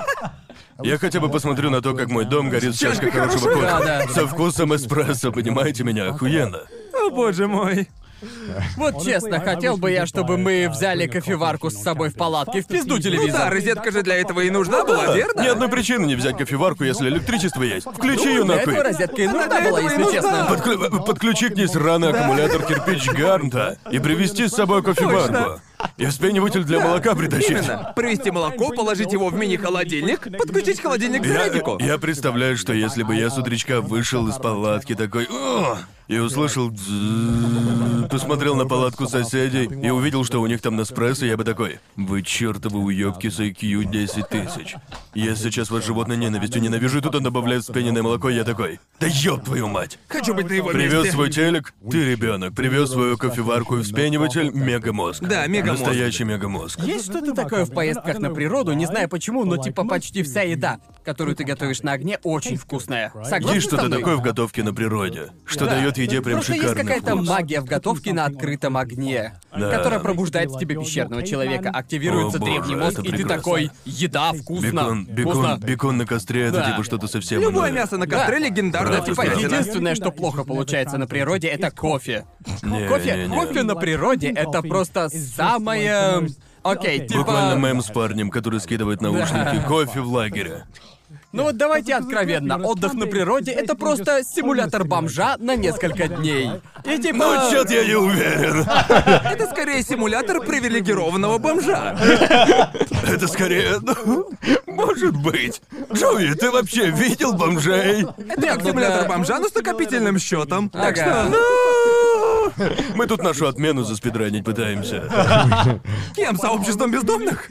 Я хотя бы посмотрю на то, как мой дом горит с чашкой хорошего кофе. Да. Со вкусом эспрессо, понимаете меня? Охуенно. О, боже мой. Вот честно, хотел бы я, чтобы мы взяли кофеварку с собой в палатке, в пизду Ну да, телевизор. розетка же для этого и нужна была, верно? Ни одной причины не взять кофеварку, если электричество есть. Включи ее Для нахуй. этого розетка и нужна для была, этого и если нужна. честно. Подключи к ней сраный аккумулятор кирпич Гарнта и привезти с собой кофеварку. И вспениватель для молока притащить. Именно. Привезти молоко, положить его в мини-холодильник, подключить холодильник к зарядику. Я представляю, что если бы я с утречка вышел из палатки такой «О!» и услышал «Дзззз», посмотрел на палатку соседей и увидел, что у них там Неспрессо, я бы такой: вы чертовы уёбки с IQ 10 тысяч. Я сейчас вас животной ненавистью ненавижу, и тут он добавляет вспененное молоко, и я такой: да ёб твою мать! Хочу быть на его Привез месте. свой телек, ты ребенок, привез свою кофеварку и вспениватель, мегамозг. Да, мегамозг. Настоящий мегамозг. Есть что-то такое в поездках на природу, не знаю почему, но типа почти вся еда, которую ты готовишь на огне, очень вкусная. Согласны Есть со что-то мной? такое в готовке на природе, что Да. дает еде прям Просто есть шикарный какая-то вкус. магия в готовке на открытом огне, Да. которая пробуждает в тебе пещерного человека, активируется О, боже, древний мозг, это и ты прекрасно. такой: еда, вкусно, вкусно. Бекон на костре, это Да. типа что-то совсем Любое иное. мясо на костре легендарная Правда, Типа, вкуснятина. единственное, что плохо получается на природе, это кофе. Не. Кофе на природе это просто самое... Окей, типа... Буквально мем с парнем, который скидывает наушники. Кофе в лагере. Ну вот давайте откровенно, отдых на природе это просто симулятор бомжа на несколько дней. И типа... Ну, чё-то я не уверен. Это скорее симулятор привилегированного бомжа. Это скорее... ну, может быть. Джоуи, ты вообще видел бомжей? Это как ну симулятор да. бомжа, но с накопительным счетом. Так Ага. что, Мы тут нашу отмену заспидранить пытаемся. кем? Сообществом бездомных?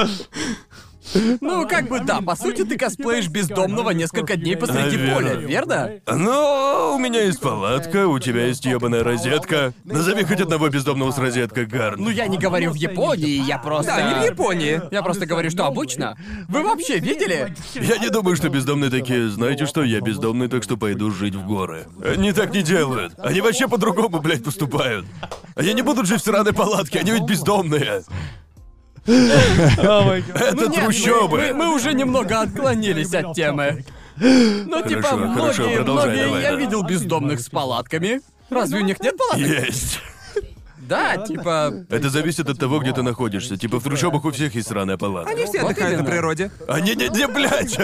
Ну, как бы да, по сути, ты косплеишь бездомного несколько дней посреди Наверное. поля, верно? Но у меня есть палатка, у тебя есть ёбаная розетка. Назови хоть одного бездомного с розеткой, Гарн. Ну, я не говорю в Японии, я просто... Да, не в Японии. Я просто говорю, что обычно. Вы вообще видели? Я не думаю, что бездомные такие, знаете что, я бездомный, так что пойду жить в горы. Они так не делают. Они вообще по-другому, блядь, поступают. Они не будут жить в сраной палатке, они ведь бездомные. Это Ну, нет, трущобы. мы уже немного отклонились от темы. Ну, типа, хорошо, продолжай, многие давай, я да. видел бездомных с палатками. Разве у них нет палаток? Есть. Да, типа... Это зависит от того, где ты находишься. Типа в трущобах у всех есть сраная палатка. Они все Вот отдыхают на именно. природе. А не, блядь!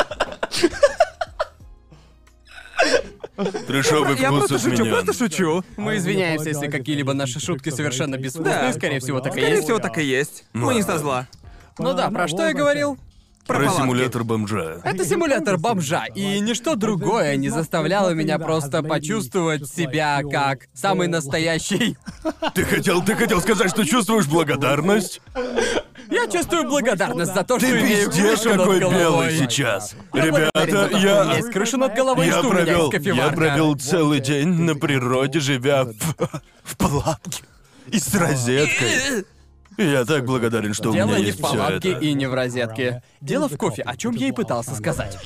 Трешовый Я вкус просто от шучу, меня. просто шучу. Мы извиняемся, если какие-либо наши шутки совершенно безвкусные, Да. скорее всего, так и Скорее есть. всего, так и есть. Мы не со зла. Ну да, про что я говорил? Про палатки. симулятор бомжа. Это симулятор бомжа, и ничто другое не заставляло меня просто почувствовать себя как самый настоящий. Ты хотел сказать, что чувствуешь благодарность? Я чувствую благодарность за то, что Ты имею пиздец крышу над какой головой. белый сейчас. Ребята, У меня я... есть крыша над головой, и Я что у меня есть я кофеварка. провел целый день на природе, живя в палатке и с розеткой. И я так благодарен, что Дело у меня не есть в все палатке это. и не в розетке. Дело в кофе, о чем я и пытался сказать.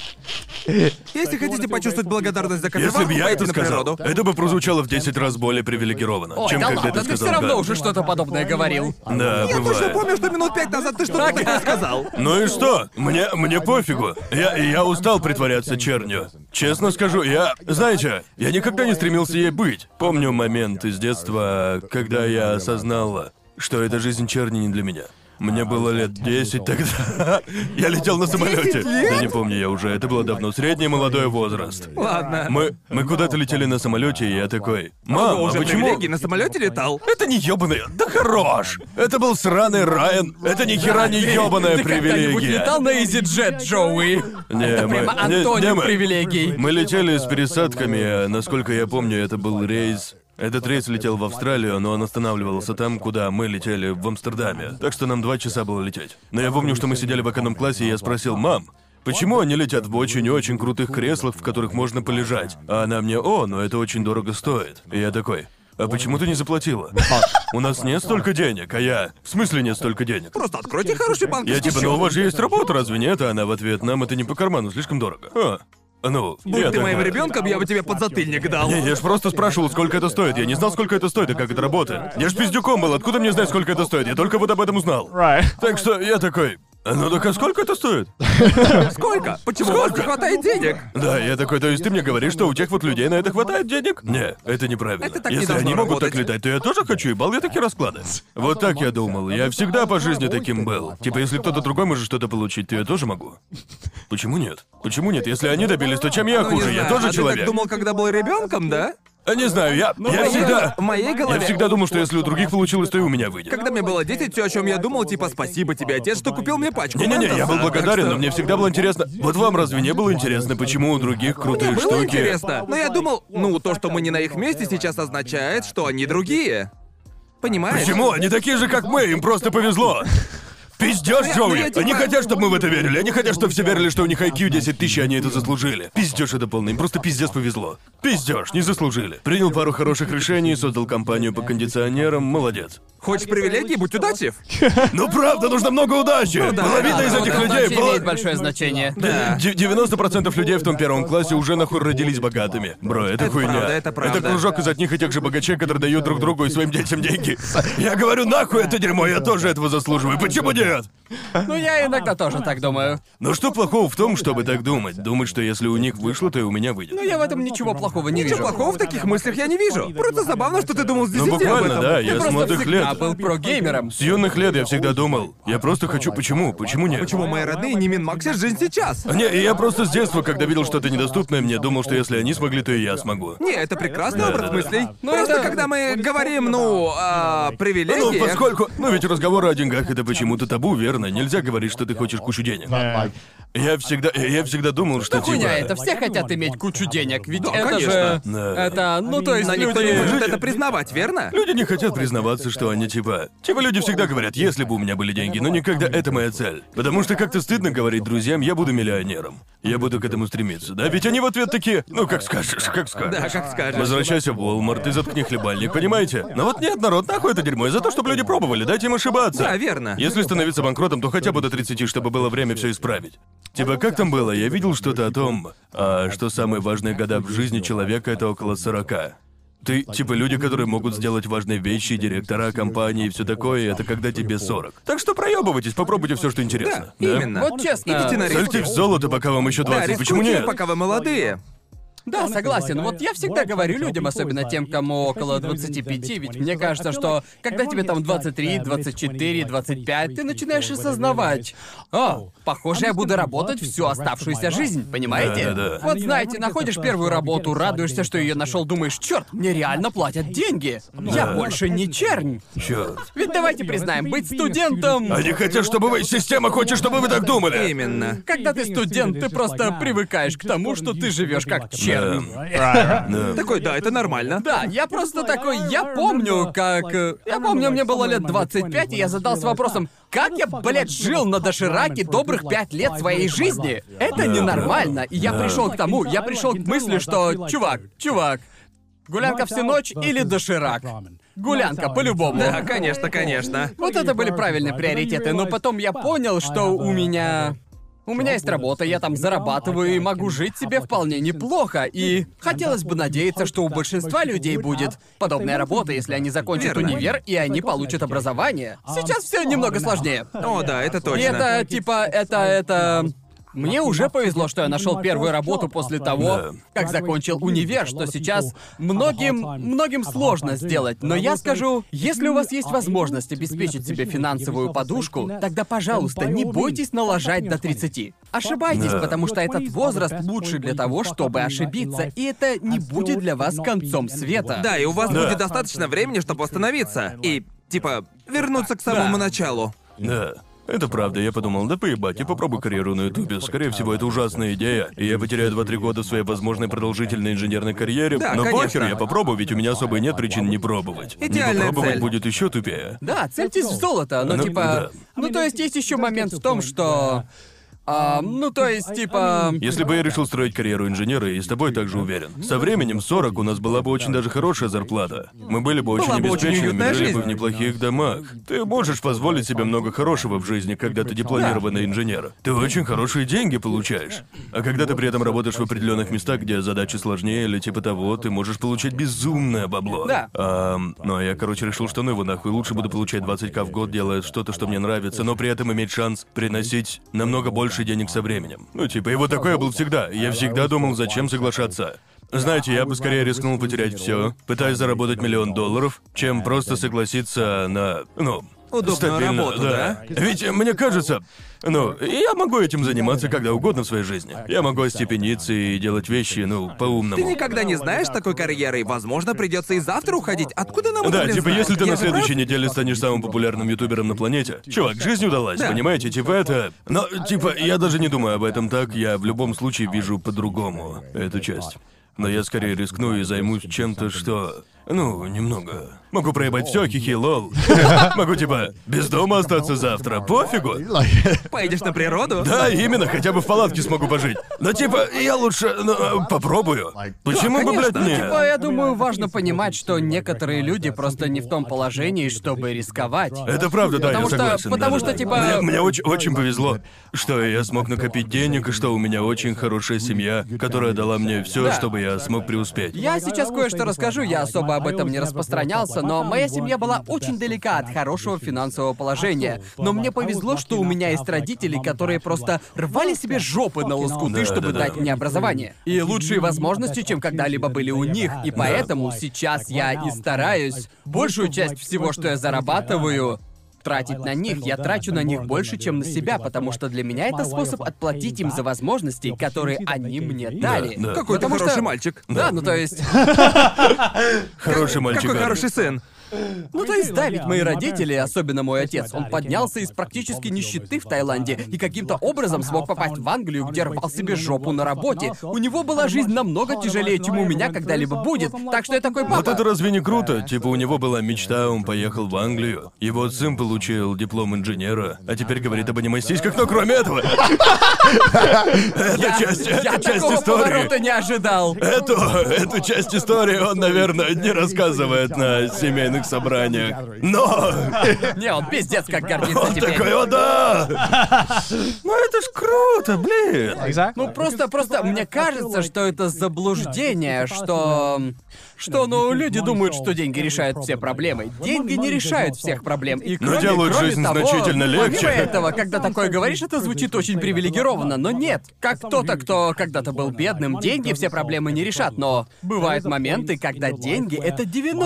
Если хотите почувствовать благодарность за Если кофеварку, бы я пойдите это на сказал, природу. это бы прозвучало в 10 раз более привилегированно, Ой, чем да когда ладно, ты ты сказал все равно «да». уже что-то подобное говорил. Да, Я точно бывает. помню, что минут 5 назад ты что-то такое сказал. Ну и что? Мне пофигу. Я устал притворяться чернью. Честно скажу, знаете, я никогда не стремился ей быть. Помню момент из детства, когда я осознала, что эта жизнь черни не для меня. Мне было лет 10 тогда. Я летел на самолете. Да не помню я уже, это было давно. Средний молодой возраст. Ладно. Мы куда-то летели на самолете, и я такой: Ого, «Мам, а уже почему?» привилегии на самолете летал. Это не ёбаный. Да хорош! Это был сраный Райан. Это ни хера не ёбаная Ты когда-нибудь привилегия. летал на EasyJet, Джоуи? Не, Это мы- прямо не- антоним не мы. привилегий. Мы летели с пересадками, насколько я помню, это был рейс. Этот рейс летел в Австралию, но он останавливался там, куда мы летели, в Амстердаме. Так что нам 2 часа было лететь. Но я помню, что мы сидели в эконом-классе, и я спросил: «Мам, почему они летят в очень-очень крутых креслах, в которых можно полежать?» А она мне: «О, но это очень дорого стоит». И я такой: «А почему ты не заплатила? У нас нет столько денег». А я: «В смысле нет столько денег?» Просто откройте хороший Я банковский типа: «Ну у вас же есть работа, разве нет?» А она в ответ: «Нам это не по карману, слишком дорого». Ну, Будь ты моим ребенком, я бы тебе подзатыльник дал. Не, я ж просто спрашивал, сколько это стоит. Я не знал, сколько это стоит и как это работает. Я ж пиздюком был, откуда мне знать, сколько это стоит? Я только вот об этом узнал. Так что я такой: «Ну так а сколько это стоит?» Сколько? Почему у вас не хватает денег? Да, я такой: «То есть ты мне говоришь, что у тех вот людей на это хватает денег?» Не, это неправильно. Это так не Если должно они могут работать. так летать, то я тоже хочу, ебал я такие расклады. Вот так я думал. Я всегда по жизни таким был. Типа, если кто-то другой может что-то получить, то я тоже могу. Почему нет? Почему нет? Если они добились, то чем я Ну, не хуже? Я знаю, тоже а человек. Ты так думал, когда был ребенком, да? Не знаю, я всегда... В моей голове. Я всегда думал, что если у других получилось, то и у меня выйдет. Когда мне было 10, все, о чем я думал, типа, спасибо тебе, отец, что купил мне пачку. Не-не-не, я был Ментоса. благодарен, Так но что- мне всегда было интересно. Вот вам разве не было интересно, почему у других крутые Мне было штуки? интересно. Но я думал, ну, то, что мы не на их месте, сейчас означает, что они другие. Понимаешь? Почему? Они такие же, как мы, им просто повезло. Пиздёж, Джоуи! я типа- Они хотят, чтобы мы в это верили. Они хотят, чтобы все верили, что у них IQ 10 тысяч, и они это заслужили. Пиздёж это полный, им просто пиздец повезло. Пиздёж, не заслужили. Принял пару хороших решений, создал компанию по кондиционерам, молодец. Хочешь привилегии, будь удачлив. Ну правда, нужно много удачи! да, Половина да, из да, этих да, людей была... имеет большое значение. Да. 90% людей в том первом классе уже нахуй родились богатыми. Бро, это хуйня. правда, это правда. Это кружок из одних и тех же богачей, которые дают друг другу и своим детям деньги. Я говорю, нахуй это дерьмо, я тоже этого заслуживаю. Почему нет? Ну, я иногда тоже так думаю. Но что плохого в том, чтобы так думать? Думать, что если у них вышло, то и у меня выйдет. Но я в этом ничего плохого не вижу. Ничего плохого в таких мыслях я не вижу. Просто забавно, что ты думал с 10 Ну об буквально, этом. да, Ты я с просто молодых всегда лет. был прогеймером. С юных лет я всегда думал, я просто хочу, почему? Почему нет? Почему мои родные не минмаксят жизнь сейчас? Не, я просто с детства, когда видел что-то недоступное мне, думал, что если они смогли, то и я смогу. Не, это прекрасный Да, образ да, да. мыслей. Ну, Просто это- когда мы говорим, о Ну, привилегиях... поскольку... Ну, ведь разговоры о деньгах — это почему-то табу, верно? Нельзя говорить, что ты хочешь кучу денег. Я всегда думал, что Да хуйня, типа... это все хотят иметь кучу денег, ведь Да, это конечно. же... Да. Это, ну то есть Но никто не люди... может это признавать, верно? Люди не хотят признаваться, что они типа... Типа люди всегда говорят, если бы у меня были деньги, но никогда это моя цель. Потому что как-то стыдно говорить друзьям, я буду миллионером. Я буду к этому стремиться, да? Ведь они в ответ такие, ну как скажешь, как скажешь. Да, как скажешь. Возвращайся в Walmart и заткни хлебальник, понимаете? Но вот нет, народ, нахуй это дерьмо, из-за того, чтобы люди пробовали, дайте им ошибаться. Да, верно. Если становиться банкротом, то хотя бы до 30, чтобы было время все исправить. Типа, как там было? Я видел что-то о том, что самые важные года в жизни человека — это около 40. Ты, типа, люди, которые могут сделать важные вещи, директора компании и все такое, это когда тебе 40. Так что проебывайтесь, попробуйте все, что интересно. Да, именно. Вот честно. Идите на риск. Сольте в золото, пока вам еще 20. Да, Почему рискуйте, нет? пока вы молодые. Да, согласен. Вот я всегда говорю людям, особенно тем, кому около 25, ведь мне кажется, что когда тебе там 23, 24, 25, ты начинаешь осознавать: похоже, я буду работать всю оставшуюся жизнь, понимаете? Да. Вот знаете, находишь первую работу, радуешься, что ее нашел, думаешь: черт, мне реально платят деньги. Я больше не чернь. Чёрт. Ведь давайте признаем, быть студентом... Они хотят, чтобы вы... Система хочет, чтобы вы так думали. Именно. Когда ты студент, ты просто привыкаешь к тому, что ты живешь как чернь. Да. Такой, да, это нормально. Да, я просто такой, я помню, мне было лет 25, и я задался вопросом: как я, блядь, жил на дошираке добрых 5 лет своей жизни? Это ненормально. И я пришел к тому, я пришел к мысли, что, чувак, гулянка всю ночь или доширак? Гулянка, по-любому. Да, конечно. Вот это были правильные приоритеты, но потом я понял, что у меня есть работа, я там зарабатываю и могу жить себе вполне неплохо. И хотелось бы надеяться, что у большинства людей будет подобная работа, если они закончат Верно. универ и они получат образование. Сейчас все немного сложнее. О, да, это И точно. это, типа, Мне уже повезло, что я нашел первую работу после того, как закончил универ, что сейчас многим сложно сделать. Но я скажу, если у вас есть возможность обеспечить себе финансовую подушку, тогда, пожалуйста, не бойтесь налажать до 30. Ошибайтесь, потому что этот возраст лучше для того, чтобы ошибиться, и это не будет для вас концом света. Да, и у вас будет достаточно времени, чтобы остановиться. И, типа, вернуться к самому началу. Да. Это правда, я подумал, да поебать, я попробую карьеру на Ютубе. Скорее всего, это ужасная идея, и я потеряю 2-3 года в своей возможной продолжительной инженерной карьере. Да, но конечно. похер, я попробую, ведь у меня особо нет причин не пробовать. Идеальная не попробовать цель. будет еще тупее. Да, цельтесь в золото, но Ну, типа... да. Ну, то есть есть еще момент в том, что... Если бы я решил строить карьеру инженера, и с тобой также уверен, со временем 40 у нас была бы очень даже хорошая зарплата. Мы были бы очень Была бы очень обеспеченными, уютная жили бы жизнь. в неплохих домах. Ты можешь позволить себе много хорошего в жизни, когда ты дипломированный инженер. Ты очень хорошие деньги получаешь. А когда ты при этом работаешь в определенных местах, где задачи сложнее или типа того, ты можешь получать безумное бабло. Да. Ну а я, решил, что ну его нахуй, лучше буду получать 20к в год, делая что-то, что мне нравится, но при этом иметь шанс приносить намного больше денег со временем. Ну типа, и вот такой я был всегда. Я всегда думал, зачем соглашаться. Знаете, я бы скорее рискнул потерять все, пытаясь заработать $1 миллион, чем просто согласиться на, Удобную стабильно, работу, да? Ведь мне кажется, я могу этим заниматься когда угодно в своей жизни. Я могу остепениться и делать вещи, по-умному. Ты никогда не знаешь такой карьеры, возможно, придется и завтра уходить. Откуда нам это, Да, блин, типа, знать? если ты Я на же прав? следующей неделе станешь самым популярным ютубером на планете, чувак, жизнь удалась, Да. понимаете? Типа это... Но, типа, я даже не думаю об этом так, я в любом случае вижу по-другому эту часть. Но я скорее рискну и займусь чем-то, что... немного. Могу проебать все, хихи, лол. Могу, типа, без дома остаться завтра, пофигу. Поедешь на природу? Да, именно, хотя бы в палатке смогу пожить. Но типа, я лучше, попробую. Почему бы, блядь, не? Типа, я думаю, важно понимать, что некоторые люди просто не в том положении, чтобы рисковать. Это правда, да, Потому я что- согласен. потому да-да-да. что, типа- Мне очень повезло, что я смог накопить денег, и что у меня очень хорошая семья, которая дала мне все, Да. чтобы я смог преуспеть. Я сейчас кое-что расскажу, я особо об этом не распространялся, но моя семья была очень далека от хорошего финансового положения. Но мне повезло, что у меня есть родители, которые просто рвали себе жопы на лоскуты, Да, чтобы да, да. дать мне образование. И лучшие возможности, чем когда-либо были у них. И поэтому сейчас я и стараюсь большую часть всего, что я зарабатываю, тратить на них. Я трачу на них больше, чем на себя, потому что для меня это способ отплатить им за возможности, которые они мне дали. да. Какой ты Потому хороший что- мальчик. Да, ну то есть... Хороший мальчик. Какой Гарри. хороший сын. Ну то есть, да, ведь мои родители, особенно мой отец, он поднялся из практически нищеты в Таиланде и каким-то образом смог попасть в Англию, где рвал себе жопу на работе. У него была жизнь намного тяжелее, чем у меня когда-либо будет. Так что я такой: Вот папа. это разве не круто? Типа у него была мечта, он поехал в Англию. Его сын получил диплом инженера, а теперь говорит об аниме-сиськах, но кроме этого... Я Это часть такого истории. поворота не ожидал. Эту часть истории он, наверное, не рассказывает на семейных семейных собраниях. Но... Не, он пиздец как гордится Он теперь. такой, о да! Ну это ж круто, блин! Ну просто мне кажется, что это заблуждение, что люди думают, что деньги решают все проблемы. Деньги не решают всех проблем. И кроме, делают кроме жизнь того, значительно легче. Помимо этого, когда такое говоришь, это звучит очень привилегированно, но нет. Как кто-то, кто когда-то был бедным, деньги все проблемы не решат, но бывают моменты, когда деньги — это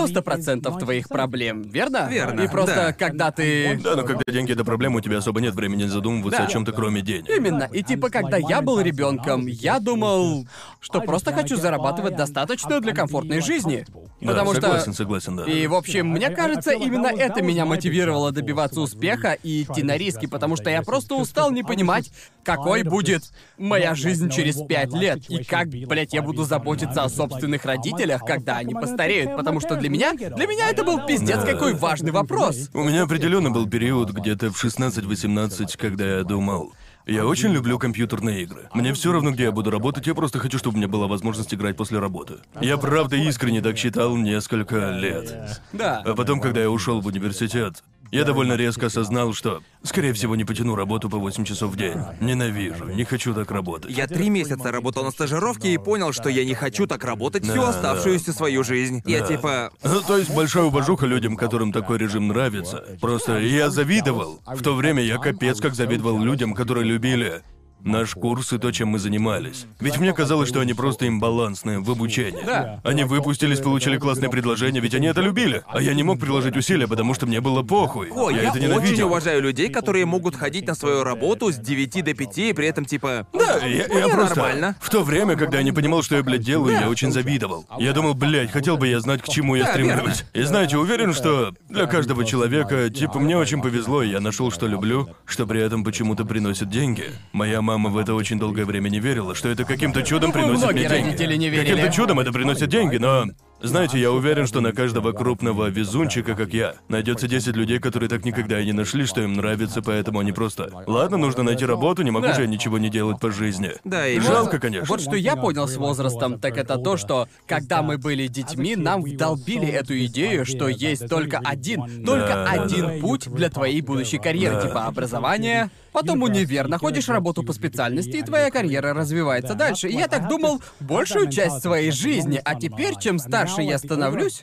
90% твоих проблем, верно? Верно, И просто да. когда ты... Да, но когда деньги — это проблема, у тебя особо нет времени задумываться Да. о чем-то кроме денег. Именно. И типа, когда я был ребенком, я думал, что просто хочу зарабатывать достаточно для комфортной жизни. Да, Потому согласен, да. И, в общем, мне кажется, именно это меня мотивировало добиваться успеха и идти на риски, потому что я просто устал не понимать, какой будет моя жизнь через 5 лет, и как, блять, я буду заботиться о собственных родителях, когда они постареют, потому что для меня это был пиздец какой важный вопрос. У меня определенно был период где-то в 16-18, когда я думал... Я очень люблю компьютерные игры. Мне все равно, где я буду работать, я просто хочу, чтобы у меня была возможность играть после работы. Я правда искренне так считал несколько лет. Да. А потом, когда я ушел в университет, я довольно резко осознал, что, скорее всего, не потяну работу по 8 часов в день. Ненавижу, не хочу так работать. Я 3 месяца работал на стажировке и понял, что я не хочу так работать всю Да, оставшуюся свою жизнь. Я Да. типа... Ну, то есть большая уважуха людям, которым такой режим нравится. Просто я завидовал. В то время я капец как завидовал людям, которые любили наш курс и то, чем мы занимались. Ведь мне казалось, что они просто имбалансные в обучении. Да. Они выпустились, получили классное предложение, ведь они это любили. А я не мог приложить усилия, потому что мне было похуй. Ой, я это очень ненавидел. уважаю людей, которые могут ходить на свою работу с 9 до 5 и при этом типа... Да, я Мне просто... нормально. В то время, когда я не понимал, что я, блядь, делаю, я очень завидовал. Я думал, блядь, хотел бы я знать, к чему я Да, стремлюсь. И знаете, уверен, что для каждого человека, типа, мне очень повезло, и я нашел, что люблю, что при этом почему-то приносит деньги. Моя мама в это очень долгое время не верила, что это каким-то чудом приносит Многие мне деньги. родители не верили. Каким-то чудом это приносит деньги, но... Знаете, я уверен, что на каждого крупного везунчика, как я, найдется 10 людей, которые так никогда и не нашли, что им нравится, поэтому они просто... Ладно, нужно найти работу, не могу Да. же я ничего не делать по жизни. Да, и Жалко, конечно. Вот что я понял с возрастом, так это то, что когда мы были детьми, нам вдолбили эту идею, что есть только один Да. путь для твоей будущей карьеры, Да. типа образование, потом универ, находишь работу по специальности, и твоя карьера развивается дальше. И я так думал большую часть своей жизни, а теперь, чем старше я становлюсь,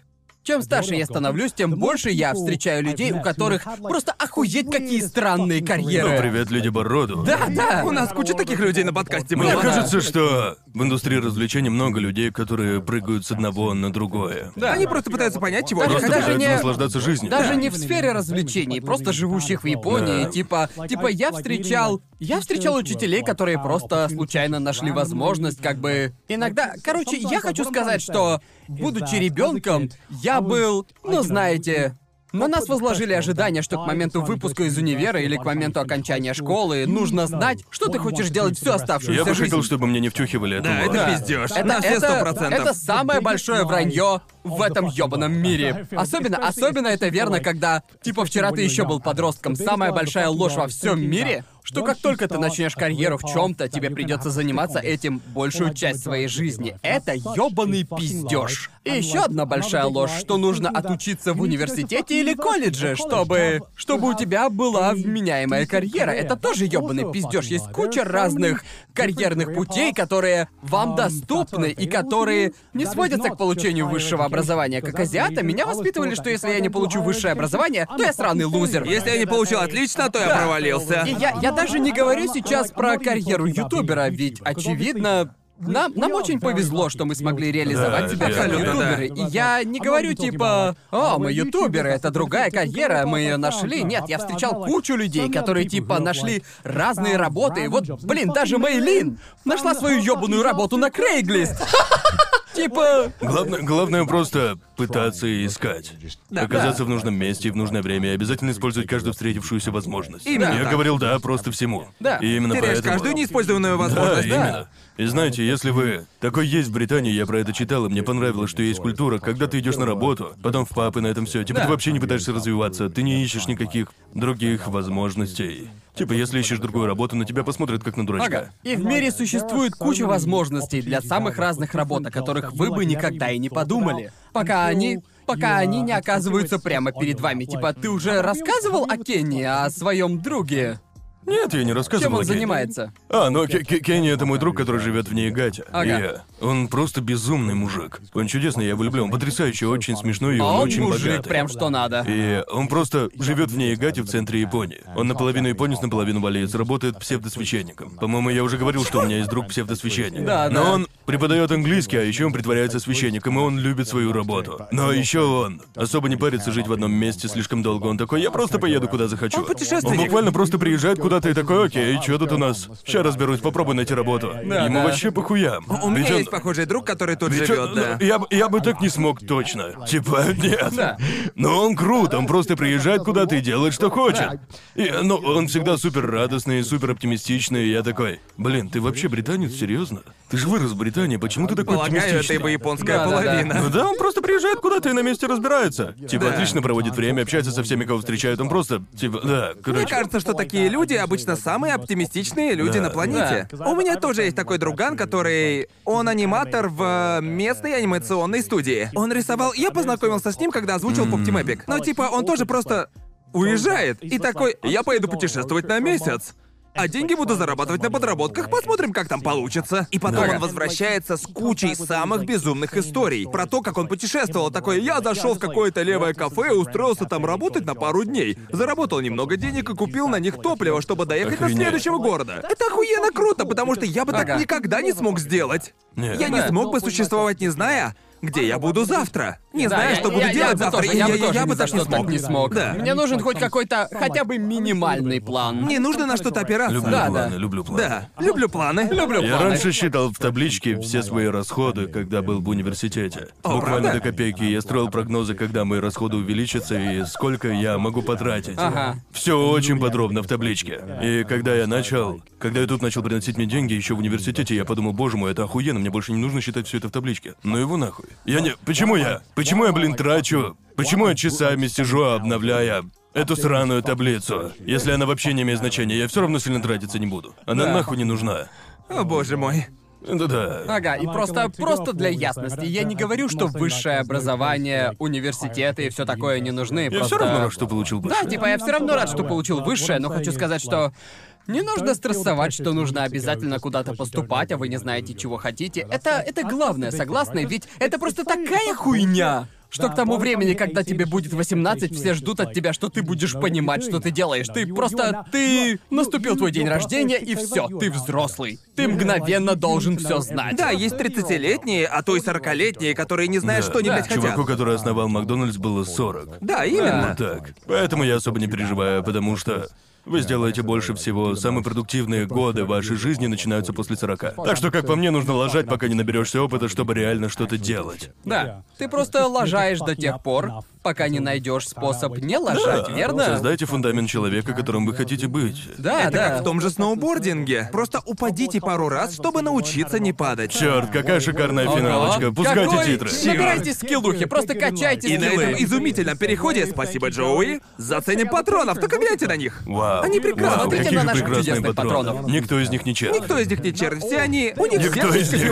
тем больше я встречаю людей, у которых просто охуеть какие странные Ну, карьеры. привет, Леди Бороду. Да. У нас куча таких людей на подкасте Мне было. кажется, что в индустрии развлечений много людей, которые прыгают с одного на другое. Да. Они просто пытаются понять, чего Даже- они Просто хотят. даже пытаются не- наслаждаться жизнью. Даже не в сфере развлечений, просто живущих в Японии. Да. Типа я встречал учителей, которые просто случайно нашли возможность, как бы. Иногда. Короче, я хочу сказать, что, будучи ребенком, я был, знаете. На нас возложили ожидания, что к моменту выпуска из универа или к моменту окончания школы нужно знать, что ты хочешь делать всю оставшуюся Я бы жизнь. хотел, чтобы мне не втюхивали это. Да, в мозг. это пиздёж. Это, На все это- 100%. это самое большое вранье в этом ёбаном мире. Особенно это верно, когда, типа, вчера ты еще был подростком. Самая большая ложь во всем мире, что как только ты начнешь карьеру в чем-то, тебе придется заниматься этим большую часть своей жизни. Это ёбаный пиздеж. И еще одна большая ложь, что нужно отучиться в университете или колледже, чтобы у тебя была вменяемая карьера. Это тоже ёбаный пиздеж. Есть куча разных карьерных путей, которые вам доступны и которые не сводятся к получению высшего образования. Как азиата, меня воспитывали, что если я не получу высшее образование, то я сраный лузер. Если я не получил отлично, то я Да. провалился. И я даже не говорю сейчас про карьеру ютубера, ведь, очевидно, нам очень повезло, что мы смогли реализовать Да, себя как абсолютно, ютуберы. И я не говорю типа, мы ютуберы, это другая карьера, мы ее нашли. Нет, я встречал кучу людей, которые типа нашли разные работы. Вот, даже Мэйлин нашла свою ёбаную работу на Craigslist. Типа... Главное просто пытаться и искать. Да. Оказаться в нужном месте и в нужное время, и обязательно использовать каждую встретившуюся возможность. Именно Я так. говорил да просто всему. Да. И именно Теряешь поэтому... каждую неиспользованную Да, возможность. именно. И знаете, если вы... Такой есть в Британии, я про это читал, и мне понравилось, что есть культура, когда ты идешь на работу, потом в паб, и на этом все. Типа Да. ты вообще не пытаешься развиваться, ты не ищешь никаких других возможностей. Типа, если ищешь другую работу, на тебя посмотрят как на дурачка. Ага. И в мире существует куча возможностей для самых разных работ, о которых вы бы никогда и не подумали. Пока они пока они не оказываются прямо перед вами. Типа, ты уже рассказывал о Кенни, о своем друге? Нет, я не рассказывал. Чем он о Кенни. занимается? Ну Кенни — это мой друг, который живет в Ниигате. Ага. Он просто безумный мужик. Он чудесный, я влюблен. Он потрясающий, очень смешной, и А он он очень мужик, богатый. прям что надо. И он просто живет в Ниигате в центре Японии. Он наполовину японец, наполовину валеец, работает псевдосвященником. По-моему, я уже говорил, что у меня есть друг псевдосвященник. Да, Но да. он преподает английский, а еще он притворяется священником, и он любит свою работу. Но еще он особо не парится жить в одном месте слишком долго. Он такой: я просто поеду куда захочу. Он путешественник. Он буквально просто приезжает куда-то и такой: окей, что тут у нас? Ща разберусь, попробуй найти работу. Да, Ему да. вообще похуям. У Ведь меня он- есть похожий друг, который тут ведь живет, он- да. Я бы так не смог точно. Типа, нет. Да. Но он крут, он просто приезжает куда-то и делает, что хочет. И, он всегда супер радостный, супер оптимистичный. И я такой: блин, ты вообще британец, серьезно? Ты же вырос в Британии, почему ты такой Полагаю, это оптимистичный? его японская Да, да, да. половина. Ну да, он просто приезжает куда-то и на месте разбирается. Типа, Да. отлично проводит время, общается со всеми, кого встречает. Он просто, типа, да, Мне короче. кажется, что такие люди обычно самые оптимистичные люди Да. на планете. У меня тоже есть такой друган, который... Он аниматор в местной анимационной студии. Он рисовал... Я познакомился с ним, когда озвучил Pop Team Epic. Но типа он тоже просто уезжает и такой: я поеду путешествовать на месяц. А деньги буду зарабатывать на подработках, посмотрим, как там получится. И потом Да. он возвращается с кучей самых безумных историй. Про то, как он путешествовал. Такой: я зашел в какое-то левое кафе и устроился там работать на пару дней. Заработал немного денег и купил на них топливо, чтобы доехать до Охренеть. следующего города. Это охуенно круто, потому что я бы так Ага. никогда не смог сделать. Нет. Я не Да. смог бы существовать, не зная, где я буду завтра. Не Да, зная, что буду делать бы завтра. тоже, я бы тоже я ни бы за так не что так смог. не смог. Да. Мне нужен хоть какой-то, хотя бы минимальный план. Мне нужно на что-то опираться. Люблю Да, планы, да. люблю планы. Да, люблю планы. Люблю Я планы. раньше считал в табличке все свои расходы, когда был в университете. О, Буквально правда? до копейки. Я строил прогнозы, когда мои расходы увеличатся и сколько я могу потратить. Ага. Все очень подробно в табличке. И когда я тут начал приносить мне деньги еще в университете, я подумал: боже мой, это охуенно, мне больше не нужно считать все это в табличке. Ну его нахуй. Почему я, блин, трачу? Почему я часами сижу, обновляя эту сраную таблицу? Если она вообще не имеет значения, я все равно сильно тратиться не буду. Она Да. нахуй не нужна. О, боже мой. Да. Ага, и просто для ясности. Я не говорю, что высшее образование, университеты и все такое не нужны. Я Просто... все равно рад, что получил Да, больше. типа я все равно рад, что получил высшее, но хочу сказать, что не нужно стрессовать, что нужно обязательно куда-то поступать, а вы не знаете, чего хотите. Это главное, согласны? Ведь это просто такая хуйня, что к тому времени, когда тебе будет 18, все ждут от тебя, что ты будешь понимать, что ты делаешь. Ты наступил твой день рождения, и все, ты взрослый. Ты мгновенно должен все знать. Да, есть 30-летние, а то и 40-летние, которые не знают, что они, Да. блядь, хотят. Чуваку, который основал Макдональдс, было 40. Да, именно. Вот так. Поэтому я особо не переживаю, потому что вы сделаете больше всего. Самые продуктивные годы вашей жизни начинаются после 40. Так что, как по мне, нужно лажать, пока не наберешься опыта, чтобы реально что-то делать. Да. Ты просто лажаешь до тех пор, пока не найдешь способ не лажать, верно? Создайте фундамент человека, которым вы хотите быть. Да, Это да. как в том же сноубординге. Просто упадите пару раз, чтобы научиться не падать. Черт, какая шикарная Ого. финалочка. Пускайте Какой- титры. Набирайте скиллухи, просто качайте И на этом скиллы. изумительном переходе, спасибо, Джоуи, заценим патронов, только гляньте на них. Вау. Они прекрасны. Вау, Смотрите какие на же наших прекрасные чудесных патроны. патронов. Никто из них не черт. Никто из них не черт, все они... У них Никто все из них.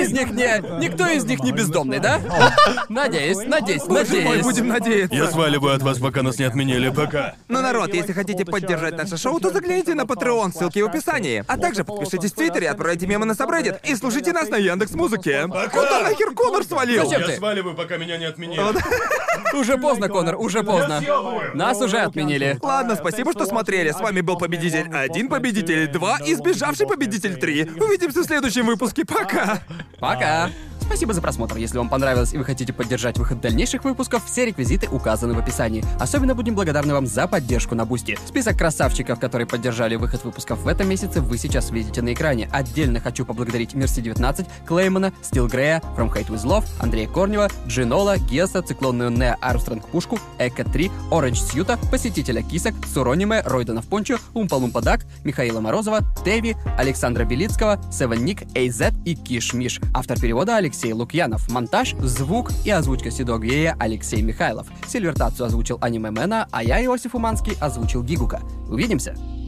Никто из них не бездомный, да? Надеюсь. Боже мой, будем надеяться. Я сваливаю от вас, пока нас не отменили. Пока. Ну, народ, если хотите поддержать наше шоу, то загляните на Patreon, ссылки в описании. А также подпишитесь в Твиттере, отправляйте мемы на Subreddit и слушайте нас на Яндекс.Музыке. Куда нахер Конор свалил? Зачем ты? сваливаю, пока меня не отменили. Уже поздно, Конор, уже поздно. Нас уже отменили. Ладно, спасибо, что смотрели. С вами был Победитель 1, Победитель 2 и сбежавший Победитель 3. Увидимся в следующем выпуске. Пока! Пока. Спасибо за просмотр. Если вам понравилось и вы хотите поддержать выход дальнейших выпусков, все реквизиты указаны в описании. Особенно будем благодарны вам за поддержку на Бусти. Список красавчиков, которые поддержали выход выпусков в этом месяце, вы сейчас видите на экране. Отдельно хочу поблагодарить Мерси19, Клеймана, Стилгрея, From Hate With Love, Андрея Корнева, Джинола, Геса, Циклонную Нео Армстронг Пушку, Эко 3, Оранж Сьюта, Посетителя Кисок, Сурониме, Ройдана в Пончо, Умпа-Лумпа Дак, Михаила Морозова, Теви, Александра Белицкого, Севен Ник, Эйзет и Киш Миш. Автор перевода Алексей Лукьянов. Монтаж, звук и озвучка Сидогея Алексей Михайлов. Сильвертацию озвучил Аниме Мэна, а я, Иосиф Уманский, озвучил Гигука. Увидимся!